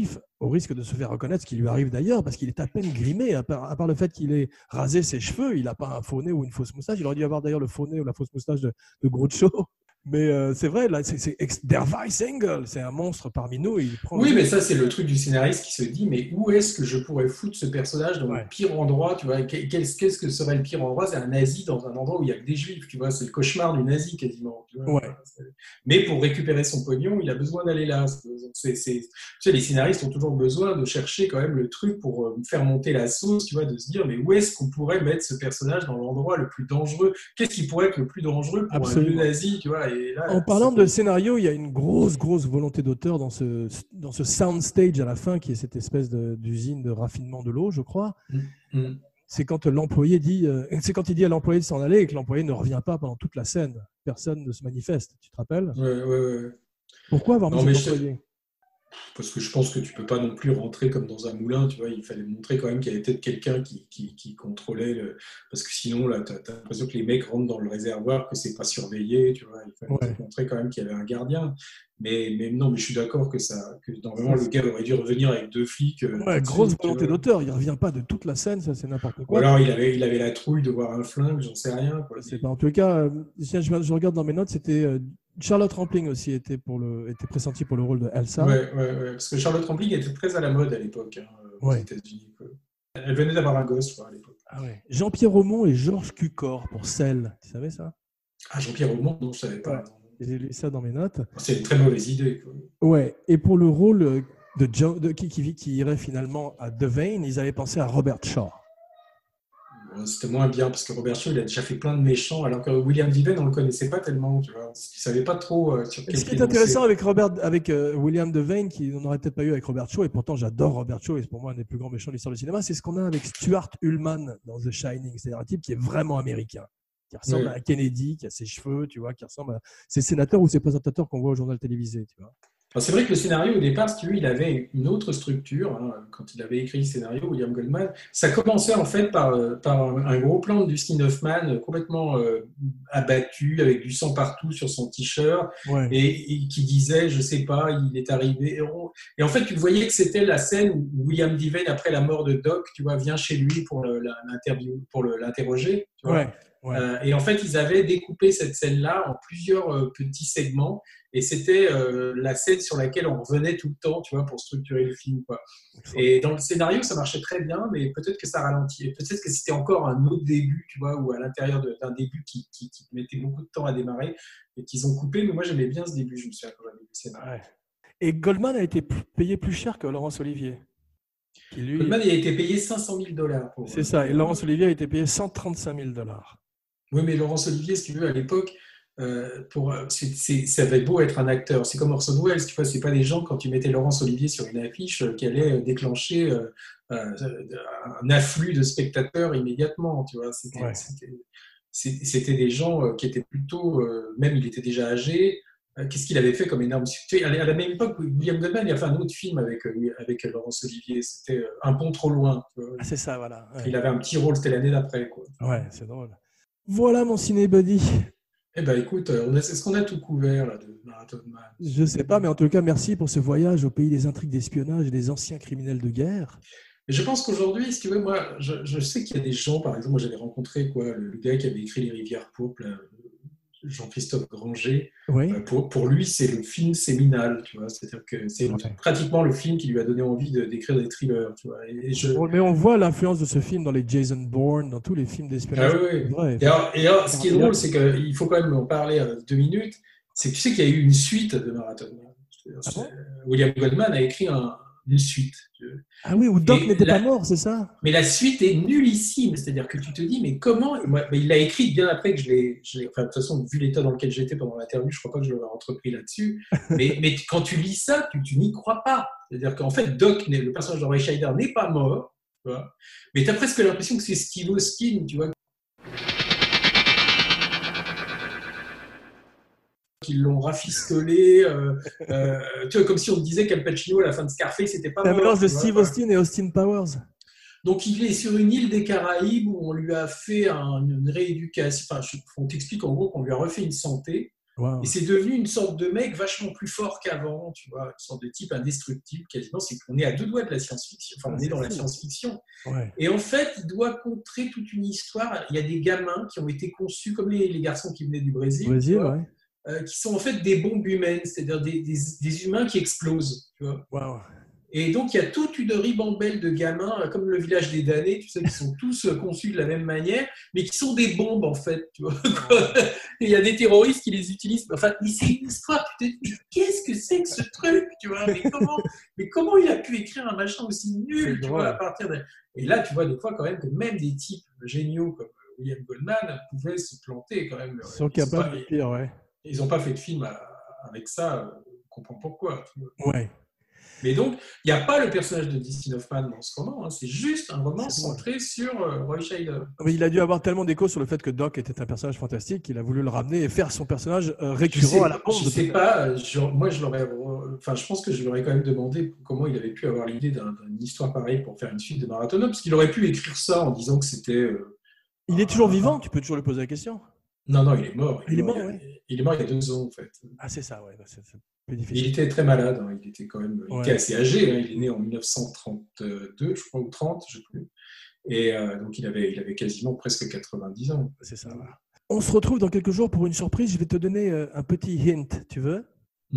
Speaker 1: au risque de se faire reconnaître, ce qui lui arrive d'ailleurs, parce qu'il est à peine grimé. À part le fait qu'il ait rasé ses cheveux, il n'a pas un faux nez ou une fausse moustache. Il aurait dû avoir d'ailleurs le faux nez ou la fausse moustache de Groucho. Mais c'est vrai, là, c'est Der Weissengel, c'est un monstre parmi nous. Il prend
Speaker 2: mais ça, c'est le truc du scénariste qui se dit, mais où est-ce que je pourrais foutre ce personnage dans le pire endroit, tu vois, qu'est-ce que serait le pire endroit? C'est un nazi dans un endroit où il n'y a que des juifs, tu vois, c'est le cauchemar du nazi quasiment. Tu vois, mais pour récupérer son pognon, il a besoin d'aller là. Tu sais, les scénaristes ont toujours besoin de chercher quand même le truc pour faire monter la sauce, tu vois, de se dire, mais où est-ce qu'on pourrait mettre ce personnage dans l'endroit le plus dangereux? Qu'est-ce qui pourrait être le plus dangereux pour un vieux nazi, tu vois? Là,
Speaker 1: en parlant de scénario, il y a une grosse volonté d'auteur dans ce soundstage à la fin, qui est cette espèce d'usine de raffinement de l'eau, je crois. C'est quand l'employé dit, quand il dit à l'employé de s'en aller et que l'employé ne revient pas pendant toute la scène. Personne ne se manifeste. Tu te rappelles?
Speaker 2: Ouais.
Speaker 1: Pourquoi avoir mis cet employé?
Speaker 2: Parce que je pense que tu peux pas non plus rentrer comme dans un moulin, tu vois, il fallait montrer quand même qu'il y avait peut-être quelqu'un qui contrôlait parce que sinon là t'as l'impression que les mecs rentrent dans le réservoir, que c'est pas surveillé, tu vois, il fallait montrer quand même qu'il y avait un gardien. Mais je suis d'accord que normalement le gars aurait dû revenir avec 2 flics.
Speaker 1: Grosse volonté d'auteur, il revient pas de toute la scène, ça c'est n'importe quoi.
Speaker 2: Ou alors il avait la trouille de voir un flingue, j'en sais rien, quoi.
Speaker 1: C'est pas, en tout cas, je regarde dans mes notes, c'était Charlotte Rampling aussi était pressentie pour le rôle de Elsa.
Speaker 2: Ouais, parce que Charlotte Rampling était très à la mode à l'époque, aux États-Unis. Elle venait d'avoir un gosse, quoi, à l'époque.
Speaker 1: Jean-Pierre Aumont et Georges Cukor pour Cell, tu savais ça?
Speaker 2: Ah, Jean-Pierre Aumont, non, je savais pas.
Speaker 1: J'ai lu ça dans mes notes.
Speaker 2: C'est une très mauvaise idée, quoi.
Speaker 1: Ouais, et pour le rôle qui irait finalement à Devane, ils avaient pensé à Robert Shaw.
Speaker 2: C'était moins bien, parce que Robert Shaw, il a déjà fait plein de méchants, alors que William Devane, on ne le connaissait pas tellement, tu vois. Il ne savait pas trop sur quel.
Speaker 1: Ce qui est intéressant avec William Devane, qu'on n'aurait peut-être pas eu avec Robert Shaw, et pourtant j'adore Robert Shaw, et c'est pour moi un des plus grands méchants de l'histoire du cinéma, c'est ce qu'on a avec Stuart Ullman dans The Shining. C'est un type qui est vraiment américain, qui ressemble à Kennedy, qui a ses cheveux, tu vois, qui ressemble à ces sénateurs ou ces présentateurs qu'on voit au journal télévisé, tu vois.
Speaker 2: C'est vrai que le scénario, au départ, si tu veux, il avait une autre structure. Quand il avait écrit le scénario, William Goldman, ça commençait en fait par un gros plan de Dustin Hoffman complètement abattu, avec du sang partout sur son t-shirt, et qui disait, je sais pas, il est arrivé. Et en fait, tu voyais que c'était la scène où William Devane, après la mort de Doc, tu vois, vient chez lui pour l'interroger. Tu vois. Et en fait, ils avaient découpé cette scène-là en plusieurs petits segments. Et c'était la scène sur laquelle on revenait tout le temps, tu vois, pour structurer le film, quoi. Et dans le scénario, ça marchait très bien, mais peut-être que ça ralentit. Peut-être que c'était encore un autre début, tu vois, ou à l'intérieur d'un début qui mettait beaucoup de temps à démarrer et qu'ils ont coupé. Mais moi, j'aimais bien ce début, je me souviens quand j'avais vu le scénario.
Speaker 1: Et Goldman a été payé plus cher que Laurence Olivier.
Speaker 2: Goldman, il a été payé $500 000.
Speaker 1: C'est ça, et Laurence Olivier a été payé $135 000.
Speaker 2: Oui, mais Laurence Olivier, si tu veux, à l'époque, ça avait beau être un acteur, c'est comme Orson Welles, tu vois, c'est pas des gens, quand tu mettais Laurence Olivier sur une affiche, qui allaient déclencher un afflux de spectateurs immédiatement, tu vois. C'était des gens qui étaient plutôt, même il était déjà âgé. Qu'est-ce qu'il avait fait comme énorme succès? À la même époque, William Goldman, il a fait un autre film avec Laurence Olivier, c'était Un pont trop loin.
Speaker 1: C'est ça, voilà. Ouais.
Speaker 2: Il avait un petit rôle, c'était l'année d'après, quoi.
Speaker 1: Ouais, c'est drôle. Voilà mon cinébuddy.
Speaker 2: Eh bien, écoute, est-ce qu'on a tout couvert là, de Marathon Man?
Speaker 1: Je ne sais pas, mais en tout cas, merci pour ce voyage au pays des intrigues d'espionnage et des anciens criminels de guerre.
Speaker 2: Et je pense qu'aujourd'hui, si tu veux, moi, je sais qu'il y a des gens, par exemple, moi j'avais rencontré le gars qui avait écrit Les Rivières pourpres, Jean-Christophe Granger.
Speaker 1: Oui.
Speaker 2: Pour lui, c'est le film séminal, tu vois. C'est-à-dire que c'est pratiquement le film qui lui a donné envie d'écrire des thrillers, tu vois.
Speaker 1: Mais on voit l'influence de ce film dans les Jason Bourne, dans tous les films d'espionnage.
Speaker 2: Ah oui. Et alors, ce qui est drôle, c'est qu'il faut quand même en parler 2 minutes. C'est que tu sais qu'il y a eu une suite de Marathon Man. William Goldman a écrit une suite.
Speaker 1: Ah oui, où Doc n'était pas mort, c'est ça?
Speaker 2: Mais la suite est nullissime, c'est-à-dire que tu te dis, mais comment? Il l'a écrit bien après que je l'ai. Enfin, de toute façon, vu l'état dans lequel j'étais pendant l'interview, je ne crois pas que je l'aurais entrepris là-dessus. mais quand tu lis ça, tu n'y crois pas. C'est-à-dire qu'en fait, Doc, le personnage de Roy Scheider, n'est pas mort, tu vois, mais tu as presque l'impression que c'est Steve Austin, tu vois. Qu'ils l'ont rafistolé, tu vois, comme si on disait qu'Al Pacino, à la fin de Scarface, c'était pas mort.
Speaker 1: La mélange de Steve Austin et Austin Powers.
Speaker 2: Donc, il est sur une île des Caraïbes où on lui a fait une rééducation. Enfin, on t'explique en gros qu'on lui a refait une santé.
Speaker 1: Wow.
Speaker 2: Et c'est devenu une sorte de mec vachement plus fort qu'avant, tu vois, une sorte de type indestructible quasiment. C'est qu'on est à 2 doigts de la science-fiction. Enfin, on est dans la science-fiction.
Speaker 1: Ouais.
Speaker 2: Et en fait, il doit contrer toute une histoire. Il y a des gamins qui ont été conçus comme les garçons qui venaient du Brésil, tu vois, qui sont en fait des bombes humaines, c'est-à-dire des humains qui explosent, tu vois.
Speaker 1: Wow.
Speaker 2: Et donc, il y a toute une ribambelle de gamins, comme le village des damnés, tu sais, qui sont tous conçus de la même manière, mais qui sont des bombes, en fait. Tu vois. Et il y a des terroristes qui les utilisent. Enfin, c'est une histoire, tu te dis, qu'est-ce que c'est que ce truc, tu vois, mais comment il a pu écrire un machin aussi nul, tu vois, à partir de... Et là, tu vois, des fois, quand même, que même des types géniaux comme William Goldman pouvaient se planter, quand même.
Speaker 1: Ils sont capables de pire, ouais.
Speaker 2: Ils n'ont pas fait de film avec ça, on comprend pourquoi. Tu vois.
Speaker 1: Ouais.
Speaker 2: Mais donc, il n'y a pas le personnage de Dustin Hoffman dans ce roman, hein. C'est juste un roman centré sur Roy Scheider.
Speaker 1: Mais il a dû avoir tellement d'écho sur le fait que Doc était un personnage fantastique qu'il a voulu le ramener et faire son personnage récurrent à la bande.
Speaker 2: Je ne sais pas, moi je pense que je lui aurais quand même demandé comment il avait pu avoir l'idée d'une histoire pareille pour faire une suite de Marathonum, parce qu'il aurait pu écrire ça en disant que c'était...
Speaker 1: il est toujours vivant, tu peux toujours lui poser la question.
Speaker 2: Non, il est mort.
Speaker 1: Il est mort,
Speaker 2: il est mort il y a 2 ans, en fait.
Speaker 1: Ah, c'est ça, ouais. C'est plus difficile.
Speaker 2: Il était très malade, hein. Il était quand même il était assez âgé. Hein. Il est né en 1932, je crois, ou 30, je ne sais plus. Et donc, il avait quasiment presque 90 ans.
Speaker 1: C'est ça, voilà. On se retrouve dans quelques jours pour une surprise. Je vais te donner un petit hint, tu veux?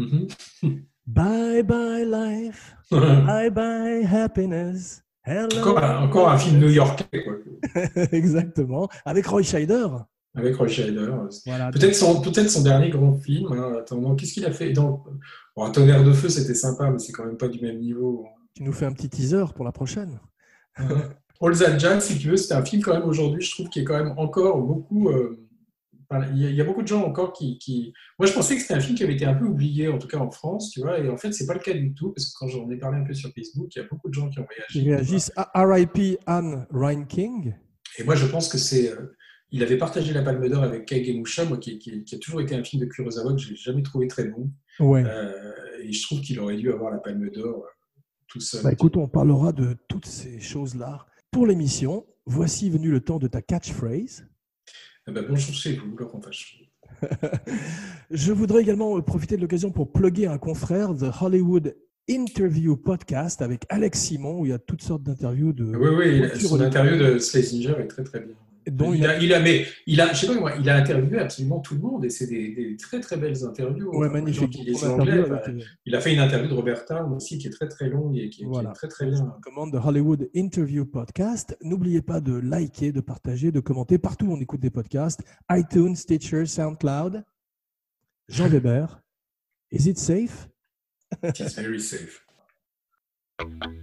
Speaker 1: Bye bye life, bye bye happiness. Hello.
Speaker 2: Encore un film new-yorkais, quoi.
Speaker 1: Exactement, avec Roy Scheider.
Speaker 2: Avec Roy Scheider.
Speaker 1: Voilà,
Speaker 2: peut-être son dernier grand film. Hein. Attends, qu'est-ce qu'il a fait bon, Tonnerre de feu, c'était sympa, mais c'est quand même pas du même niveau.
Speaker 1: Tu nous fais un petit teaser pour la prochaine.
Speaker 2: All That Jazz, si tu veux, c'est un film quand même aujourd'hui, je trouve, qui est quand même encore beaucoup... il y a beaucoup de gens encore qui... Moi, je pensais que c'était un film qui avait été un peu oublié, en tout cas en France, tu vois, et en fait, c'est pas le cas du tout, parce que quand j'en ai parlé un peu sur Facebook, il y a beaucoup de gens qui ont réagi.
Speaker 1: Ils réagissent à R.I.P. Anne Reinking.
Speaker 2: Et moi, je pense que c'est... il avait partagé la Palme d'Or avec Kagemusha, moi, qui a toujours été un film de Kurosawa que je n'ai jamais trouvé très bon.
Speaker 1: Ouais.
Speaker 2: Et je trouve qu'il aurait dû avoir la Palme d'Or tout seul.
Speaker 1: Bah, écoute, on parlera de toutes ces choses-là. Pour l'émission, voici venu le temps de ta catchphrase.
Speaker 2: Bonjour chez vous, Laurent Vachon.
Speaker 1: Je voudrais également profiter de l'occasion pour plugger un confrère, The Hollywood Interview Podcast, avec Alex Simon, où il y a toutes sortes d'interviews de...
Speaker 2: Oui, son interview de Schlesinger est très très bien.
Speaker 1: Donc,
Speaker 2: il a interviewé absolument tout le monde et c'est des très très belles interviews.
Speaker 1: Ouais, magnifique.
Speaker 2: Il a fait une interview de Robert Town aussi qui est très très longue et qui est très très bien.
Speaker 1: Je recommande The Hollywood Interview Podcast. N'oubliez pas de liker, de partager, de commenter partout où on écoute des podcasts. iTunes, Stitcher, SoundCloud. Jean Weber. Is it safe?
Speaker 2: It's very safe.